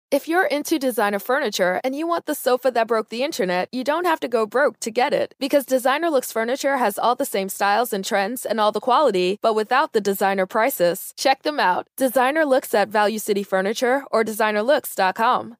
If you're into designer furniture and you want the sofa that broke the internet, you don't have to go broke to get it. Because Designer Looks Furniture has all the same styles and trends and all the quality, but without the designer prices. Check them out. Designer Looks at Value City Furniture or designerlooks.com.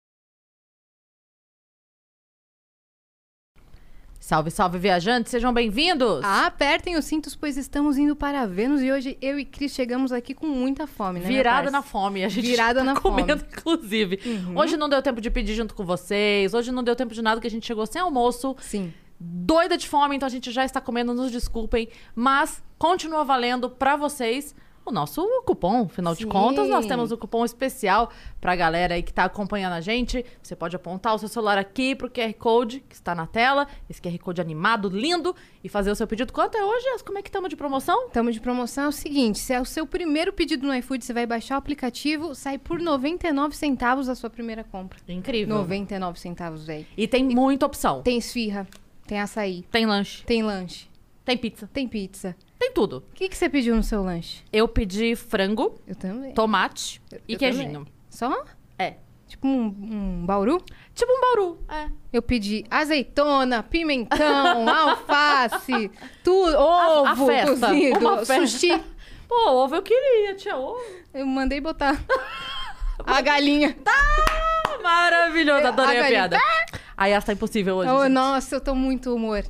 Salve, salve, viajantes! Sejam bem-vindos! Apertem os cintos, pois estamos indo para Vênus e hoje eu e Cris chegamos aqui com muita fome, né? Virada na fome. A gente Virada tá na comendo, fome. inclusive. Hoje não deu tempo de pedir junto com vocês. Hoje não deu tempo de nada, que a gente chegou sem almoço. Sim. Doida de fome, então a gente já está comendo, nos desculpem. Mas continua valendo pra vocês o nosso cupom. Afinal de contas, nós temos um cupom especial pra galera aí que tá acompanhando a gente. Você pode apontar o seu celular aqui pro QR Code que está na tela. Esse QR Code animado, lindo. E fazer o seu pedido. Quanto é hoje? Como é que estamos de promoção? Estamos de promoção, é o seguinte, se é o seu primeiro pedido no iFood, você vai baixar o aplicativo, sai por 99 centavos a sua primeira compra. Incrível. 99 centavos, velho. E tem muita opção. Tem esfirra, tem açaí, Tem lanche, tem lanche, tem pizza, tem pizza. tem tudo. O que você pediu no seu lanche? Eu pedi frango, Eu também. tomate e eu queijinho. também. Só? É. Tipo um bauru? Tipo um bauru. É. Eu pedi azeitona, pimentão, alface, tudo, ovo a festa. cozido, Uma festa. sushi. Pô, ovo eu queria, tinha ovo. Eu mandei botar a galinha. Maravilhoso, adorei a galinha. piada. Aí essa tá impossível hoje, Oh, gente. nossa, eu tô muito humor.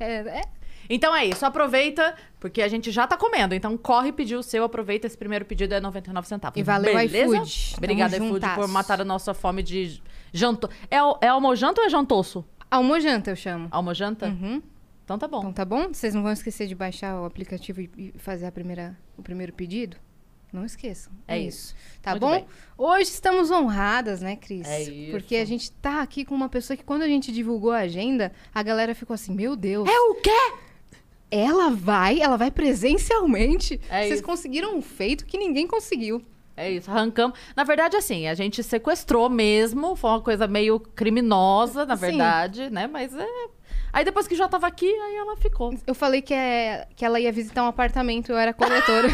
Então é isso, aproveita, porque a gente já tá comendo. Então corre pedir o seu, aproveita. Esse primeiro pedido é 99 centavos. E valeu, beleza? iFood. Obrigada, Tamo iFood, por juntas. matar a nossa fome de janto. É almojanta ou é jantoço? Almojanta eu chamo. Almojanta? Uhum. Então tá bom. Então tá bom? Vocês não vão esquecer de baixar o aplicativo e fazer o primeiro pedido? Não esqueçam. É isso. Tá Muito bom? bem. Hoje estamos honradas, né, Cris? É isso. Porque a gente tá aqui com uma pessoa que quando a gente divulgou a agenda, a galera ficou assim, meu Deus. É o quê? Ela vai presencialmente. É Vocês isso. conseguiram um feito que ninguém conseguiu. É isso, arrancamos. Na verdade, assim, a gente sequestrou mesmo. Foi uma coisa meio criminosa, na Sim. verdade, né? Mas é... Aí depois que já tava aqui, aí ela ficou. Eu falei que ela ia visitar um apartamento, eu era corretora.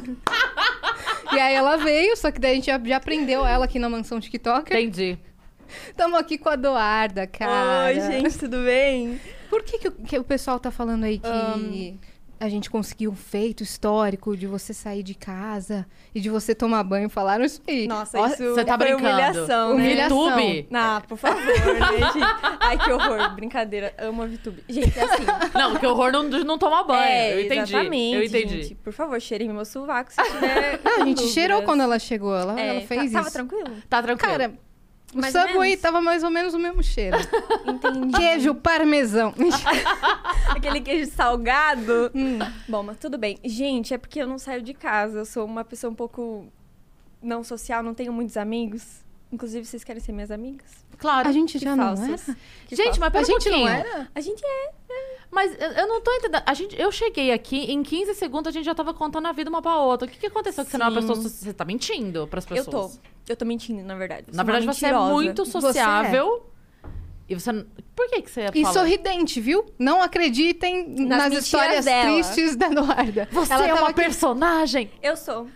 E aí ela veio, só que daí a gente já prendeu ela aqui na mansão TikToker. Entendi. Tamo aqui com a Doarda, cara. Oi, gente, tudo bem? Por que o pessoal tá falando aí que a gente conseguiu um feito histórico de você sair de casa e de você tomar banho? Falaram isso aí. Nossa, Ó, isso Você tá foi brincando? humilhação, né? Humilhação. VTube? Ah, por favor, né, gente? Ai, que horror. Brincadeira. Amo a VTube. Gente, é assim... Não, que horror não tomar banho. Eu entendi. Exatamente, Eu entendi. gente. Por favor, cheirem meu sovaco se tiver Não, a gente dúvidas. cheirou quando ela chegou. Ela fez isso. Tava tranquilo? Tá tranquilo. Cara, o Mais ou Subway menos. tava mais ou menos o mesmo cheiro. Entendi. Queijo parmesão. Aquele queijo salgado. Bom, mas tudo bem. Gente, é porque eu não saio de casa. Eu sou uma pessoa um pouco não social, não tenho muitos amigos. Inclusive, vocês querem ser minhas amigas? Claro. A gente Que já falsas. não era? Que Gente, falsas. mas pera A gente um não pouquinho. era? A gente é. Mas eu não tô entendendo. Eu cheguei aqui, em 15 segundos a gente já tava contando a vida uma pra outra. O que aconteceu que você não é uma Sim. pessoa... Você tá mentindo pras pessoas? Eu tô mentindo, na verdade. Eu Na sou uma verdade, você é mentirosa. muito Você sociável. E você... Por que você E fala? sorridente, viu? Não acreditem nas mentiras histórias dela. tristes da Doarda. Você Ela é tava uma aqui- personagem. Eu sou.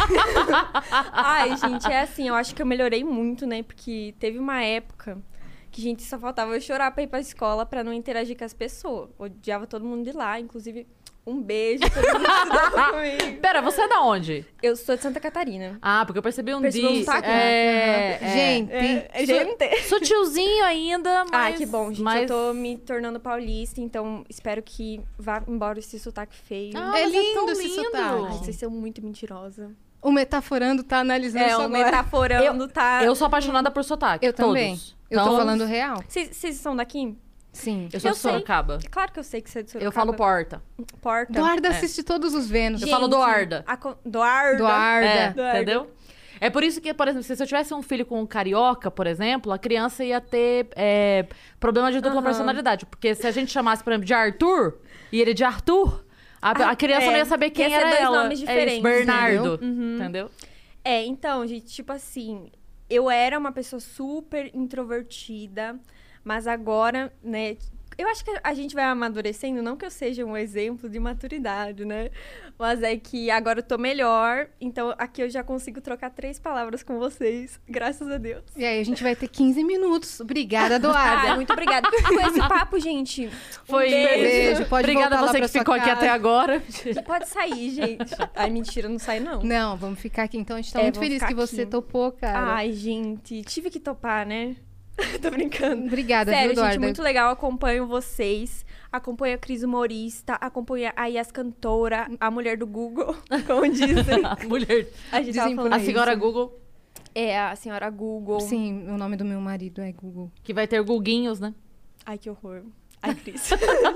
Ai, gente, é assim, eu acho que eu melhorei muito, né? Porque teve uma época que, gente, só faltava eu chorar pra ir pra escola pra não interagir com as pessoas. Odiava todo mundo de lá, inclusive, um beijo pra todo mundo que estudava comigo. Pera, você é da onde? Eu sou de Santa Catarina. Ah, porque eu percebi um Percebeu dia. um sotaque, né? Gente, Gente. Sutilzinho ainda, mas... Ai, que bom, gente. mas... Eu tô me tornando paulista, então espero que vá embora esse sotaque feio. Ah, É mas lindo tão esse lindo. sotaque. Ai, vocês são muito mentirosa. o Metaforando tá analisando isso o agora. metaforando tá... Eu sou apaixonada por sotaque. Eu também. Todos. Eu tô Então, falando real. Vocês são daqui? Sim. Eu sou Eu de sei. Sorocaba. Claro que eu sei que você é de Sorocaba. Eu falo porta. Porta. Doarda assiste todos os Vênus. Eu falo Doarda. Doarda. Doarda. É, Doarda. entendeu? É por isso que, por exemplo, se eu tivesse um filho com um carioca, por exemplo, a criança ia ter problema de dupla personalidade. Porque se a gente chamasse, por exemplo, de Arthur, e ele de Arthur, a criança não ia saber quem ia ser era dois ela. nomes É isso, diferentes, Bernardo. entendeu? Entendeu? Então, gente, tipo assim, eu era uma pessoa super introvertida, mas agora, né, Eu acho que a gente vai amadurecendo, não que eu seja um exemplo de maturidade, né? Mas é que agora eu tô melhor, então aqui eu já consigo trocar 3 palavras com vocês, graças a Deus. E aí a gente vai ter 15 minutos. Obrigada, Ai, Eduarda. muito obrigada. Com esse papo, gente, Foi beijo. Pode Obrigada voltar a lá você pra que sua ficou aqui casa. até agora. que pode sair, gente. Ai, mentira, não sai não. Não, vamos ficar aqui. Então a gente tá muito vamos feliz ficar que você aqui. topou, cara. Ai, gente, tive que topar, né? Tô brincando. Obrigada, Sério, viu, Eduarda? gente, muito legal. Acompanho vocês. Acompanho a Cris humorista. Acompanho a Yas cantora, a mulher do Google, como dizem. A mulher. A gente tava falando A senhora isso. Google, É, a senhora Google. Sim, o nome do meu marido é Google. que vai ter Guguinhos, né? Ai, que horror. Ai, Cris.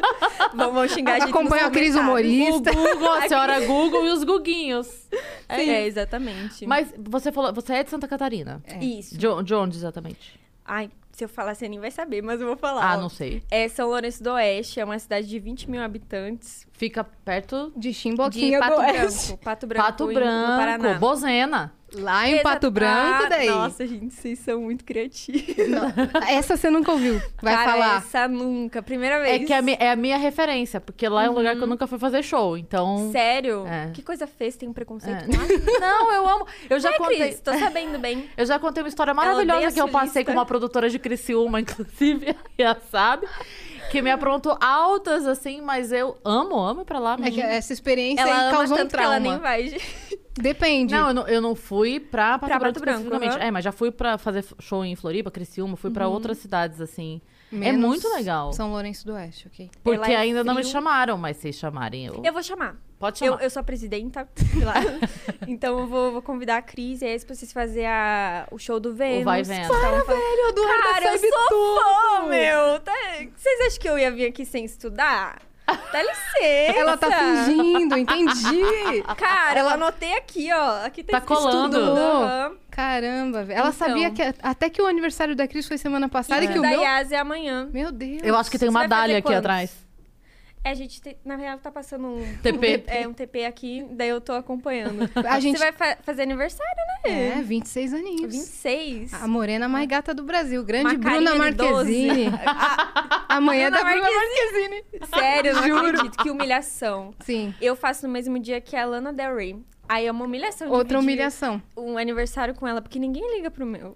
vamos xingar a gente Acompanha a nos Cris comentários. humorista. O Google, a senhora Google e os Guguinhos. É, exatamente. Mas você falou, você é de Santa Catarina. Isso. De onde exatamente? Ai, se eu falar, você nem vai saber, mas eu vou falar. Ah, ó. não sei. É São Lourenço do Oeste, é uma cidade de 20 mil habitantes. Fica perto De De Chimboquinha Pato do Oeste. Branco. Pato Branco, Pato no Branco, Paraná. Bozena. Lá em Pato Branco, daí. Nossa, gente, vocês são muito criativos. Essa você nunca ouviu. Vai Cara, falar. essa nunca. Primeira É vez. que é a minha referência, porque lá é um lugar que eu nunca fui fazer show, então... Sério? É. Que coisa feia, você tem um preconceito É. com lá? Não, eu amo. Eu já Ai, contei... Cris, tô sabendo bem. Eu já contei uma história odeia maravilhosa que eu passei sulista. com uma produtora de Criciúma, inclusive, a Ria sabe, que me aprontou altas, assim, mas eu amo ir pra lá. É que essa experiência Ela aí ama causou um tanto que ela trauma. nem vai. Depende. Não, eu não fui pra Pato Pra Branco Pato Branco, especificamente. aham. É, mas já fui pra fazer show em Floripa, Criciúma, fui pra outras cidades, assim. É Menos muito legal. São Lourenço do Oeste, ok. Porque Ela é ainda não me frio. chamaram, mas se chamarem, Eu vou chamar. Pode chamar. Eu sou a presidenta de lá. Então eu vou convidar a Cris e aí pra vocês fazerem o show do Vênus. Vai Vênus. Velho, Eduardo, Cara, eu sou fã, meu. Vocês acham que eu ia vir aqui sem estudar? Dá licença. Ela tá fingindo, entendi. Cara, eu anotei aqui, ó. Aqui Tá escrito colando. tudo. Aham. Caramba, velho. Ela Então. sabia que até que o aniversário da Cris foi semana passada E e que o da meu... Yas é amanhã. Meu Deus. Eu acho que tem Você uma vai fazer dália aqui quantos? atrás. É, a gente, na real, tá passando um TP. um TP aqui, daí eu tô acompanhando. A gente... Você vai fazer aniversário, né? É, 26 aninhos. 26. A morena mais gata do Brasil. Grande Uma Bruna carinha de 12. Marquezine. Amanhã é da Bruna Bruna Marquezine. Sério, eu não acredito. Que humilhação. Sim. Eu faço no mesmo dia que a Lana Del Rey. Aí é uma humilhação Outra dividir humilhação. um aniversário com ela, porque ninguém liga pro meu.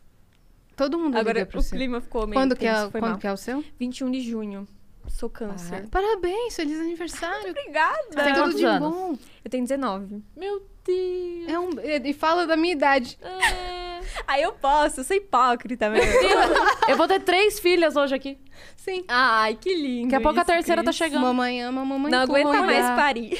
Todo mundo Agora liga pro o seu. clima ficou meio Quando que tenso, foi mal. é o seu? 21 de junho. Sou câncer. Parabéns, feliz aniversário. Obrigada. Tem Tudo quantos de anos? bom. Eu tenho 19. Meu Deus. E fala da minha idade. Aí eu posso, eu sou hipócrita mesmo. Eu vou ter 3 filhas hoje aqui. Sim. Ai, que lindo. Daqui a pouco a isso, terceira tá Cris. chegando. Mamãe ama, mamãe Não aguenta cuida. mais parir.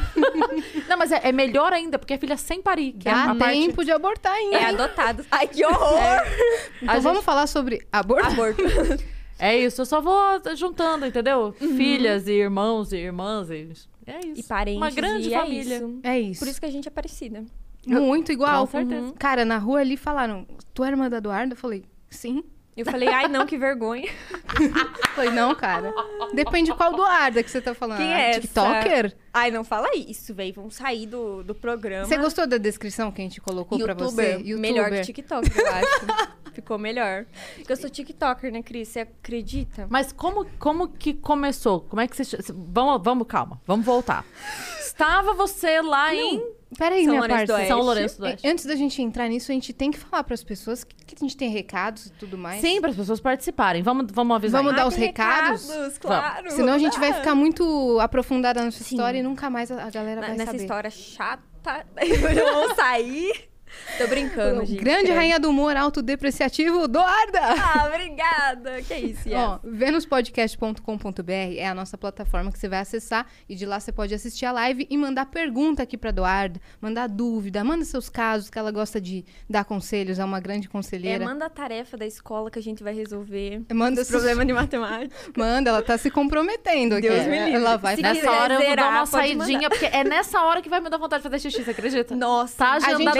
Não, mas é melhor ainda, porque é filha sem parir. Que é Dá a parte... tempo de abortar ainda. É adotado. Ai, que horror. Então vamos falar sobre aborto? Aborto. É isso, eu só vou juntando, entendeu? Filhas e irmãos e irmãs. É isso. E parentes. Uma grande e família. É isso. É isso. Por isso que a gente é parecida. Muito igual. Com certeza. Cara, na rua ali falaram, tu é irmã da Eduarda? Eu falei, sim. Eu falei, ai não, que vergonha. Eu falei, não, cara. Depende qual Eduarda que você tá falando. Quem Ah, é essa? TikToker? Ai, não fala isso, véi. Vamos sair do programa. Você gostou da descrição que a gente colocou pra você? YouTuber. Melhor que TikToker, eu acho. Ficou melhor. Porque eu sou TikToker, né, Cris? Você acredita? Mas como que começou? Como é que você... Vamos, calma. Vamos voltar. Estava você lá em Peraí, São minha Lourenço do parça. Oeste. São Lourenço do Oeste. Antes da gente entrar nisso, a gente tem que falar pras pessoas que a gente tem recados e tudo mais. Sim, para as pessoas participarem. Vamos avisar. Vamos aí. dar os tem recados? claro. Senão a gente vai ficar muito aprofundada nessa Sim. história e nunca mais a galera vai Nessa saber. história chata. Vamos sair. Tô brincando, gente. Grande credo. rainha do humor autodepreciativo, Eduarda! Ah, obrigada. Que isso, Yas. Ó, venuspodcast.com.br é a nossa plataforma que você vai acessar e de lá você pode assistir a live e mandar pergunta aqui pra Eduarda, mandar dúvida, manda seus casos que ela gosta de dar conselhos, é uma grande conselheira. Manda a tarefa da escola que a gente vai resolver. Manda Os problemas de matemática. Manda, ela tá se comprometendo aqui. Deus me livre. Ela vai Se fazer. Nessa quiser hora eu vou dar zerar, uma pode saidinha, porque é nessa hora que vai me dar vontade de fazer xixi, você acredita? Nossa, Tá A gente agendado por já essa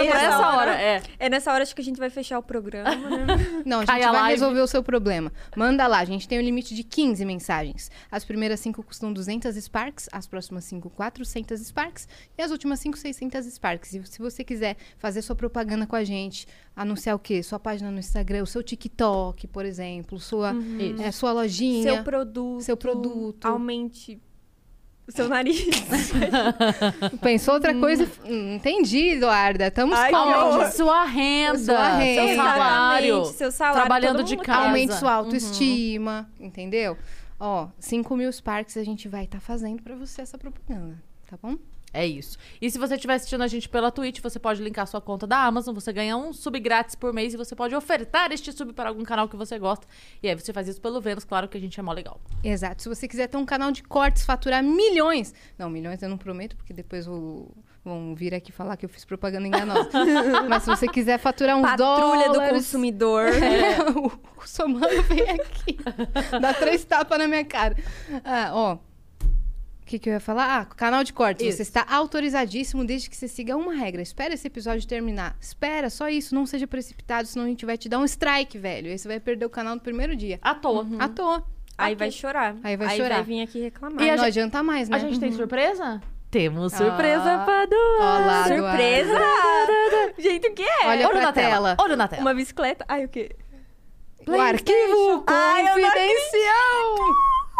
nessa hora, É nessa hora acho que a gente vai fechar o programa, né? Não, a Cai gente a vai live. resolver o seu problema. Manda lá, a gente tem um limite de 15 mensagens. As primeiras 5 custam 200 Sparks, as próximas 5, 400 Sparks e as últimas 5, 600 Sparks. E se você quiser fazer sua propaganda com a gente, anunciar o quê? Sua página no Instagram, o seu TikTok, por exemplo, sua lojinha. Seu produto. Aumente o seu nariz. Pensou outra coisa? Entendi, Eduarda. Estamos Ai, com... que horror. Aumente sua renda, Sua renda. seu salário. Exatamente, seu salário, Trabalhando todo de mundo casa. Aumente sua autoestima, entendeu? Ó, 5.000 Sparks a gente vai estar fazendo pra você essa propaganda, tá bom? É isso. E se você estiver assistindo a gente pela Twitch, você pode linkar sua conta da Amazon, você ganha um sub grátis por mês e você pode ofertar este sub para algum canal que você gosta. E aí você faz isso pelo Vênus, claro que a gente é mó legal. Exato. Se você quiser ter um canal de cortes, faturar milhões... Não, milhões eu não prometo, porque depois vão vir aqui falar que eu fiz propaganda enganosa. Mas se você quiser faturar uns Patrulha dólares... do consumidor. O Somano vem aqui, dá 3 tapas na minha cara. Ó, o que eu ia falar? Canal de cortes. Isso. Você está autorizadíssimo desde que você siga uma regra. Espera esse episódio terminar. Espera, só isso. Não seja precipitado, senão a gente vai te dar um strike, velho. Aí você vai perder o canal no primeiro dia. À toa. À toa. Aí vai chorar. Aí vai chorar. Vai vir aqui reclamar. E Aí a não gente- adianta mais, né? A gente tem surpresa? Temos surpresa Ah. pra doar. Olá, Surpresa! Gente, o que é? Olha Olho pra na tela. Olho na tela. Uma bicicleta? Ai, o quê? O arquivo Ai, eu não confidencial!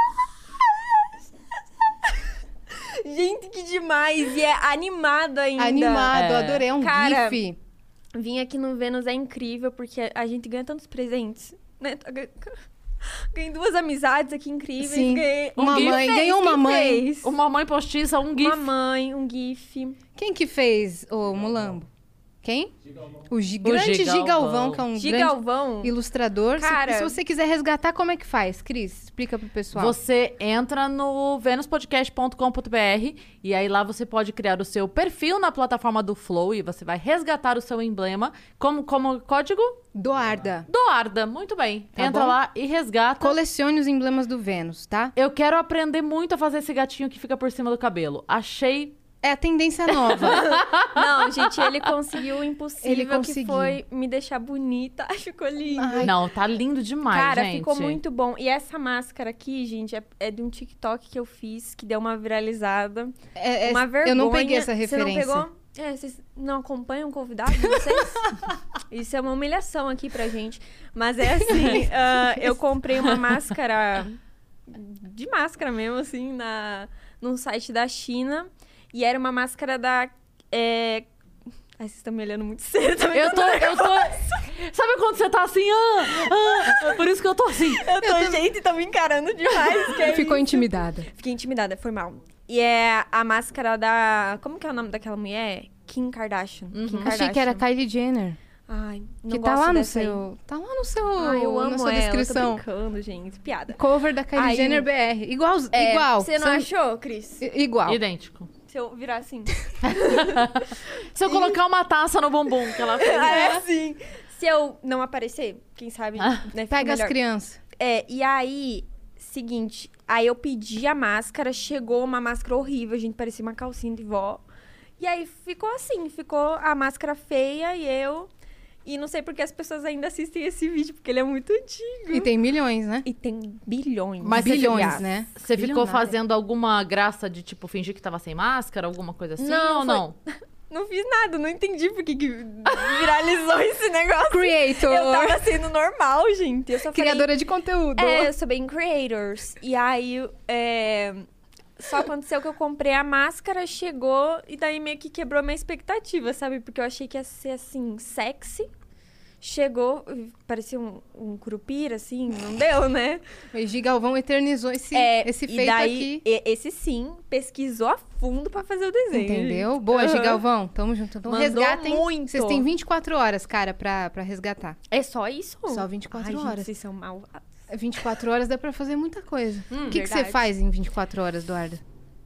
Gente, que demais! E é animado ainda. Animado, É. adorei. É um Cara, gif. Vir aqui no Vênus é incrível, porque a gente ganha tantos presentes, né? Ganhei 2 amizades aqui incríveis. Sim. Ganhei Uma Quem mãe, fez? ganhou uma Quem mãe. fez? Uma mãe postiça, um gif. Uma mãe, um gif. Quem que fez o Mulambo? Quem? O grande Gigalvão. Gigalvão, que é um grande Gigalvão. ilustrador. Cara- Se você quiser resgatar, como é que faz? Cris, explica pro pessoal. Você entra no venuspodcast.com.br e aí lá você pode criar o seu perfil na plataforma do Flow e você vai resgatar o seu emblema como código Doarda. Doarda. Muito bem. Tá Entra bom? lá e resgata. Colecione os emblemas do Vênus, tá? Eu quero aprender muito a fazer esse gatinho que fica por cima do cabelo. Achei... É a tendência nova. Não, gente, ele conseguiu o impossível, Ele que conseguiu. foi me deixar bonita. Ai, ficou lindo. Ai, Não, tá lindo demais, Cara, gente. ficou muito bom. E essa máscara aqui, gente, é de um TikTok que eu fiz, que deu uma viralizada. Uma vergonha. Eu não peguei essa Você não referência. pegou? Vocês não acompanham o convidado de vocês? Isso é uma humilhação aqui pra gente. Mas é assim, eu comprei uma máscara, de máscara mesmo, assim, num site da China. E era uma máscara da... Ai, vocês estão me olhando muito sério também. Eu tô... Sabe quando você tá assim? Por isso que eu tô assim. Gente, tá me encarando demais. Que é Ficou isso? intimidada. Fiquei intimidada, foi mal. E é a máscara da... Como que é o nome daquela mulher? Kim Kardashian. Kim Achei que era Kardashian. Kylie Jenner. Ai, não Que tá gosto lá no dessa aí. seu... Tá lá no seu... Ai, eu amo na sua ela, descrição. tô brincando, gente. Piada. Cover da Kylie Aí- Jenner BR. Igual. Você não achou, Cris? Igual. Idêntico. Se eu virar assim. Se eu colocar uma taça no bumbum que ela fez. É assim. Se eu não aparecer, quem sabe, né, fica Pega as melhor. crianças. E aí, seguinte, aí eu pedi a máscara, chegou uma máscara horrível, gente, parecia uma calcinha de vó. E aí ficou assim, ficou a máscara feia e eu... E não sei porque as pessoas ainda assistem esse vídeo, porque ele é muito antigo. E tem milhões, né? E tem bilhões. Mas bilhões, né? Você ficou Bilionária. fazendo alguma graça de, tipo, fingir que tava sem máscara, alguma coisa assim? Não, ou não? Não fiz nada, não entendi por que viralizou esse negócio. Creator. Eu tava sendo normal, gente. Eu só falei, Criadora de conteúdo. eu sou bem creators. E aí, só aconteceu que eu comprei a máscara, chegou, e daí meio que quebrou a minha expectativa, sabe? Porque eu achei que ia ser, assim, sexy. Chegou, parecia um curupira, assim, não deu, né? O Gigalvão eternizou esse E feito daí, aqui. esse sim, pesquisou a fundo pra fazer o desenho. Entendeu? Boa, Aham. Gigalvão. Tamo junto. Então Mandou resgatem. muito. Vocês têm 24 horas, cara, pra resgatar. É só isso? Só 24 Ai, horas. Gente, vocês são malvados. 24 horas dá pra fazer muita coisa. O que você verdade. faz em 24 horas, Eduarda?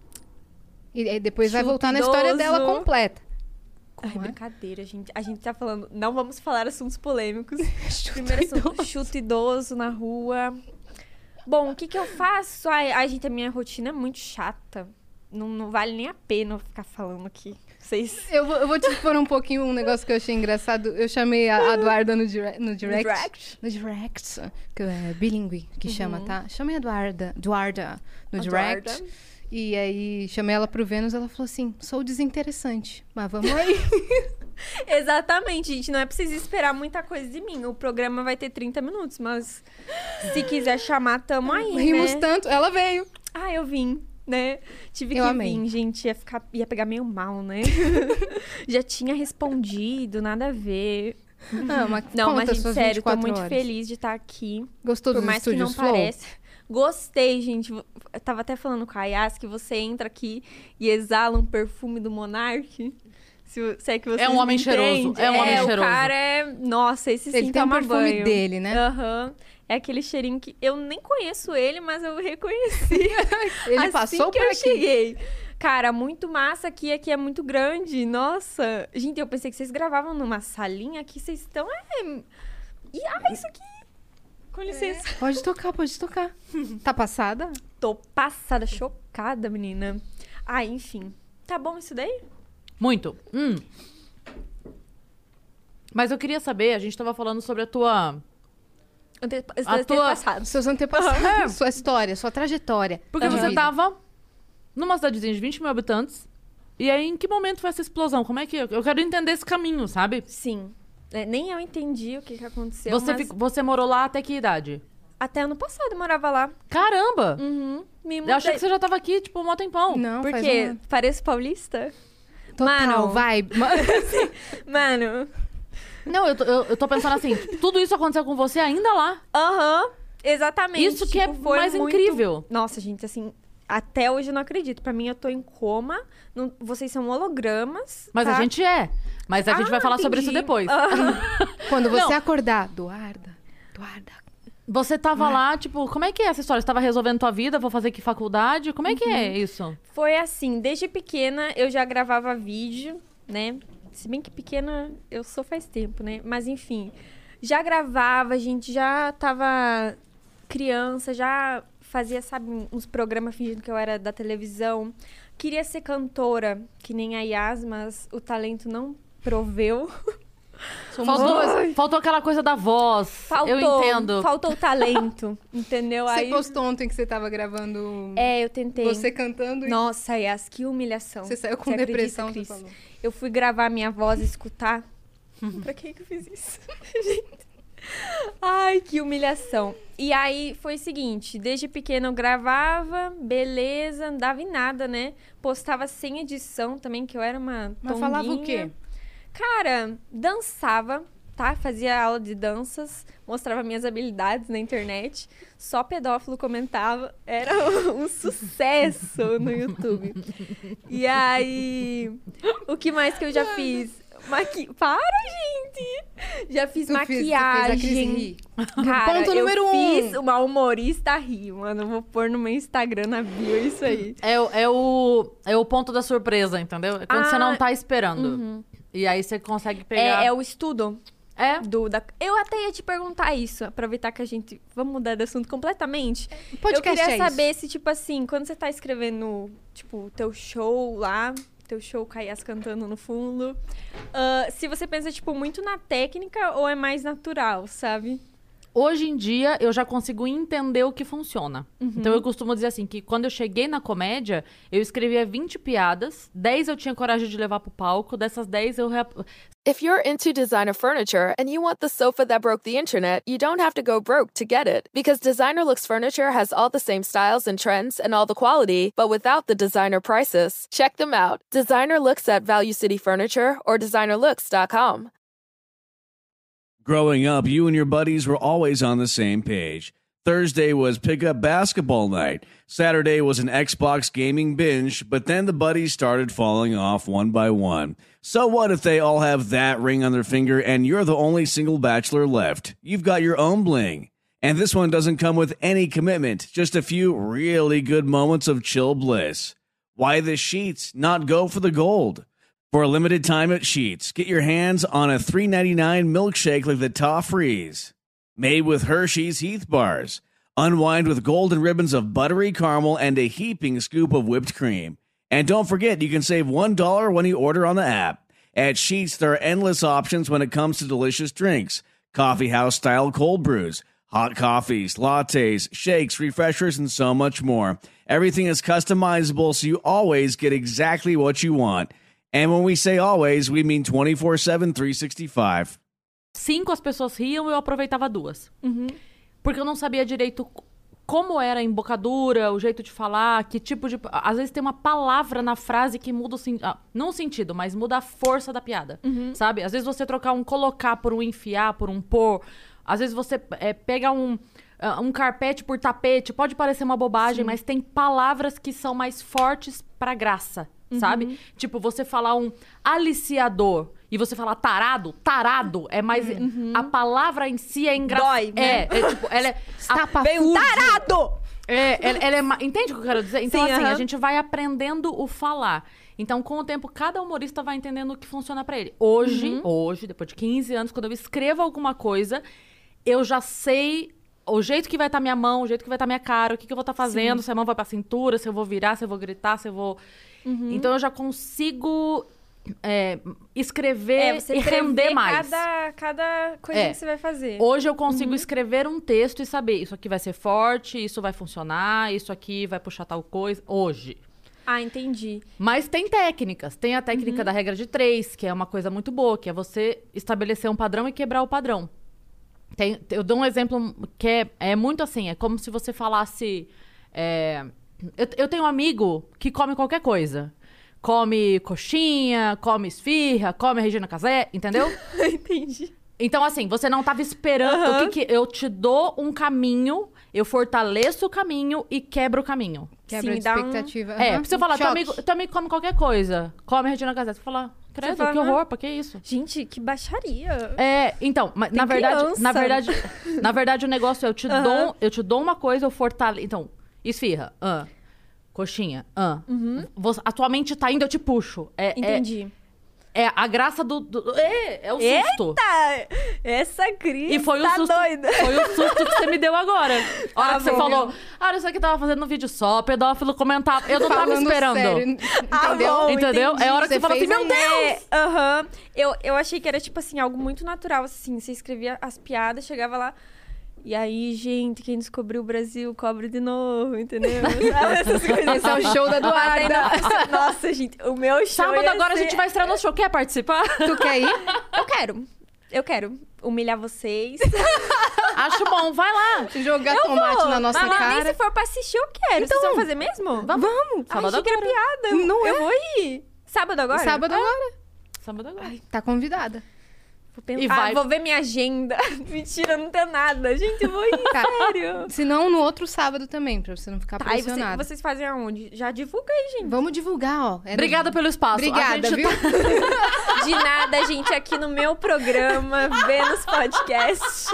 E aí depois vai Chuta voltar na história idoso. dela completa. Ai, Como é? brincadeira, gente. A gente tá falando... Não vamos falar assuntos polêmicos. Chuta Primeiro assunto, idoso. chuto idoso na rua. Bom, o que que eu faço? Ai, gente, a minha rotina é muito chata. Não vale nem a pena eu ficar falando aqui. Vocês... Eu vou te expor um pouquinho um negócio que eu achei engraçado. Eu chamei a Eduarda no direct. No direct, que é bilíngue que chama, tá? Chamei a Eduarda no direct. Eduarda. E aí chamei ela pro Vênus, ela falou assim, sou desinteressante, mas vamos aí. Exatamente, gente. Não é preciso esperar muita coisa de mim. O programa vai ter 30 minutos, mas se quiser chamar, tamo aí, Rimos né? tanto, ela veio. Ah, eu vim, né? Tive Eu que amei. vir, gente. Ia pegar meio mal, né? Já tinha respondido, nada a ver. Não, mas Não, mas, conta gente, suas sério, tô 24 muito horas. feliz de estar aqui. Gostou Por dos mais que não estúdios Flow? pareça. Gostei, gente. Eu tava até falando com a Yas que você entra aqui e exala um perfume do Monark. Se é que você É um homem cheiroso, é um homem o cheiroso. cara é... Nossa, esse sim Ele tem um toma perfume banho. dele, né? Aham. É aquele cheirinho que... Eu nem conheço ele, mas eu reconheci. Ele assim passou que por eu aqui. cheguei. Cara, muito massa aqui é muito grande. Nossa. Gente, eu pensei que vocês gravavam numa salinha. Aqui vocês estão... isso aqui... Com licença. Pode tocar. Tá passada? Tô passada, chocada, menina. Ah, enfim. Tá bom isso daí? Muito. Mas eu queria saber, a gente tava falando sobre a tua... Passado. Seus antepassados, sua história, sua trajetória. Porque de você vida. tava numa cidadezinha de 20 mil habitantes. E aí, em que momento foi essa explosão? Como é que... Eu quero entender esse caminho, sabe? Sim. Nem eu entendi o que aconteceu, mas Você morou lá até que idade? até ano passado eu morava lá. Caramba! Uhum. Me Eu achei mudei. que você já tava aqui, tipo, um mó tempão. Não, Por faz quê? uma... Pareço paulista? Total, Mano. vai. Mano. Não, eu tô pensando assim, tudo isso aconteceu com você ainda lá. Aham. Exatamente. Isso que é foi mais muito- incrível. Nossa, gente, assim... Até hoje eu não acredito. Pra mim, eu tô em coma. Vocês são hologramas. Mas tá? a gente é. Mas a gente vai falar sobre isso entendi. depois. Quando você Não. acordar, Eduarda. Você tava lá, tipo, como é que é essa história? Você tava resolvendo tua vida, vou fazer que faculdade? Como é que é isso? Foi assim, desde pequena eu já gravava vídeo, né? Se bem que pequena eu sou faz tempo, né? Mas enfim, já gravava, a gente já tava criança, já fazia, sabe, uns programas fingindo que eu era da televisão. Queria ser cantora, que nem a Yas, mas o talento não proveu. Faltou aquela coisa da voz. Eu entendo. Faltou o talento, entendeu? Você Aí, postou ontem que você tava gravando eu tentei. você cantando e Nossa, Yas, que humilhação. você saiu com Você acredita, depressão, você Cris? falou. Eu fui gravar minha voz e escutar. Pra que eu fiz isso? Gente. Ai, que humilhação. E aí foi o seguinte, desde pequena eu gravava, beleza, não dava em nada, né? Postava sem edição também, que eu era uma Mas falava o quê? tonguinha. Cara, dançava, tá? Fazia aula de danças, mostrava minhas habilidades na internet. Só pedófilo comentava. Era um sucesso no YouTube. E aí, o que mais que eu já fiz? Para, gente! Já fiz Tu fez a maquiagem. Cris rir. Cara, Ponto eu número 1. fiz uma humorista rir, mano. Eu vou pôr no meu Instagram na bio isso aí. É o ponto da surpresa, entendeu? É quando você não tá esperando. E aí você consegue pegar... É o estudo. É. Eu até ia te perguntar isso, aproveitar que a gente... Vamos mudar de assunto completamente. Podcast Eu queria é saber isso. se, tipo assim, quando você tá escrevendo, tipo, teu show lá, teu show Caiás cantando no fundo, se você pensa, tipo, muito na técnica ou é mais natural, sabe? Hoje em dia, eu já consigo entender o que funciona. Então, eu costumo dizer assim, que quando eu cheguei na comédia, eu escrevia 20 piadas, 10 eu tinha coragem de levar pro palco, dessas 10 eu... If you're into designer furniture and you want the sofa that broke the internet, you don't have to go broke to get it. Because Designer Looks Furniture has all the same styles and trends and all the quality, but without the designer prices. Check them out. Designer Looks at Value City Furniture or designerlooks.com. Growing up, you and your buddies were always on the same page. Thursday was pickup basketball night. Saturday was an Xbox gaming binge, but then the buddies started falling off one by one. So what if they all have that ring on their finger and you're the only single bachelor left? You've got your own bling. And this one doesn't come with any commitment, just a few really good moments of chill bliss. Why the Sheets not go for the gold? For a limited time at Sheets, get your hands on a $3.99 milkshake like the Toffrees. Made with Hershey's Heath Bars. Unwind with golden ribbons of buttery caramel and a heaping scoop of whipped cream. And don't forget, you can save $1 when you order on the app. At Sheetz, there are endless options when it comes to delicious drinks. Coffee house-style cold brews, hot coffees, lattes, shakes, refreshers, and so much more. Everything is customizable, so you always get exactly what you want. And when we say always, we mean 24/7, 365. 5 as pessoas riam e eu aproveitava 2. Porque eu não sabia direito como era a embocadura, o jeito de falar, que tipo de... Às vezes tem uma palavra na frase que muda o sentido. Não o sentido, mas muda a força da piada, sabe? Às vezes você trocar um colocar por um enfiar, por um pôr. Às vezes você pega um carpete por tapete. Pode parecer uma bobagem, mas tem palavras que são mais fortes pra graça, sabe? Tipo, você falar um aliciador e você falar tarado é mais... A palavra em si é engraçada. Dói, né? Tipo, ela é... Veio tarado! Ela é entende o que eu quero dizer? Então, Sim, assim, a gente vai aprendendo o falar. Então, com o tempo, cada humorista vai entendendo o que funciona pra ele. Hoje, depois de 15 anos, quando eu escrevo alguma coisa, eu já sei o jeito que vai estar minha mão, o jeito que vai estar minha cara, o que eu vou estar fazendo, se a mão vai pra cintura, se eu vou virar, se eu vou gritar, se eu vou... Então, eu já consigo escrever você e render mais. Cada coisa que você vai fazer. Hoje eu consigo escrever um texto e saber, isso aqui vai ser forte, isso vai funcionar, isso aqui vai puxar tal coisa. Hoje. Ah, entendi. Mas tem técnicas. Tem a técnica da regra de 3, que é uma coisa muito boa, que é você estabelecer um padrão e quebrar o padrão. Eu dou um exemplo que é muito assim, é como se você falasse... Eu tenho um amigo que come qualquer coisa. Come coxinha, come esfirra, come a Regina Casé, entendeu? Entendi. Então, assim, você não tava esperando o que eu te dou um caminho, eu fortaleço o caminho e quebro o caminho. Quebra Sim, de dá expectativa. Porque se eu falar, teu Choque. amigo come qualquer coisa, come a Regina Casé, você fala, credo, Você fala, que horror, pra que isso? Gente, que baixaria. Então, mas Tem na criança. verdade o negócio é, eu te dou uma coisa, eu fortaleço. Então, esfirra, coxinha, a tua mente tá indo, eu te puxo. Entendi. É a graça do é o susto. Eita! Essa Cris E foi o tá susto, doida. foi o susto que você me deu agora. A hora que você bom. falou, isso aqui tava fazendo um vídeo só, pedófilo comentava. Eu não tava Falando esperando. sério, entendeu? bom. Entendeu? entendi. É a hora que você fala assim, fez meu Deus! Eu achei que era, tipo assim, algo muito natural, assim. Você escrevia as piadas, chegava lá... E aí, gente, quem descobriu o Brasil, cobre de novo, entendeu? Sabe essas coisas? Esse é o show da Eduarda. Nossa, gente, o meu show Sábado ia agora a ser- gente vai estrear no show. Quer participar? Tu quer ir? Eu quero humilhar vocês. Acho bom, vai lá. Jogar tomate na nossa Mas nem cara. se for pra assistir, eu quero. Vocês vão fazer mesmo? Vamos. Ai, Sábado achei que era agora. piada. Não eu vou ir. Sábado agora? Sábado agora. Sábado agora. Tá convidada. Vou pensar. E vai- vou ver minha agenda. Mentira, não tem nada. Gente, eu vou ir, Tá. sério. Se não, no outro sábado também, pra você não ficar Tá, aí pressionada. vocês fazem aonde? Já divulga aí, gente. Vamos divulgar, ó. Obrigada pelo espaço. A Obrigada, gente viu? De nada, gente, aqui no meu programa, Vênus Podcast.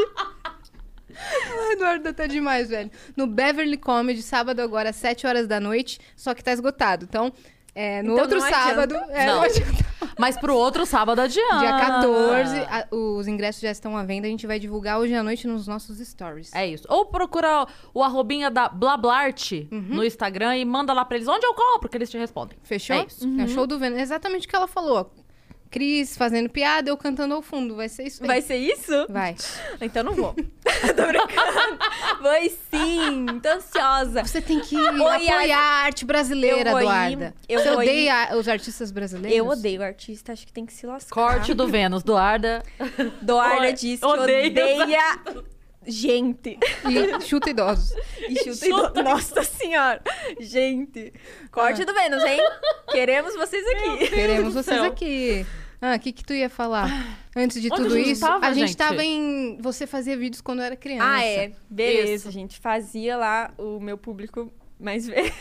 O Eduardo tá demais, velho. No Beverly Comedy, sábado agora, às 7 horas da noite, só que tá esgotado. Então, no Então outro não sábado... adianta. Não. não adianta. Mas pro outro sábado adianta. Dia 14, os ingressos já estão à venda. A gente vai divulgar hoje à noite nos nossos stories. É isso. Ou procura o arrobinha da Blablart no Instagram e manda lá pra eles onde eu compro, que eles te respondem. Fechou? É isso. É o show do Vênus. Exatamente o que ela falou, ó. Cris fazendo piada, eu cantando ao fundo. Vai ser isso aí. Vai ser isso? Vai. Então não vou. Tô brincando. Vou sim, tô ansiosa. Você tem que Oi, apoiar a arte brasileira, eu vou ir, Eduarda. eu Você vou ir. odeia os artistas brasileiros? Eu odeio artista, acho que tem que se lascar. Corte do Vênus, do Arda. Doarda diz que Odeio. odeia gente. E chuta idosos. E chuta Nossa senhora. Gente. Corte do Vênus, hein? Queremos vocês aqui. Queremos do vocês céu. aqui. O que tu ia falar? Antes de Onde tudo a gente isso, tava, a gente gente? tava em... Você fazia vídeos quando era criança. Ah, é. Beleza, Isso. gente. Fazia lá o meu público mais velho.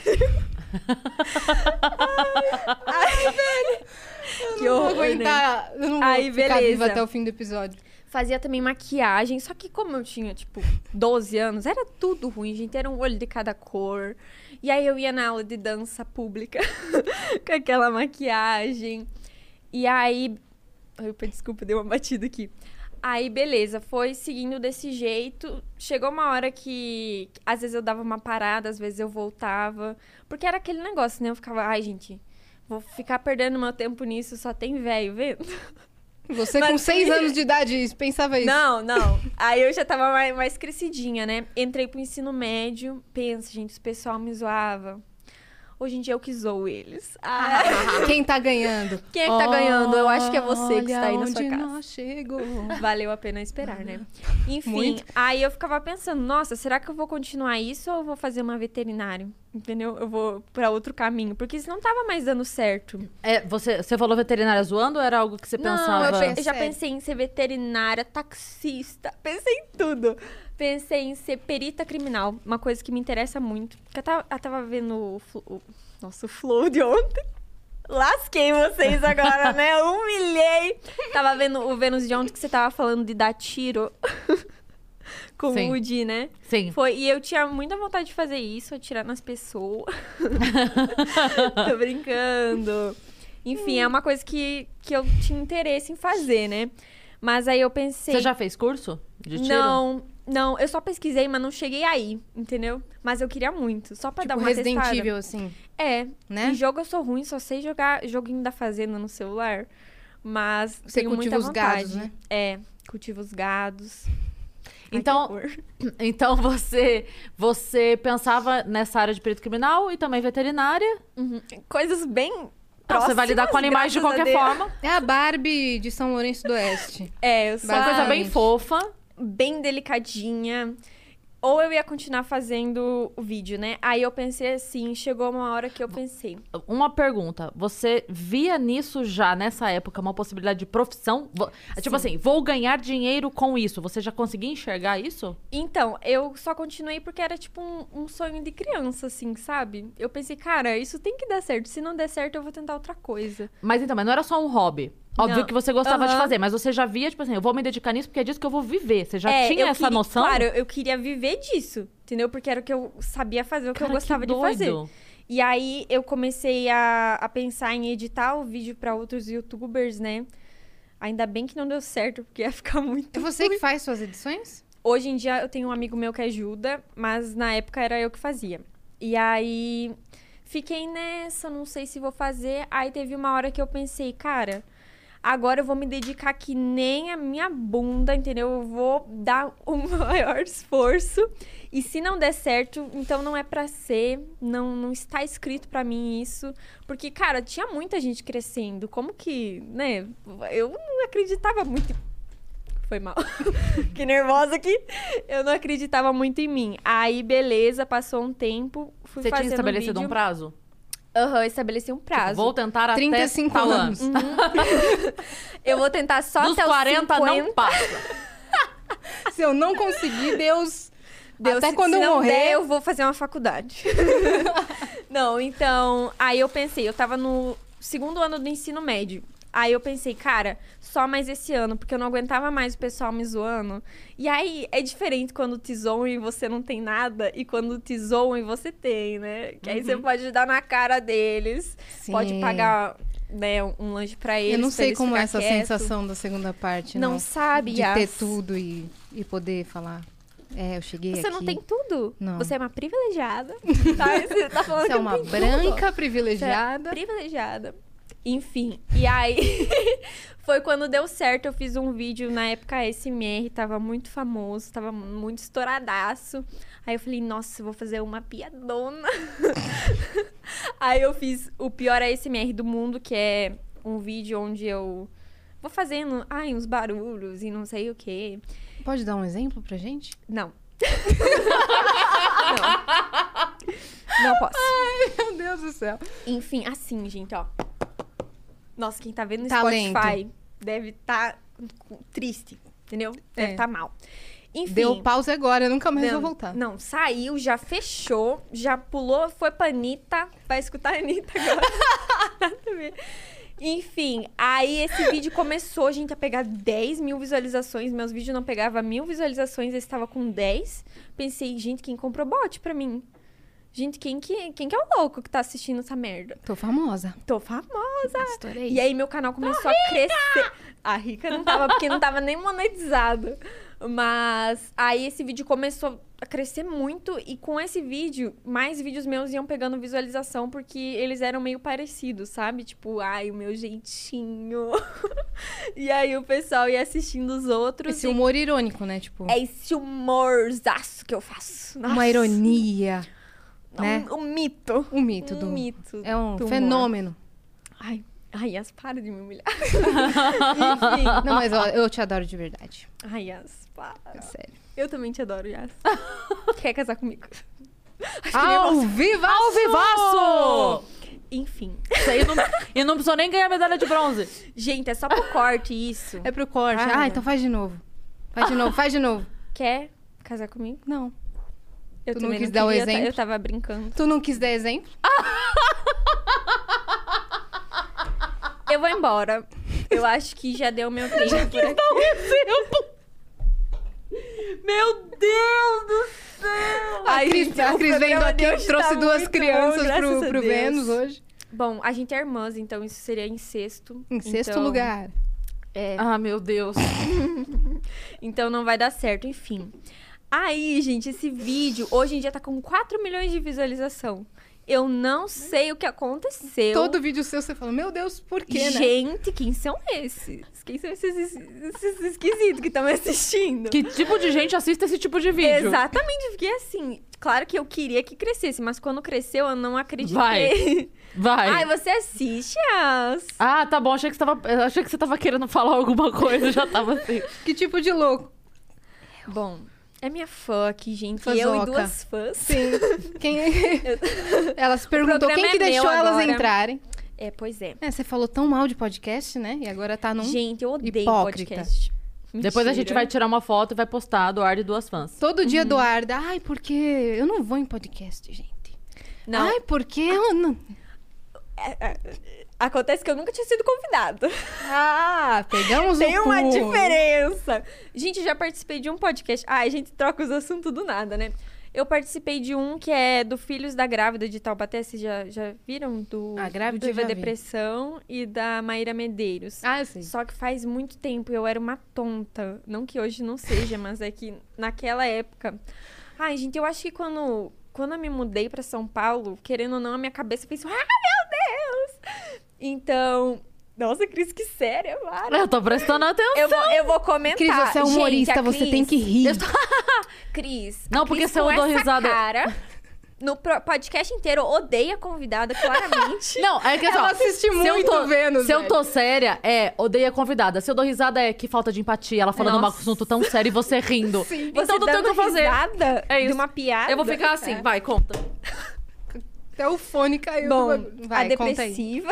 Ai, velho. Que Eu não vou horror, né? aguentar. Eu não vou Aí, ficar beleza. viva até o fim do episódio. Fazia também maquiagem, só que como eu tinha, tipo, 12 anos, era tudo ruim, gente. Era um olho de cada cor. E aí eu ia na aula de dança pública com aquela maquiagem. E aí... Opa, desculpa, dei uma batida aqui. Aí, beleza, foi seguindo desse jeito. Chegou uma hora que, às vezes, eu dava uma parada, às vezes eu voltava. Porque era aquele negócio, né? Eu ficava, ai, gente, vou ficar perdendo meu tempo nisso, só tem velho vendo. Você Mas com 6 sim. anos de idade pensava isso? Não. Aí eu já tava mais crescidinha, né? Entrei pro ensino médio. Pensa, gente, o pessoal me zoava. Hoje em dia eu que zoo eles. Quem tá ganhando? Quem é que tá ganhando? Eu acho que é você que está aí na Olha sua onde casa. nós chegou. Valeu a pena esperar, né? Enfim, Muito. aí eu ficava pensando, nossa, será que eu vou continuar isso ou eu vou fazer uma veterinária? Entendeu? Eu vou pra outro caminho. Porque isso não tava mais dando certo. Você falou veterinária zoando ou era algo que você pensava? Não, eu já Sério? pensei em ser veterinária, taxista. Pensei em tudo. Pensei em ser perita criminal. Uma coisa que me interessa muito. Porque eu tava vendo o Flow de ontem. Lasquei vocês agora, né? Eu humilhei. Tava vendo o Vênus de ontem que você tava falando de dar tiro com Sim. o Woody, né? Sim. E eu tinha muita vontade de fazer isso, atirar nas pessoas. Tô brincando. Enfim, é uma coisa que eu tinha interesse em fazer, né? Mas aí eu pensei... Você já fez curso de tiro? Não, eu só pesquisei, mas não cheguei aí, entendeu? Mas eu queria muito, só pra dar Tipo uma Resident testada. Evil, assim, É, né? em jogo eu sou ruim, só sei jogar joguinho da Fazenda no celular. Mas Você tenho cultiva muita os vontade. gados, né? É, cultiva os gados. Ai, Então, que horror. Então você pensava nessa área de perito criminal e também veterinária? Coisas bem Não, próximas, você vai lidar com animais de graças a qualquer Deus. forma. É a Barbie de São Lourenço do Oeste. É, eu sou Uma coisa bem Basicamente. fofa. bem delicadinha. Ou eu ia continuar fazendo o vídeo, né? Aí eu pensei assim, chegou uma hora que eu pensei. Uma pergunta. Você via nisso já, nessa época, uma possibilidade de profissão? Tipo assim, vou ganhar dinheiro com isso. Você já conseguia enxergar isso? Então, eu só continuei porque era tipo um sonho de criança, assim, sabe? Eu pensei, cara, isso tem que dar certo. Se não der certo, eu vou tentar outra coisa. Mas então, mas não era só um hobby. Óbvio Não. que você gostava de Aham. fazer, mas você já via, tipo assim, eu vou me dedicar nisso porque é disso que eu vou viver. Você já tinha eu essa queria- noção? Claro, eu queria viver disso, entendeu? Porque era o que eu sabia fazer, o que Cara, eu gostava de doido. fazer. E aí, eu comecei a pensar em editar o vídeo pra outros youtubers, né? Ainda bem que não deu certo, porque ia ficar muito É você que faz suas edições? Hoje em dia eu tenho um amigo meu que ajuda, mas na época era eu que fazia. E aí fiquei nessa, não sei se vou fazer. Aí teve uma hora que eu pensei, cara, agora eu vou me dedicar que nem a minha bunda, entendeu? Eu vou dar o maior esforço. E se não der certo, então não é pra ser, não está escrito pra mim isso. Porque, cara, tinha muita gente crescendo. Como que, né? Eu não acreditava muito. Foi mal. Que nervosa aqui. Eu não acreditava muito em mim. Aí, beleza, passou um tempo. Fui Você tinha fazendo estabelecido vídeo. um prazo? Aham, estabeleci um prazo. Vou tentar até 35 tal anos. ano. Eu vou tentar só Dos até os 40 50. não passa. Se eu não conseguir, Deus até se, quando se eu não morrer... der, eu vou fazer uma faculdade. Não, então... Aí eu pensei, eu tava no segundo ano do ensino médio. Aí eu pensei, cara, só mais esse ano, porque eu não aguentava mais o pessoal me zoando. E aí, é diferente quando te zoam e você não tem nada, e quando te zoam e você tem, né? Que aí você pode dar na cara deles, Sim. pode pagar, né, um lanche pra eles. Eu não pra sei eles como é ficar essa quieto. sensação da segunda parte, Não sabe, de ter Yas. tudo e poder falar. É, eu cheguei Você aqui. não tem tudo? Não. Você é uma privilegiada. Tá? Você tá falando Você que é não uma tem tudo. branca privilegiada. Privilegiada. Enfim, e aí foi quando deu certo. Eu fiz um vídeo na época ASMR, tava muito famoso, tava muito estouradaço. Aí eu falei, nossa, eu vou fazer uma piadona. Aí eu fiz o pior ASMR do mundo, que é um vídeo onde eu vou fazendo, uns barulhos e não sei o quê. Pode dar um exemplo pra gente? Não. Não posso. Meu Deus do céu. Enfim, assim, gente, ó. Nossa, quem tá vendo no Talento. Spotify deve estar triste, entendeu? Deve É. estar mal. Enfim. Deu pause agora, eu nunca mais não, vou voltar. Não, saiu, já fechou, já pulou, foi pra Anitta. Vai escutar a Anitta agora. Nada a ver. Enfim, aí esse vídeo começou, a gente, a pegar 10 mil visualizações. Meus vídeos não pegavam 1000 visualizações, esse estava com 10. Pensei, gente, quem comprou bot pra mim? gente, quem que é o louco que tá assistindo essa merda? Tô famosa. Tô famosa. Estourei. E aí meu canal começou a crescer. A rica não tava, porque não tava nem monetizado. Mas aí esse vídeo começou a crescer muito. E com esse vídeo, mais vídeos meus iam pegando visualização. Porque eles eram meio parecidos, sabe? Tipo, ai, o meu jeitinho. E aí o pessoal ia assistindo os outros. Esse humor irônico, né? Tipo, É esse humorzaço que eu faço. uma Nossa. ironia, né? Um mito. Um mito do... mito. É um do humor. fenômeno. Ai, Yas, para de me humilhar. Enfim. Não, mas ó, eu te adoro de verdade. Ai, Yas, para. É sério. Eu também te adoro, Yas. Quer casar comigo? Ao vivaço! Ao vivaço! Enfim. Isso aí e não precisou nem ganhar medalha de bronze. Gente, é só pro corte isso. É pro corte. Ah, Ah, então faz de novo. Faz de novo, faz de novo. Quer casar comigo? Não. Eu Tu não também quis dar o queria, exemplo? Eu tava brincando. Tu não quis dar exemplo? Eu vou embora. Eu acho que já deu meu tempo por aqui. Meu Deus do céu! A Cris o veio programa aqui, de hoje trouxe tá duas muito crianças bom, graças pro a Deus. Vênus hoje. Bom, a gente é irmãs, então isso seria incesto. Em sexto Então, lugar. É. Ah, meu Deus. Então não vai dar certo, enfim. Aí, gente, esse vídeo hoje em dia tá com 4 milhões de visualização. Eu não sei o que aconteceu. Todo vídeo seu você fala, meu Deus, por quê, né? Gente, quem são esses? Quem são esses esquisitos que estão me assistindo? Que tipo de gente assiste esse tipo de vídeo? Exatamente, fiquei assim. Claro que eu queria que crescesse, mas quando cresceu eu não acreditei. Vai. Ai, você assiste as... Ah, tá bom. Achei que você tava querendo falar alguma coisa. Já tava assim. Que tipo de louco? Bom, é minha fã aqui, gente. Fãzoca. Eu e 2 fãs. Sim. Ela se perguntou programa quem que é meu deixou elas agora. entrarem. É, pois é. É, você falou tão mal de podcast, né? E agora tá num... Gente, eu odeio hipócrita. podcast. Depois a gente Mentira. vai tirar uma foto e vai postar do Ar de 2 fãs. Todo dia do Arda. Ai, porque eu não vou em podcast, gente. Não, Ai, porque eu não... acontece que eu nunca tinha sido convidada. Ah, pegamos Tem o uma pulo. diferença. Gente, eu já participei de um podcast. Ai, a gente troca os assuntos do nada, né? Eu participei de um que é do Filhos da Grávida de Taubaté. Vocês já viram? A Grávida do eu Diva já vi. Depressão e da Maíra Medeiros. Ah, eu sei. Só que faz muito tempo eu era uma tonta. Não que hoje não seja, mas é que naquela época... Ai, gente, eu acho que quando eu me mudei pra São Paulo, querendo ou não, a minha cabeça fez... Ai, meu Deus! Então... Nossa, Cris, que séria, Mara. Eu tô prestando atenção. Eu vou comentar. Cris, você é humorista, Gente, a você Cris- tem que rir. Cris. Não, a porque Cris se eu com dou essa risada- cara, no podcast inteiro, odeia a convidada, claramente. Não, é que assim, Ela ó, assiste se eu muito tô- Vênus, Se eu velho. tô séria, odeia a convidada. Se eu dou risada, que falta de empatia. Ela falando um Nossa. assunto tão sério e você rindo. Você Então não tem o que dando fazer. risada É isso. de uma piada. Eu vou ficar assim, vai, conta. Até o fone caiu. Bom, do bagulho. Vai, a conta aí. depressiva...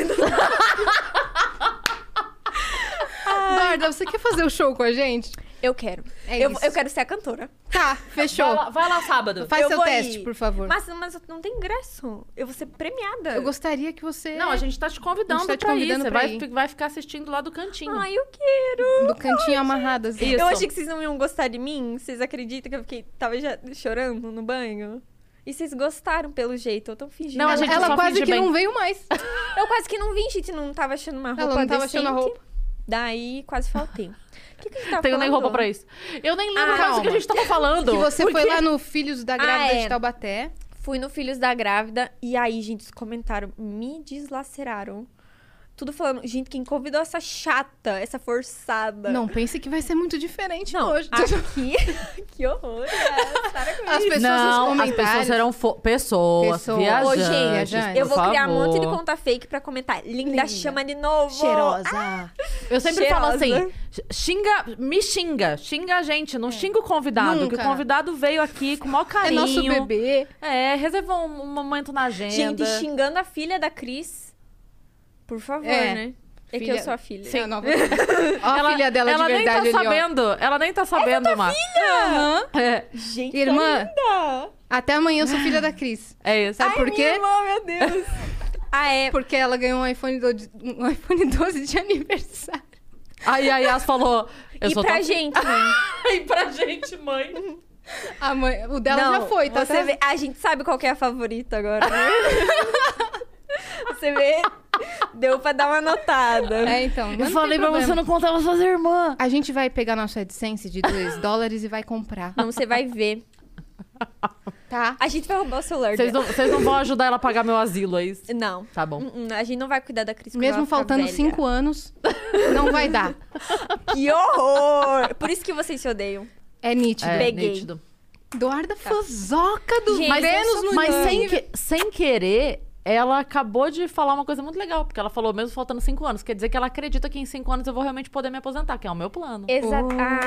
Eduarda, você quer fazer o show com a gente? Eu quero. É eu isso. quero ser a cantora. Tá, fechou. Vai lá sábado. Faz Eu seu vou teste, ir. por favor. Mas não tem ingresso. Eu vou ser premiada. Eu gostaria que você... Não, a gente tá te convidando A gente tá te pra convidando ir. Você pra vai, ir. vai ficar assistindo lá do cantinho. Ai, eu quero. Do cantinho amarrado, assim. Isso. Eu achei que vocês não iam gostar de mim. Vocês acreditam que eu tava já chorando no banho? E vocês gostaram pelo jeito. Eu tô fingindo. Não, a gente Ela só quase finge que bem. não veio mais. Eu quase que não vim, gente. Não tava achando uma roupa Ela não tava decente. achando a roupa. Daí, quase faltei. O que a gente tava Tenho falando? nem roupa pra isso. Eu nem lembro Ah, mais o que a calma. gente tava falando. Que você Por foi quê? lá no Filhos da Grávida é. de Taubaté. Fui no Filhos da Grávida. E aí, gente, os comentários me deslaceraram. Tudo falando, gente, quem convidou essa chata, essa forçada? Não, pense que vai ser muito diferente Não, hoje. aqui... que horror, para com As isso. pessoas nos Não, as comentários. pessoas serão pessoas, Pessoas. viajantes, Ô, gente, viajantes, eu vou por criar um monte de favor. conta fake pra comentar. Linda, Linda. chama de novo. Cheirosa. Eu sempre falo Cheirosa. assim, xinga a gente, não xinga o convidado, Nunca. que o convidado veio aqui com o maior É carinho. nosso bebê. Reservou um momento na agenda. Gente, xingando a filha da Cris. Por favor, É. né? É que Filha- eu sou a filha. Sim. Ó a filha dela ela de nem verdade tá ali, ó. sabendo, ela nem tá sabendo, Má. Aham. É, Gente, Irmã. tá linda. Até amanhã eu sou filha da Cris. é isso. Sabe Ai, por minha quê? irmã, meu Deus. Porque ela ganhou um iPhone 12 de aniversário. Aí a Yas falou... Eu E sou pra tua- gente, mãe. E pra gente, mãe. O dela Não, já foi, tá? Você vê, a gente sabe qual que é a favorita agora, né? Você vê, deu pra dar uma notada. É, então. Eu falei pra você não contar pra suas irmãs. A gente vai pegar nosso AdSense de $2 e vai comprar. Não, você vai ver. Tá? A gente vai roubar o celular Vocês dela. não vão ajudar ela a pagar meu asilo, é isso? Não. Tá bom. A gente não vai cuidar da Cris quando Mesmo ela ficar faltando velha. 5 anos, não vai dar. Que horror! Por isso que vocês se odeiam. É nítido. É, Peguei. nítido. Eduarda fanzoca do Gente, Vênus no Mas nível. sem querer, ela acabou de falar uma coisa muito legal. Porque ela falou mesmo faltando 5 anos. Quer dizer que ela acredita que em 5 anos eu vou realmente poder me aposentar, que é o meu plano. Exato.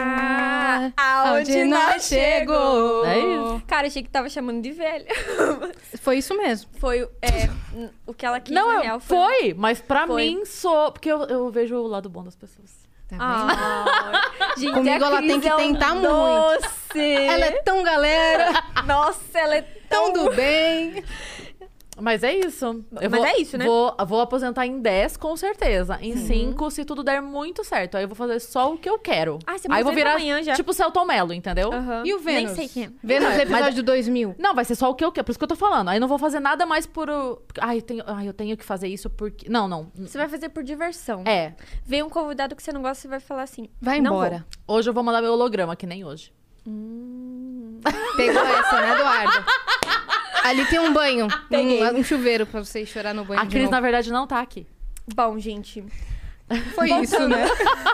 Aonde nós chegou. É isso. Cara, achei que tava chamando de velha. Foi isso mesmo. Foi o que ela quis, Não, na real. foi, mas pra Foi. mim sou... Porque eu vejo o lado bom das pessoas. Tá vendo? Gente, Comigo a ela Cris tem que é um tentar muito. doce. Ela é tão galera, Nossa, ela é tão tão... do bem. Mas é isso. Mas é isso, né? Vou aposentar em 10, com certeza. Em 5, se tudo der muito certo. Aí eu vou fazer só o que eu quero. Ah, você Aí eu vou aposenta virar amanhã já. tipo Celton Mello, entendeu? Aham. E o Vênus? Nem sei quem é. Vênus Mas- episódio 2000. Não, vai ser só o que eu quero. Por isso que eu tô falando. Aí eu não vou fazer nada mais por... eu tenho que fazer isso porque... Não. Você vai fazer por diversão. É. Vem um convidado que você não gosta, você vai falar assim... Vai "Não embora. Hoje eu vou mandar meu holograma, que nem hoje. Pegou essa, né, Eduarda? Ali tem um banho. Peguei. Um chuveiro pra você ir chorar no banho A de Cris, novo. na verdade, não tá aqui. vou." Bom, gente... Foi isso, né?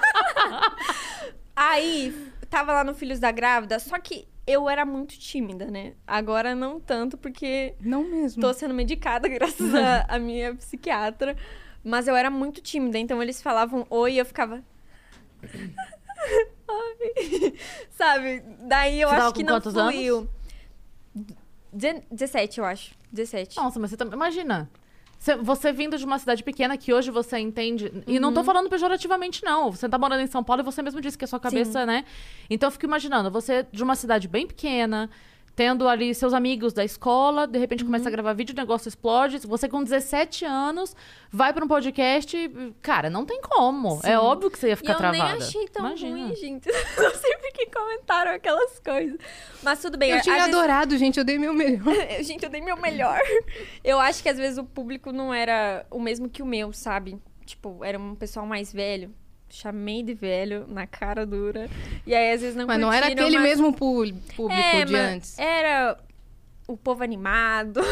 Aí, tava lá no Filhos da Grávida, só que eu era muito tímida, né? Agora não tanto, porque Não mesmo. tô sendo medicada graças à minha psiquiatra. Mas eu era muito tímida, então eles falavam oi e eu ficava... Ai. Sabe? Daí eu Você tava acho que com não quantos fluiu. 17, eu acho. 17. Nossa, mas você também... Imagina. Você vindo de uma cidade pequena que hoje você entende... E não tô falando pejorativamente, não. Você tá morando em São Paulo e você mesmo disse que a sua cabeça, né? Então eu fico imaginando, você de uma cidade bem pequena... Tendo ali seus amigos da escola, de repente começa a gravar vídeo, o negócio explode. Você com 17 anos vai pra um podcast, cara, não tem como. É óbvio que você ia ficar E eu travada. nem achei tão Imagina. ruim, gente. Não sei por que comentaram aquelas coisas. Mas tudo bem. Eu às tinha vezes- adorado, gente. Eu dei meu melhor. Gente, eu dei meu melhor. Eu acho que às vezes o público não era o mesmo que o meu, sabe? Tipo, era um pessoal mais velho. Chamei de velho, na cara dura. E aí, às vezes, não Mas não era curtiram, aquele mas- mesmo público de mas antes. Era o povo animado.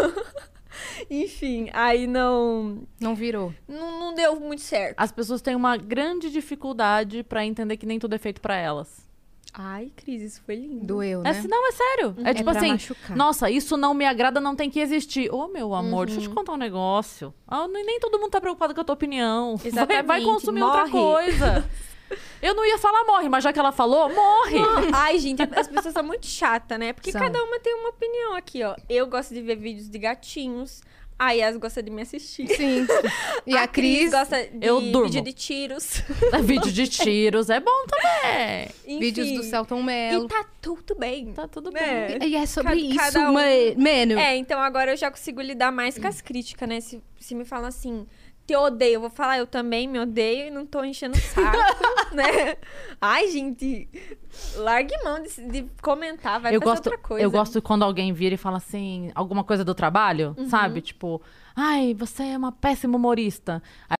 Enfim, aí não Não deu muito certo. As pessoas têm uma grande dificuldade pra entender que nem tudo é feito pra elas. Ai, Cris, isso foi lindo. Doeu, né? Não, é sério. É tipo pra assim, machucar. nossa, isso não me agrada, não tem que existir. Ô, meu amor, deixa eu te contar um negócio. Nem todo mundo tá preocupado com a tua opinião. Vai Exatamente, consumir outra morre. coisa. Eu não ia falar morre, mas já que ela falou, morre. Ai, gente, as pessoas são muito chatas, né? Porque São. cada uma tem uma opinião aqui, ó. Eu gosto de ver vídeos de gatinhos. A Yas gosta de me assistir. Sim. E a Cris, gosta de eu durmo. vídeo de tiros. Vídeo de tiros é bom também. Enfim. vídeos do Celton Mello. E tá tudo bem. Tá tudo É. bem. E é sobre Cada- isso, cada um- mano. É, então agora eu já consigo lidar mais com as críticas, né? Se me falam assim, te odeio, eu vou falar, eu também me odeio e não tô enchendo o saco, né? Ai, gente, largue mão de comentar, vai fazer outra coisa. Eu gosto quando alguém vira e fala assim, alguma coisa do trabalho, sabe? Tipo, ai, você é uma péssima humorista.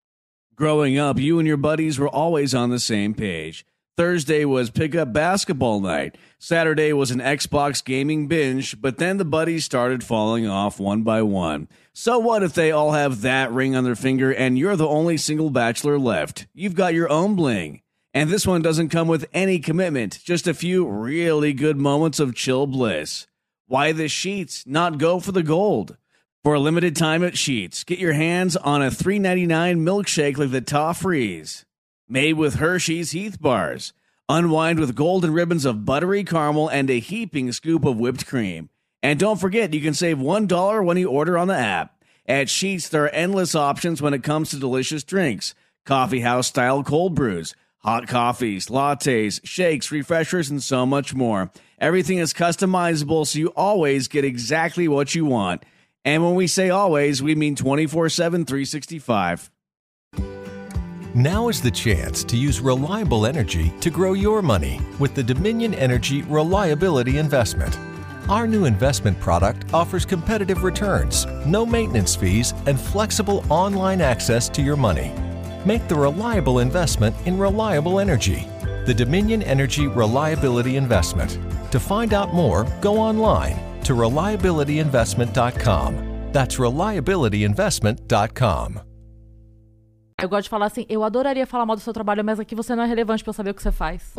Growing up, you and your buddies were always on the same page. Thursday was pickup basketball night. Saturday was an Xbox gaming binge, but then the buddies started falling off one by one. So what if they all have that ring on their finger and you're the only single bachelor left? You've got your own bling. And this one doesn't come with any commitment, just a few really good moments of chill bliss. Why the Sheets not go for the gold? For a limited time at Sheets, get your hands on a $3.99 milkshake like the Toffrees. Made with Hershey's Heath Bars. Unwind with golden ribbons of buttery caramel and a heaping scoop of whipped cream. And don't forget, you can save $1 when you order on the app. At Sheets, there are endless options when it comes to delicious drinks. Coffee house-style cold brews, hot coffees, lattes, shakes, refreshers, and so much more. Everything is customizable, so you always get exactly what you want. And when we say always, we mean 24/7, 365. Now is the chance to use reliable energy to grow your money with the Dominion Energy Reliability Investment. Our new investment product offers competitive returns, no maintenance fees, and flexible online access to your money. Make the reliable investment in reliable energy. The Dominion Energy Reliability Investment. To find out more, go online to reliabilityinvestment.com. That's reliabilityinvestment.com. Eu gosto de falar assim, eu adoraria falar mal do seu trabalho, mas aqui você não é relevante pra eu saber o que você faz.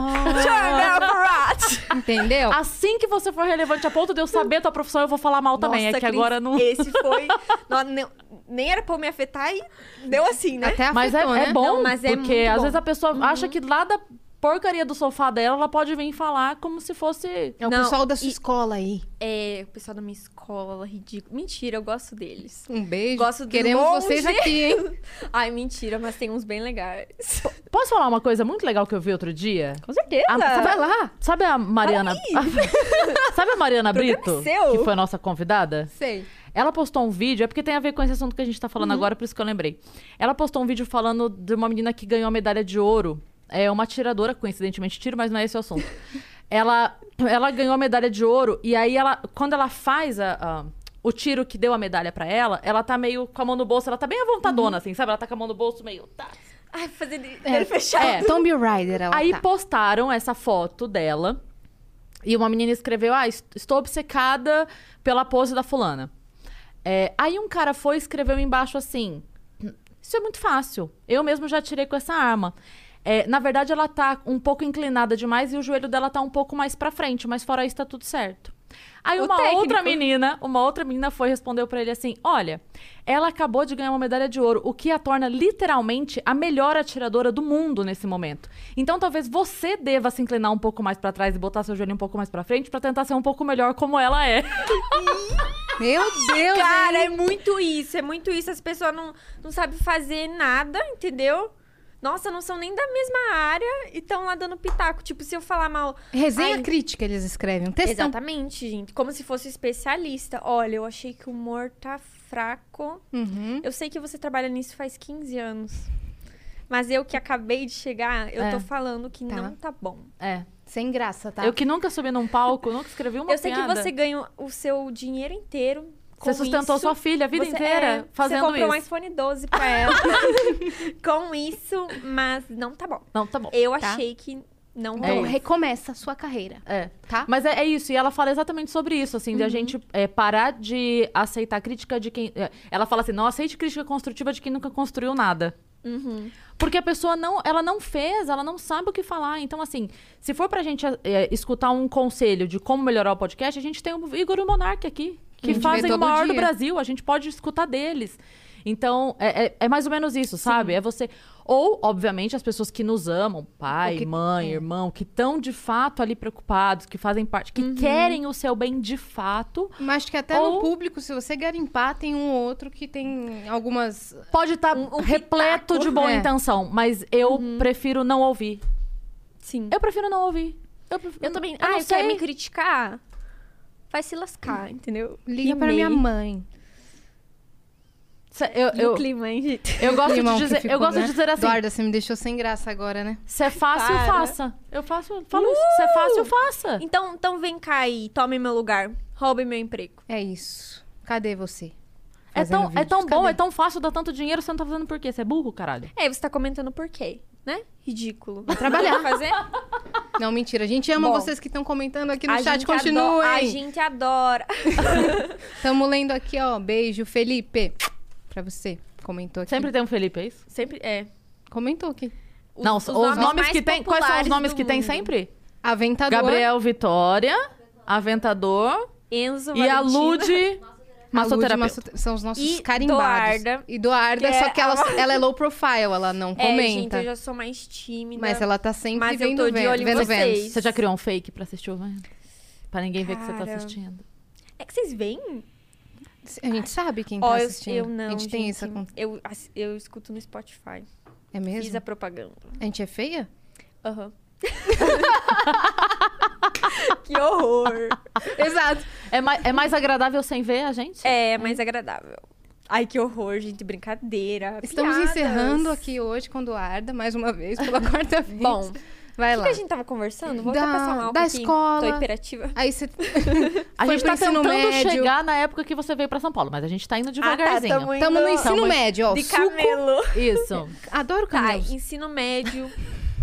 Entendeu? Assim que você for relevante a ponto de eu saber a tua profissão, eu vou falar mal também. É que Cris, agora não... Esse foi... nem era pra eu me afetar e deu assim, né? Até Mas afetou, é né? bom, Não, mas é porque muito às bom. vezes a pessoa acha que lá da porcaria do sofá dela, ela pode vir falar como se fosse... É o Não, pessoal da sua escola aí. É, o pessoal da minha escola, ridículo. Mentira, eu gosto deles. Um beijo. Gosto de Queremos longe. vocês aqui, hein? Ai, mentira, mas tem uns bem legais. Posso falar uma coisa muito legal que eu vi outro dia? Com certeza. Vai lá. Sabe a Mariana... Sabe a Mariana Brito? Programa seu. Que foi a nossa convidada? Sei. Ela postou um vídeo, é porque tem a ver com esse assunto que a gente tá falando agora, por isso que eu lembrei. Ela postou um vídeo falando de uma menina que ganhou a medalha de ouro. É uma atiradora, coincidentemente, tiro, mas não é esse o assunto. Ela ganhou a medalha de ouro e aí quando ela faz o tiro que deu a medalha pra ela tá meio com a mão no bolso, ela tá bem à vontadona, assim, sabe? Ela tá com a mão no bolso meio... Tá. Ai, fazer ele fechado. É. Tomb Raider, ela Aí tá. postaram essa foto dela e uma menina escreveu, estou obcecada pela pose da fulana. Aí um cara foi e escreveu embaixo assim, isso é muito fácil, eu mesmo já tirei com essa arma. Na verdade, ela tá um pouco inclinada demais e o joelho dela tá um pouco mais pra frente, mas fora isso tá tudo certo. Aí uma outra menina foi e respondeu pra ele assim, olha, ela acabou de ganhar uma medalha de ouro, o que a torna literalmente a melhor atiradora do mundo nesse momento. Então talvez você deva se inclinar um pouco mais pra trás e botar seu joelho um pouco mais pra frente pra tentar ser um pouco melhor como ela é. Meu Deus, Cara, hein? é muito isso. As pessoas não sabem fazer nada, entendeu? Nossa, não são nem da mesma área e estão lá dando pitaco. Tipo, se eu falar mal... Resenha crítica eles escrevem, um textão. Exatamente, gente. Como se fosse especialista. Olha, eu achei que o humor tá fraco. Uhum. Eu sei que você trabalha nisso faz 15 anos. Mas eu que acabei de chegar, eu tô falando que não tá bom. Sem graça, tá? Eu que nunca subi num palco, nunca escrevi uma Eu sei que piada. você ganha o seu dinheiro inteiro. Você sustentou sua filha a vida inteira fazendo isso. Você comprou um isso. iPhone 12 pra ela com isso, mas não tá bom. Não, tá bom. Eu achei que não Então, rolou. recomeça a sua carreira. Tá? Mas é isso, e ela fala exatamente sobre isso, assim, de a gente parar de aceitar crítica de quem... Ela fala assim, não aceite crítica construtiva de quem nunca construiu nada. Porque a pessoa ela não fez, ela não sabe o que falar. Então, assim, se for pra gente escutar um conselho de como melhorar o podcast, a gente tem o Igor e o Monark aqui, que fazem o maior do Brasil, a gente pode escutar deles. Então, é mais ou menos isso, sabe? É você... Ou, obviamente, as pessoas que nos amam, pai, mãe, irmão, que estão de fato ali preocupados, que fazem parte, que querem o seu bem de fato. Mas acho que até no público, se você garimpar, tem um ou outro que tem algumas... Pode estar repleto de boa É. intenção, mas eu prefiro não ouvir. Sim. Eu prefiro não ouvir. Eu também. Eu não Quer sei. me criticar? Vai se lascar, entendeu? Liga pra minha mãe. O clima, hein, gente? Eu gosto Climão de que dizer, ficou, eu gosto né? de dizer assim, Eduarda, você me deixou sem graça agora, né? se é fácil, Para. faça. Eu falo isso, se é fácil, faça. Então vem cá aí, tome meu lugar. Roube meu emprego. É isso. Cadê você? É tão, Fazendo é tão vídeos, bom, cadê? é tão fácil dar tanto dinheiro, você não tá fazendo por quê? Você é burro, caralho? Você tá comentando por quê, né? Ridículo. Vai trabalhar. fazer? Não, mentira. A gente ama Bom, vocês que estão comentando aqui no A chat. gente Continuem. A gente adora. Estamos lendo aqui, ó. Beijo, Felipe. Pra você. Comentou aqui. Sempre tem um Felipe, é isso? Sempre é. Comentou aqui. Não, os nomes mais que tem. Quais são os populares nomes do que tem mundo. sempre? Aventador. Gabriel Vitória, Aventador Enzo, e a Valentina. Lude Massoterapeuta. São os nossos E carimbados. Doarda. E Doarda, Que só é que ela é low profile, ela não Gente, comenta. eu já sou mais tímida. Mas ela tá sempre Mas eu vendo, tô de olho em vendo vocês. Vênus. Você já criou um fake pra assistir o Vênus? Pra ninguém ver que você tá Cara. assistindo. É que vocês veem? A gente sabe quem tá Ó, assistindo. eu não, a gente tem gente. essa conta. Eu escuto no Spotify. É mesmo? Fiz a propaganda. A gente é feia? Aham. Que horror. Exato. É mais agradável sem ver a gente? É mais agradável. Ai, que horror, gente. Brincadeira. Estamos piadas. encerrando aqui hoje com Eduarda, mais uma vez, pela quarta vez. Bom, vai o lá. que a gente tava conversando? Vou Da- até passar mal da escola. Tô hiperativa. Aí você A foi gente pro tá ensino tentando médio. chegar na época que você veio pra São Paulo, mas a gente tá indo devagarzinho. tamo indo Tamo no ensino Tamo- médio, ó. de Suco. camelo. Isso. Adoro Tá, camelos. ensino médio.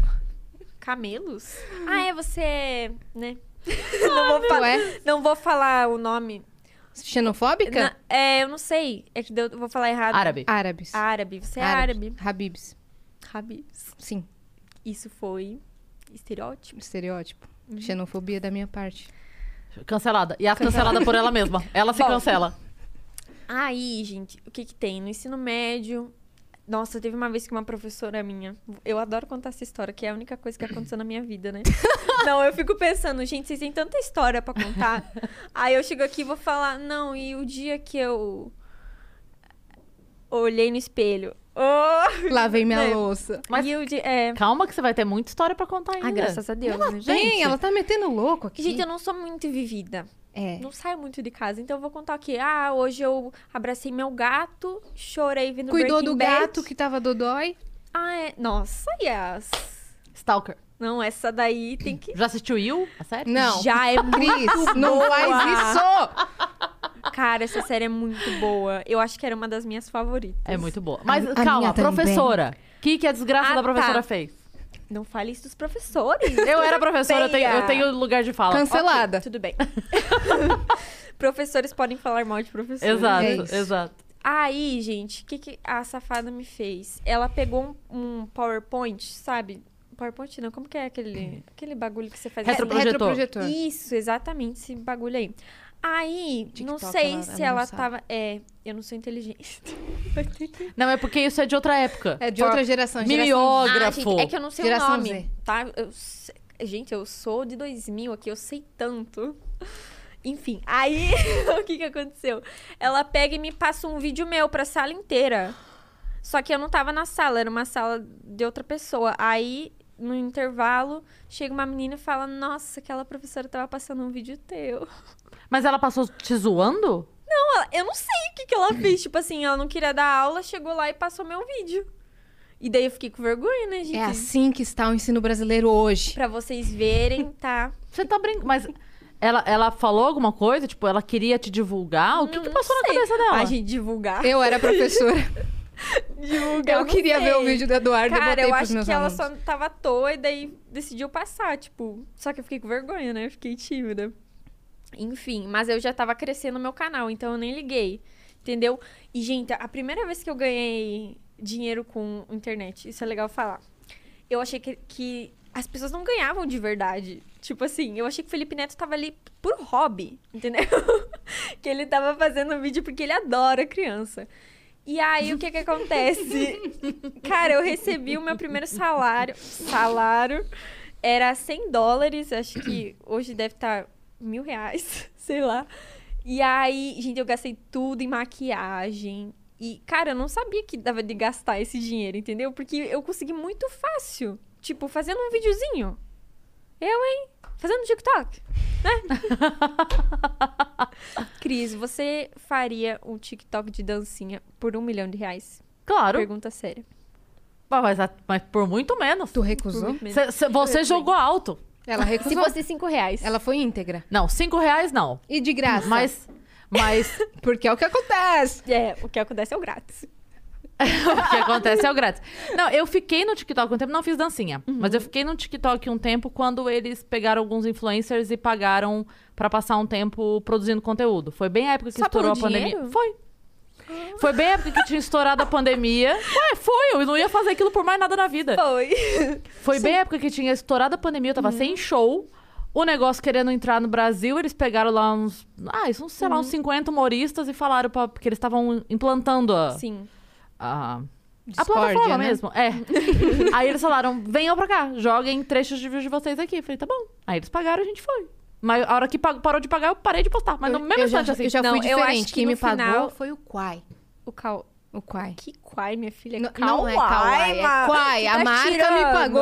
Camelos? Ah, você é, né? Tu é Não vou falar o nome. xenofóbica? Eu não sei. É que eu vou falar errado. Árabe. Árabes. Árabe. Você é árabe. Habibs. Habibs. Sim, Isso foi estereótipo. estereótipo. Uhum. Xenofobia da minha parte. Cancelada. E a cancelada por ela mesma. Ela se Bom. cancela. Aí, gente, o que que tem? No ensino médio... Nossa, teve uma vez que uma professora minha... Eu adoro contar essa história, que é a única coisa que aconteceu na minha vida, né? Não, eu fico pensando, gente, vocês têm tanta história pra contar. Aí eu chego aqui e vou falar... Não, e o dia que eu... olhei no espelho... Oh! Lavei minha É. louça. Mas- E o dia... Calma que você vai ter muita história pra contar ainda. Ah, graças a Deus, né, gente? Gente, ela tá metendo louco aqui. Gente, eu não sou muito vivida. É. Não saio muito de casa. Então eu vou contar aqui. Ah, hoje eu abracei meu gato, chorei vendo Cuidou Breaking do Bad. gato que tava dodói. Ah, é. Nossa, Yas. Stalker. Não, essa daí tem que... Já assistiu You, a série? Não. Já é muito Cris, não boa. faz isso! Cara, essa série é muito boa. Eu acho que era uma das minhas favoritas. É muito boa. Mas A calma, minha também. professora. O que a desgraça Ah, da professora tá. fez? Não fale isso dos professores. Eu era professora, eu Feia. tenho lugar de fala. Cancelada. Ok, tudo bem. Professores podem falar mal de professores. Exato, É isso. exato. Aí, gente, o que a safada me fez? Ela pegou um PowerPoint, sabe? PowerPoint não, como que é aquele bagulho que você faz assim? Retroprojetor. Isso, exatamente, esse bagulho aí. Aí, não TikTok, sei ela se não ela sabe. tava... eu não sou inteligente. Não, é porque isso é de outra época. É de outra geração. Mimeógrafo. gente, é que eu não sei Geração o nome, Z. tá? Gente, eu sou de 2000 aqui, eu sei tanto. Enfim, aí, o que aconteceu? Ela pega e me passa um vídeo meu pra sala inteira. Só que eu não tava na sala, era uma sala de outra pessoa. Aí, no intervalo, chega uma menina e fala: Nossa, aquela professora tava passando um vídeo teu. Mas ela passou te zoando? Eu não sei o que ela fez. Tipo assim, ela não queria dar aula, chegou lá e passou meu vídeo. E daí eu fiquei com vergonha, né, gente? É assim que está o ensino brasileiro hoje. Pra vocês verem, tá? Você tá brincando. Mas ela falou alguma coisa? Tipo, ela queria te divulgar? O que Não passou na sei. cabeça dela? A gente divulgar. Eu era professora. Divulgar, Eu não queria sei. ver o vídeo do Eduardo e Cara, botei eu pros acho meus que ela alunos. só tava à toa e daí decidiu passar, tipo... Só que eu fiquei com vergonha, né? Eu fiquei tímida. Enfim, mas eu já tava crescendo no meu canal, então eu nem liguei. Entendeu? E, gente, a primeira vez que eu ganhei dinheiro com internet, isso é legal falar. Eu achei que as pessoas não ganhavam de verdade. Tipo assim, eu achei que o Felipe Neto tava ali por hobby, entendeu? Que ele tava fazendo vídeo porque ele adora criança. E aí, o que acontece? Cara, eu recebi o meu primeiro salário. Era $100, acho que hoje deve estar R$1.000, sei lá. E aí, gente, eu gastei tudo em maquiagem. E, cara, eu não sabia que dava de gastar esse dinheiro, entendeu? Porque eu consegui muito fácil. Tipo, fazendo um videozinho. Hein? Fazendo TikTok, né? Cris, você faria um TikTok de dancinha por R$1 milhão? Claro. Pergunta séria. Mas por muito menos. Tu recusou? Você jogou alto. Ela Se recusou. fosse R$5. Ela foi íntegra. Não, R$5 não. E de graça. Mas Porque é o que acontece. O que acontece é o grátis. o que acontece é o grátis. Não, eu fiquei no TikTok um tempo, não fiz dancinha. Mas eu fiquei no TikTok um tempo quando eles pegaram alguns influencers e pagaram pra passar um tempo produzindo conteúdo. Foi bem a época que Só estourou a pelo pandemia. dinheiro? Foi. Foi bem a época que tinha estourado a pandemia. Foi. Eu não ia fazer aquilo por mais nada na vida. Foi. Foi bem a época que tinha estourado a pandemia, eu tava sem show. O negócio querendo entrar no Brasil, eles pegaram lá uns... sei lá, uns 50 humoristas e falaram porque eles estavam implantando Sim. a Discórdia, plataforma né? mesmo. É. Aí eles falaram, venham pra cá, joguem trechos de vídeo de vocês aqui. Eu falei, tá bom. Aí eles pagaram, a gente foi. Mas a hora que parou de pagar, eu parei de postar. Mas no mesmo instante, assim. Eu já Não, fui eu diferente. acho que Quem no me pagou final- foi o Quai. O O Quai. Que Quai, minha filha? Não é Kauai, é mano. Quai. A Tá marca me tirando. pagou.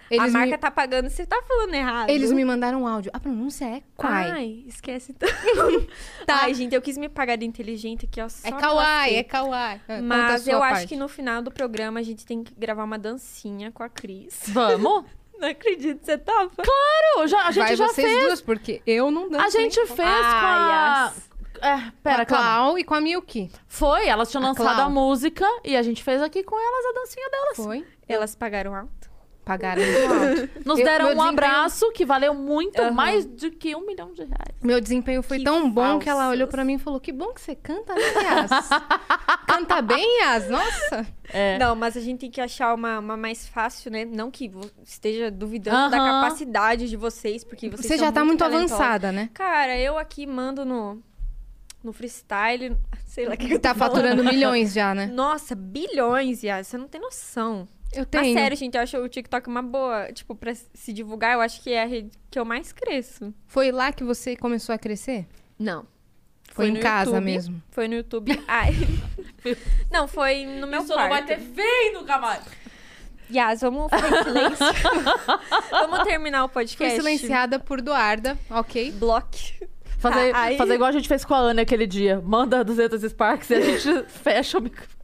A marca tá pagando, você tá falando errado. Eles me mandaram um áudio. A pronúncia é Kwai. Ai, esquece então. Tá. Ai, gente, eu quis me pagar de inteligente aqui, ó. É Kawaii, é Kawaii. Mas eu acho que no final do programa a gente tem que gravar uma dancinha com a Cris. Vamos? Não acredito, você topa? Claro, a gente já vocês fez. duas, porque eu não danço. A gente fez com a... Pera, calma. Clau e com a Milky. Foi, elas tinham A lançado Clau. a música e a gente fez aqui com elas a dancinha delas. Foi? Elas pagaram alto. Pagaram muito alto. Nos Eu- deram meu um desempenho- abraço que valeu muito, mais do que R$1 milhão. Meu desempenho foi Que tão bom que ela falsas. olhou pra mim e falou: que bom que você canta, né, Yas? Canta bem, Yas? Nossa. É. Não, mas a gente tem que achar uma mais fácil, né? Não que esteja duvidando da Aham. capacidade de vocês, porque vocês Você são já tá muito talentosos. avançada, né? Cara, eu aqui mando no freestyle, sei lá o que eu tô Tá falando. faturando milhões já, né? Nossa, bilhões, Yas, você não tem noção. Eu Mas tenho. sério, gente, eu acho o TikTok uma boa, tipo, pra se divulgar, eu acho que é a rede que eu mais cresço. Foi lá que você começou a crescer? Não. Foi em no casa YouTube. mesmo? Foi no YouTube. Ai. Não, foi no meu quarto. fim nunca mais. Yas, vamos fazer silêncio. Vamos terminar o Fui podcast. silenciada por Duarda, ok? Bloque. Fazer, Aí- fazer igual a gente fez com a Ana aquele dia. Manda 200 Sparks e a gente fecha o microfone.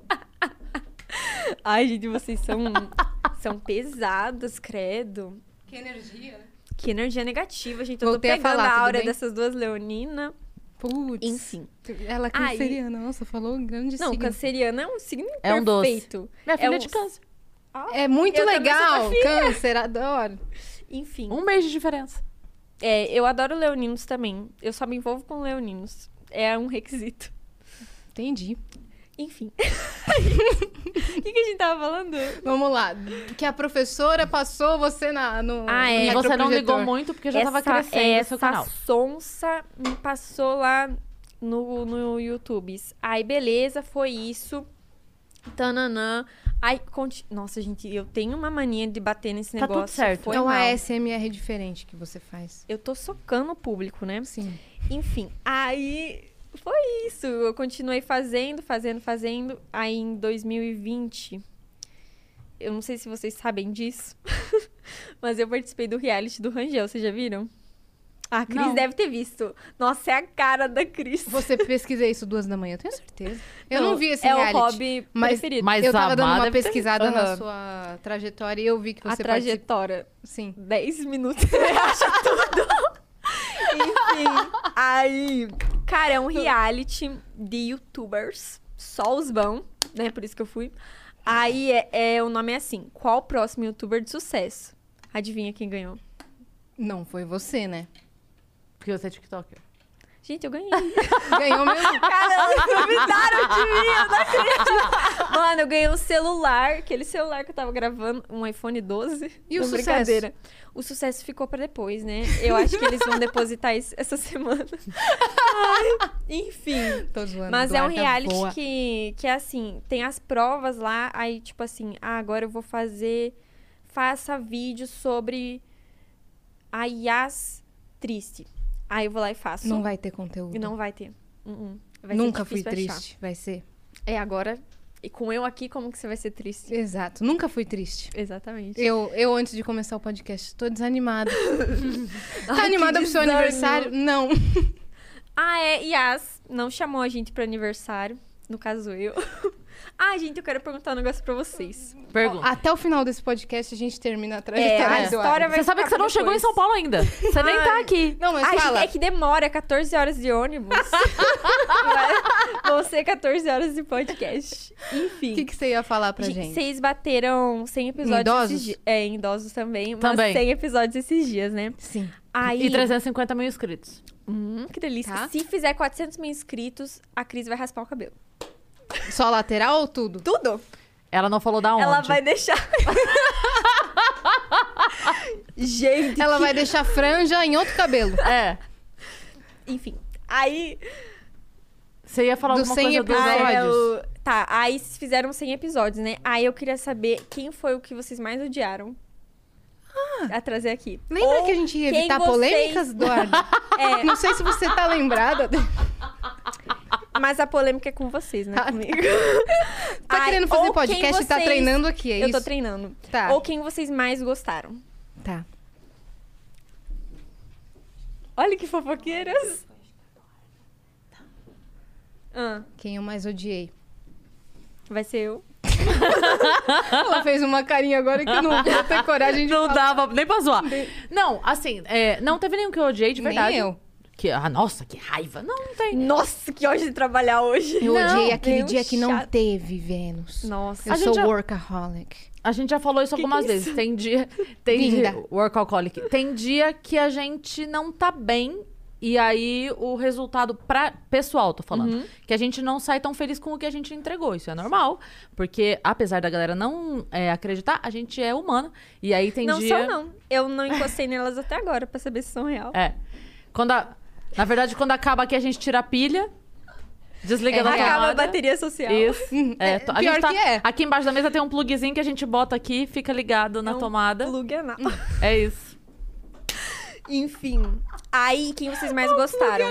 Ai, gente, vocês são pesadas, credo. Que energia, né? Que energia negativa, gente. Eu Voltei a tô pegando falar, a tudo aura bem? dessas duas leoninas. Putz. Enfim. Ela é canceriana. Nossa, falou um grande Não, signo. canceriana é um signo É um doce. perfeito. Minha filha um- é de câncer. É muito Eu também sou legal. da filha. Câncer, adoro. Enfim. Um mês de diferença. Eu adoro leoninos também. Eu só me envolvo com leoninos. É um requisito. Entendi. Enfim. O que a gente tava falando? Vamos lá. Que a professora passou você no Ah, é. E no você não ligou retroprojetor. muito porque já tava crescendo o seu canal. Essa sonsa me passou lá no YouTube. Aí, beleza, foi isso. Tananã. Aí, nossa, gente, eu tenho uma mania de bater nesse Tá negócio. tudo certo. Foi É uma mal. ASMR diferente que você faz. Eu tô socando o público, né? Sim. Enfim, aí foi isso. Eu continuei fazendo. Aí em 2020, eu não sei se vocês sabem disso, mas eu participei do reality do Rangel, vocês já viram? A Cris Não. deve ter visto. Nossa, é a cara da Cris. Você pesquisei isso 2h, eu tenho certeza. Eu não vi esse é reality. o hobby mas- preferido. Mas eu tava a dando Má uma deve ter pesquisada visto. na Aham. sua trajetória e eu vi que a você trajetória. Sim. 10 minutos, você acha tudo. Enfim, aí... Cara, é um reality de youtubers. Só os bons, né? Por isso que eu fui. Aí, o nome é assim. Qual o próximo youtuber de sucesso? Adivinha quem ganhou? Não foi você, né? Porque você é TikToker. Gente, eu ganhei. Ganhou mesmo. Caramba, duvidaram de mim, eu não acredito. Mano, eu ganhei um celular, aquele celular que eu tava gravando, um iPhone 12. E o Não, sucesso? brincadeira. O sucesso ficou pra depois, né? Eu acho que eles vão depositar isso essa semana. Ai, enfim. Tô zoando. Mas é um Eduarda, reality boa. que é assim, tem as provas lá, aí tipo assim, agora eu vou faça vídeo sobre a Yas triste. Aí eu vou lá e faço. Não vai ter conteúdo. E não vai ter. Vai ser Nunca fui difícil achar. triste. Vai ser. É, agora. E com eu aqui, como que você vai ser triste? Exato. Nunca fui triste. Exatamente. Eu antes de começar o podcast, tô desanimada. Tá Ai, animada que pro seu desânimo. aniversário? Não. Yas não chamou a gente pro aniversário. No caso, eu. Gente, eu quero perguntar um negócio pra vocês. Pergunta. Até o final desse podcast a gente termina a trajetória a do história Eduardo. vai Você sabe que ficar você não pra chegou em depois. São Paulo ainda. Você nem tá aqui. Não, mas fala. É que demora 14 horas de ônibus. Vão ser 14 horas de podcast. Enfim. O que você ia falar pra gente? Vocês bateram 100 episódios idosos? esses dias. Em idosos também, mas Também. 100 episódios esses dias, né? Sim. Aí, E 350 mil inscritos. que delícia. Tá. Se fizer 400 mil inscritos, a Cris vai raspar o cabelo. Só lateral ou tudo? Tudo? Ela não falou da onde. Ela vai deixar. Gente, Ela vai deixar franja em outro cabelo. É. enfim. Aí. Você ia falar Dos alguma 100 coisa do... episódios. Tá, aí vocês fizeram 100 episódios, né? Aí eu queria saber quem foi o que vocês mais odiaram. A trazer aqui. Lembra Ou que a gente ia quem evitar vocês- polêmicas, Eduardo? É, Não sei se você tá lembrada. Mas a polêmica é com vocês, né? Comigo. Tá querendo fazer podcast e tá treinando aqui, é isso? Eu tô treinando. Tá. Ou quem vocês mais gostaram. Tá. Olha que fofoqueiras. Quem eu mais odiei? Vai ser eu. Ela fez uma carinha agora que não vou ter coragem de Não falar. dava nem pra zoar. Não, assim, não teve nenhum que eu odiei de verdade. Nem eu. Nossa, que raiva. Não tem. Nossa, que ódio de trabalhar hoje. Eu odiei aquele meio dia que não chato. teve Vênus. Nossa. Eu A sou gente já- workaholic. A gente já falou isso algumas que é vezes. Tem dia... Workaholic. Tem dia que a gente não tá bem. E aí, o resultado pessoal, tô falando. Que a gente não sai tão feliz com o que a gente entregou. Isso é normal. Porque, apesar da galera não acreditar, a gente é humano. E aí tem Não dia... sou, não. Eu não encostei nelas até agora pra saber se são real. Na verdade, quando acaba aqui, a gente tira a pilha. Desliga da Acaba a tomada. bateria social. Isso. A pior gente tá, que é. Aqui embaixo da mesa tem um plugzinho que a gente bota aqui, fica ligado na tomada. Plug é nada. É isso. Enfim. Aí, quem vocês mais gostaram?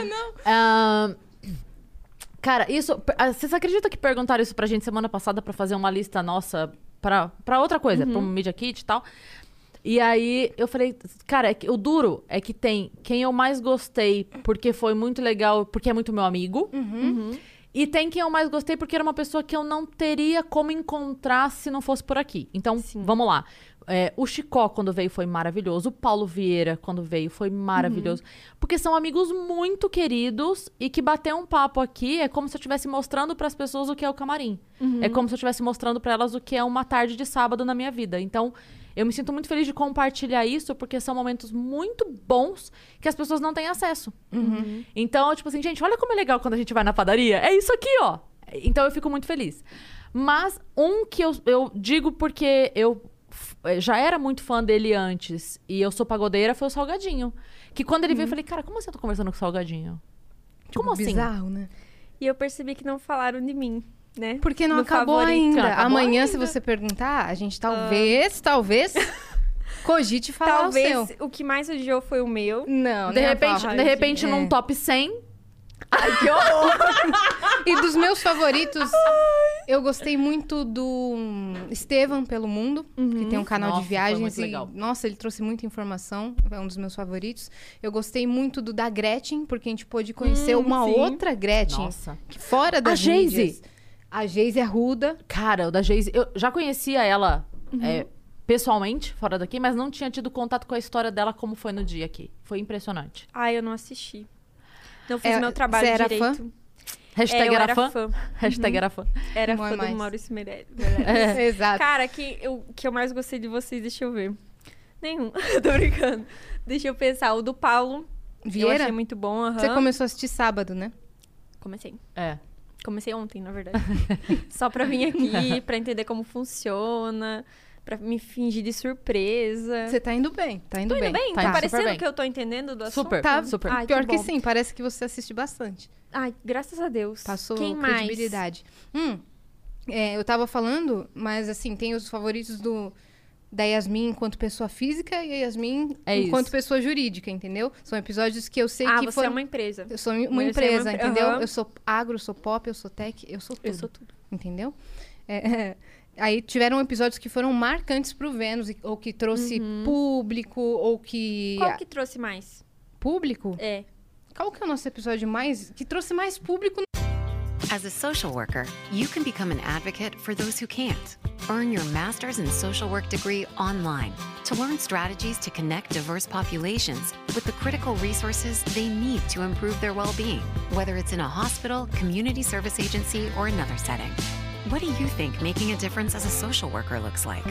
Cara, isso... Vocês acreditam que perguntaram isso pra gente semana passada pra fazer uma lista nossa pra outra coisa? Pra um Media Kit e tal? E aí, eu falei... Cara, o duro é que tem quem eu mais gostei porque foi muito legal, porque é muito meu amigo. E tem quem eu mais gostei porque era uma pessoa que eu não teria como encontrar se não fosse por aqui. Então, vamos lá. O Chicó, quando veio, foi maravilhoso. O Paulo Vieira, quando veio, foi maravilhoso. Porque são amigos muito queridos e que bater um papo aqui é como se eu estivesse mostrando para as pessoas o que é o camarim. É como se eu estivesse mostrando para elas o que é uma tarde de sábado na minha vida. Então, eu me sinto muito feliz de compartilhar isso porque são momentos muito bons que as pessoas não têm acesso. Então, tipo assim, gente, olha como é legal quando a gente vai na padaria. É isso aqui, ó. Então, eu fico muito feliz. Mas um que eu digo porque eu já era muito fã dele antes e eu sou pagodeira, foi o Salgadinho. Que quando ele veio, eu falei, cara, como assim eu tô conversando com o Salgadinho? Como assim? Bizarro, né? E eu percebi que não falaram de mim, né? Porque não No acabou favorito. ainda. Não acabou Amanhã, ainda. se você perguntar, a gente talvez cogite falar o Talvez seu. o que mais odiou foi o meu. Não, De nem a repente, pau. de repente É. num top 100... Ai, que horror! E dos meus favoritos, eu gostei muito do Estevam pelo Mundo, que tem um canal Nossa, de foi viagens. muito E, legal. nossa, ele trouxe muita informação. É um dos meus favoritos. Eu gostei muito do da Gretchen, porque a gente pôde conhecer uma sim. outra Gretchen. Nossa. Que fora das Geise. mídias. A Geise Arruda. Cara, o da Geise... Eu já conhecia ela pessoalmente, fora daqui, mas não tinha tido contato com a história dela como foi no dia aqui. Foi impressionante. Ai, eu não assisti. Não fiz meu você trabalho era direito. fã? Hashtag eu era era fã? fã. Hashtag era fã. Era Não é fã mais. do Maurício Meirelles. Exato. Cara, o que eu mais gostei de vocês, deixa eu ver. Nenhum. Tô brincando. Deixa eu pensar. O do Paulo. Eu Vieira? achei muito bom. aham. Você começou a assistir sábado, né? Comecei. Comecei ontem, na verdade. Só pra vir aqui, pra entender como funciona, pra me fingir de surpresa. Você tá indo bem. Tá indo Tô indo bem? Tá Tá indo parecendo super bem. que eu tô entendendo do assunto? Super, Tá, super. Ai, Pior que que bom. sim, parece que você assiste bastante. Ai, graças a Deus. Passou Quem mais? credibilidade. Eu tava falando, mas assim, tem os favoritos da Yasmin enquanto pessoa física e a Yasmin É enquanto isso. pessoa jurídica, entendeu? São episódios que eu sei Ah, que você foram... é uma empresa. Eu sou Você uma é uma empresa, empre- entendeu? Aham. Eu sou agro, eu sou pop, eu sou tech, eu sou tudo. Eu sou tudo. Entendeu? Aí tiveram episódios que foram marcantes pro Vênus, ou que trouxe público, ou que... Qual que trouxe mais? Público? É. Qual que é o nosso episódio que trouxe mais público? As a social worker, you can become an advocate for those who can't. Earn your master's in social work degree online to learn strategies to connect diverse populations with the critical resources they need to improve their well-being, whether it's in a hospital, community service agency, or another setting. What do you think making a difference as a social worker looks like?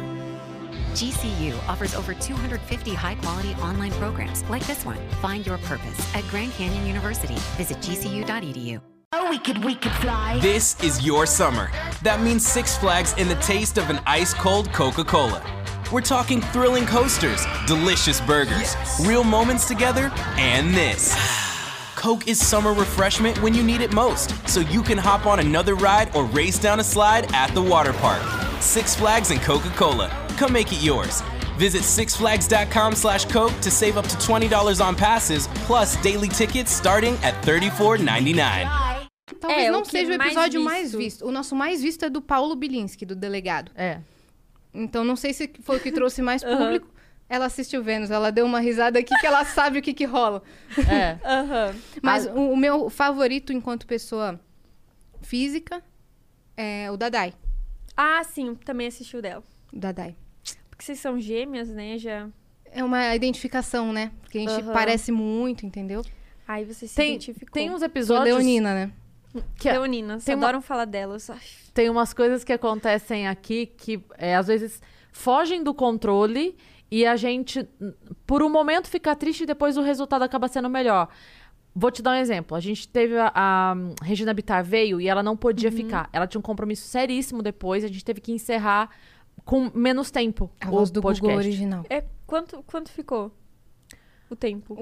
GCU offers over 250 high-quality online programs like this one. Find your purpose at Grand Canyon University. Visit gcu.edu. We could fly. This is your summer. That means Six Flags and the taste of an ice-cold Coca-Cola. We're talking thrilling coasters, delicious burgers, real moments together, and this. Coke is summer refreshment when you need it most, so you can hop on another ride or race down a slide at the water park. Six Flags and Coca-Cola. Come make it yours. Visit sixflags.com/Coke to save up to $20 on passes, plus daily tickets starting at $34.99. talvez É, não o que seja o mais episódio mais visto. visto. O nosso mais visto é do Paulo Bilinski, do delegado. É. Então, não sei se foi o que trouxe mais público. Ela assistiu Vênus, ela deu uma risada aqui que ela sabe o que rola. É. Aham. Mas o meu favorito enquanto pessoa física é o Dadai. Ah, sim, também assisti o dela. O Dadai. Porque vocês são gêmeas, né? Já. É uma identificação, né? Porque a gente Aham. parece muito, entendeu? Aí você se Tem identificou. uns Sou episódios... leonina, né? que é- Leoninas, tem uma- adoram falar delas. Ai, Tem umas coisas que acontecem aqui que, às vezes, fogem do controle e a gente, por um momento, fica triste e depois o resultado acaba sendo melhor. Vou te dar um exemplo. A gente teve a Regina Bittar veio e ela não podia ficar. Ela tinha um compromisso seríssimo depois. A gente teve que encerrar com menos tempo A o voz do podcast. Google original. quanto ficou o tempo?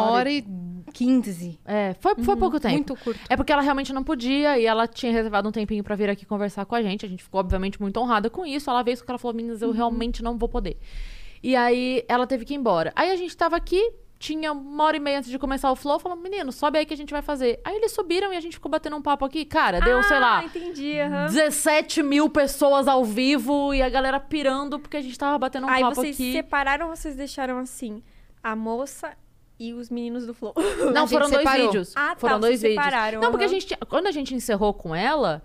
1h15. É, foi pouco tempo. Muito curto. É porque ela realmente não podia e ela tinha reservado um tempinho pra vir aqui conversar com a gente. A gente ficou, obviamente, muito honrada com isso. Ela veio porque ela falou, meninas, eu realmente não vou poder. E aí, ela teve que ir embora. Aí, a gente tava aqui, tinha 1h30 antes de começar o flow, falou, menino, sobe aí que a gente vai fazer. Aí, eles subiram e a gente ficou batendo um papo aqui. Cara, deu, sei lá, Entendi, aham. 17 mil pessoas ao vivo e a galera pirando porque a gente tava batendo um Aí papo vocês aqui. separaram ou vocês deixaram assim? A moça e os meninos do Flow. Não, A gente foram dois separou. vídeos. Ah, tá, foram dois vocês vídeos. separaram, Não, porque aham. quando a gente encerrou com ela,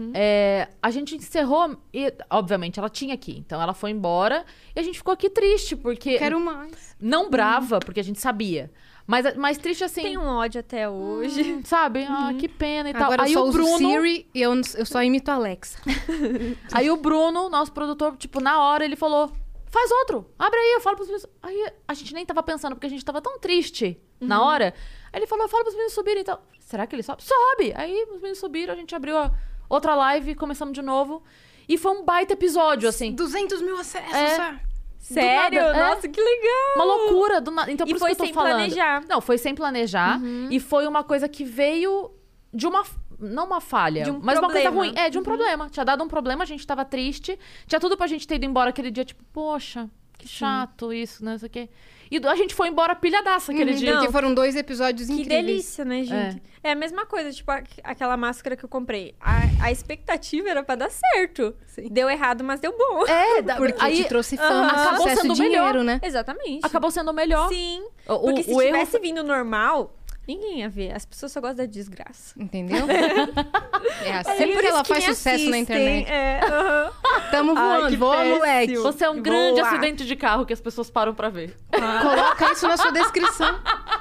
a gente encerrou e, obviamente, ela tinha aqui. Então, ela foi embora e a gente ficou aqui triste, porque... Quero mais. Não brava, porque a gente sabia. Mas triste assim, Tem um ódio até hoje. sabe? Ah, que pena e tal. Agora Aí eu só o uso Bruno... Siri e eu só imito a Alexa. Aí o Bruno, nosso produtor, tipo, na hora ele falou... Faz outro, abre aí, eu falo pros meninos. Aí a gente nem tava pensando, porque a gente tava tão triste na hora. Aí ele falou, eu falo pros meninos subirem e tal. Será que ele sobe? Sobe! Aí os meninos subiram, a gente abriu a outra live, começamos de novo. E foi um baita episódio, assim. 200 mil acessos, É. sabe? Sério? nada, é. Nossa, que legal! Uma loucura. Então, por E isso foi que eu tô sem falando. planejar. Não, foi sem planejar. E foi uma coisa que veio de uma... Não uma falha, De um mas uma coisa problema. ruim. É, de um problema. Tinha dado um problema, a gente tava triste. Tinha tudo pra gente ter ido embora aquele dia, tipo, poxa, que chato isso, né? Isso aqui. E a gente foi embora pilhadaça aquele dia. Porque foram 2 episódios Que incríveis. delícia, né, gente? É a mesma coisa, tipo, aquela máscara que eu comprei. A expectativa era pra dar certo. Deu errado, mas deu bom. Porque aí te trouxe fama, acabou sucesso sendo e dinheiro, melhor. né? Exatamente. Acabou sendo melhor. Sim. O- Porque se o erro tivesse foi- vindo normal, ninguém ia ver. As pessoas só gostam da desgraça. Entendeu? É assim Por que ela isso faz me sucesso na assistem. internet. É, aham. Tamo Ai, voando, que voa, péssimo. moleque. Você é um grande Boa. acidente de carro que as pessoas param pra ver. Coloca isso na sua descrição.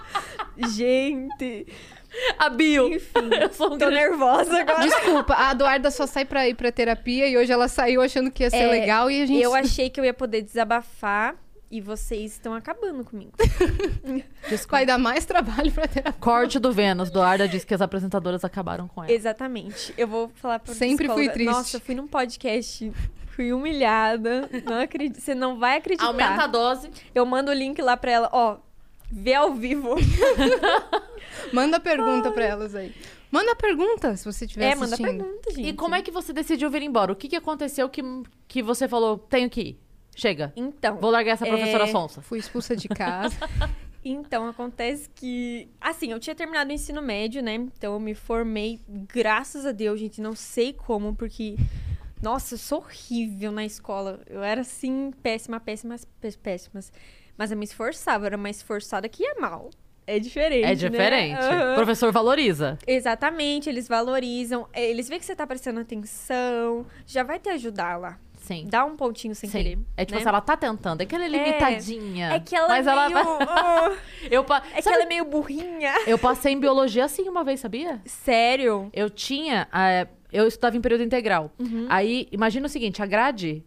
Gente. A bio. Enfim, Eu sou um tô grande... nervosa agora. Desculpa, a Eduarda só sai pra ir pra terapia e hoje ela saiu achando que ia ser legal e a gente... Eu achei que eu ia poder desabafar e vocês estão acabando comigo. Vai dar mais trabalho pra terapia. Corte do Vênus. Doarda disse que as apresentadoras acabaram com ela. Exatamente. Eu vou falar pra Sempre fui psicóloga. triste. Nossa, eu fui num podcast, fui humilhada. Não acredito. Você não vai acreditar. Aumenta a dose. Eu mando o link lá pra ela, ó. Vê ao vivo. Manda pergunta pra elas aí. Manda pergunta, se você estiver Manda assistindo. pergunta, gente. E como é que você decidiu vir embora? O que aconteceu que você falou, tenho que ir? Chega. Então, Vou largar essa professora sonsa. Fui expulsa de casa. então, acontece que... Assim, eu tinha terminado o ensino médio, né? Então, eu me formei, graças a Deus, gente. Não sei como, porque... Nossa, eu sou horrível na escola. Eu era, assim, péssima. Mas eu me esforçava. Eu era mais esforçada que ia mal. É diferente, É diferente. Né? Aham. O professor valoriza. Exatamente, eles valorizam. Eles veem que você tá prestando atenção. Já vai te ajudar lá. Sim. Dá um pontinho sem querer. É tipo né? assim, ela tá tentando. É que ela é limitadinha. É que ela mas é ela meio... vai... É que Sabe, ela é meio burrinha. eu passei em biologia assim uma vez, sabia? Sério? Eu tinha... eu estudava em período integral. Uhum. Aí, imagina o seguinte, a grade,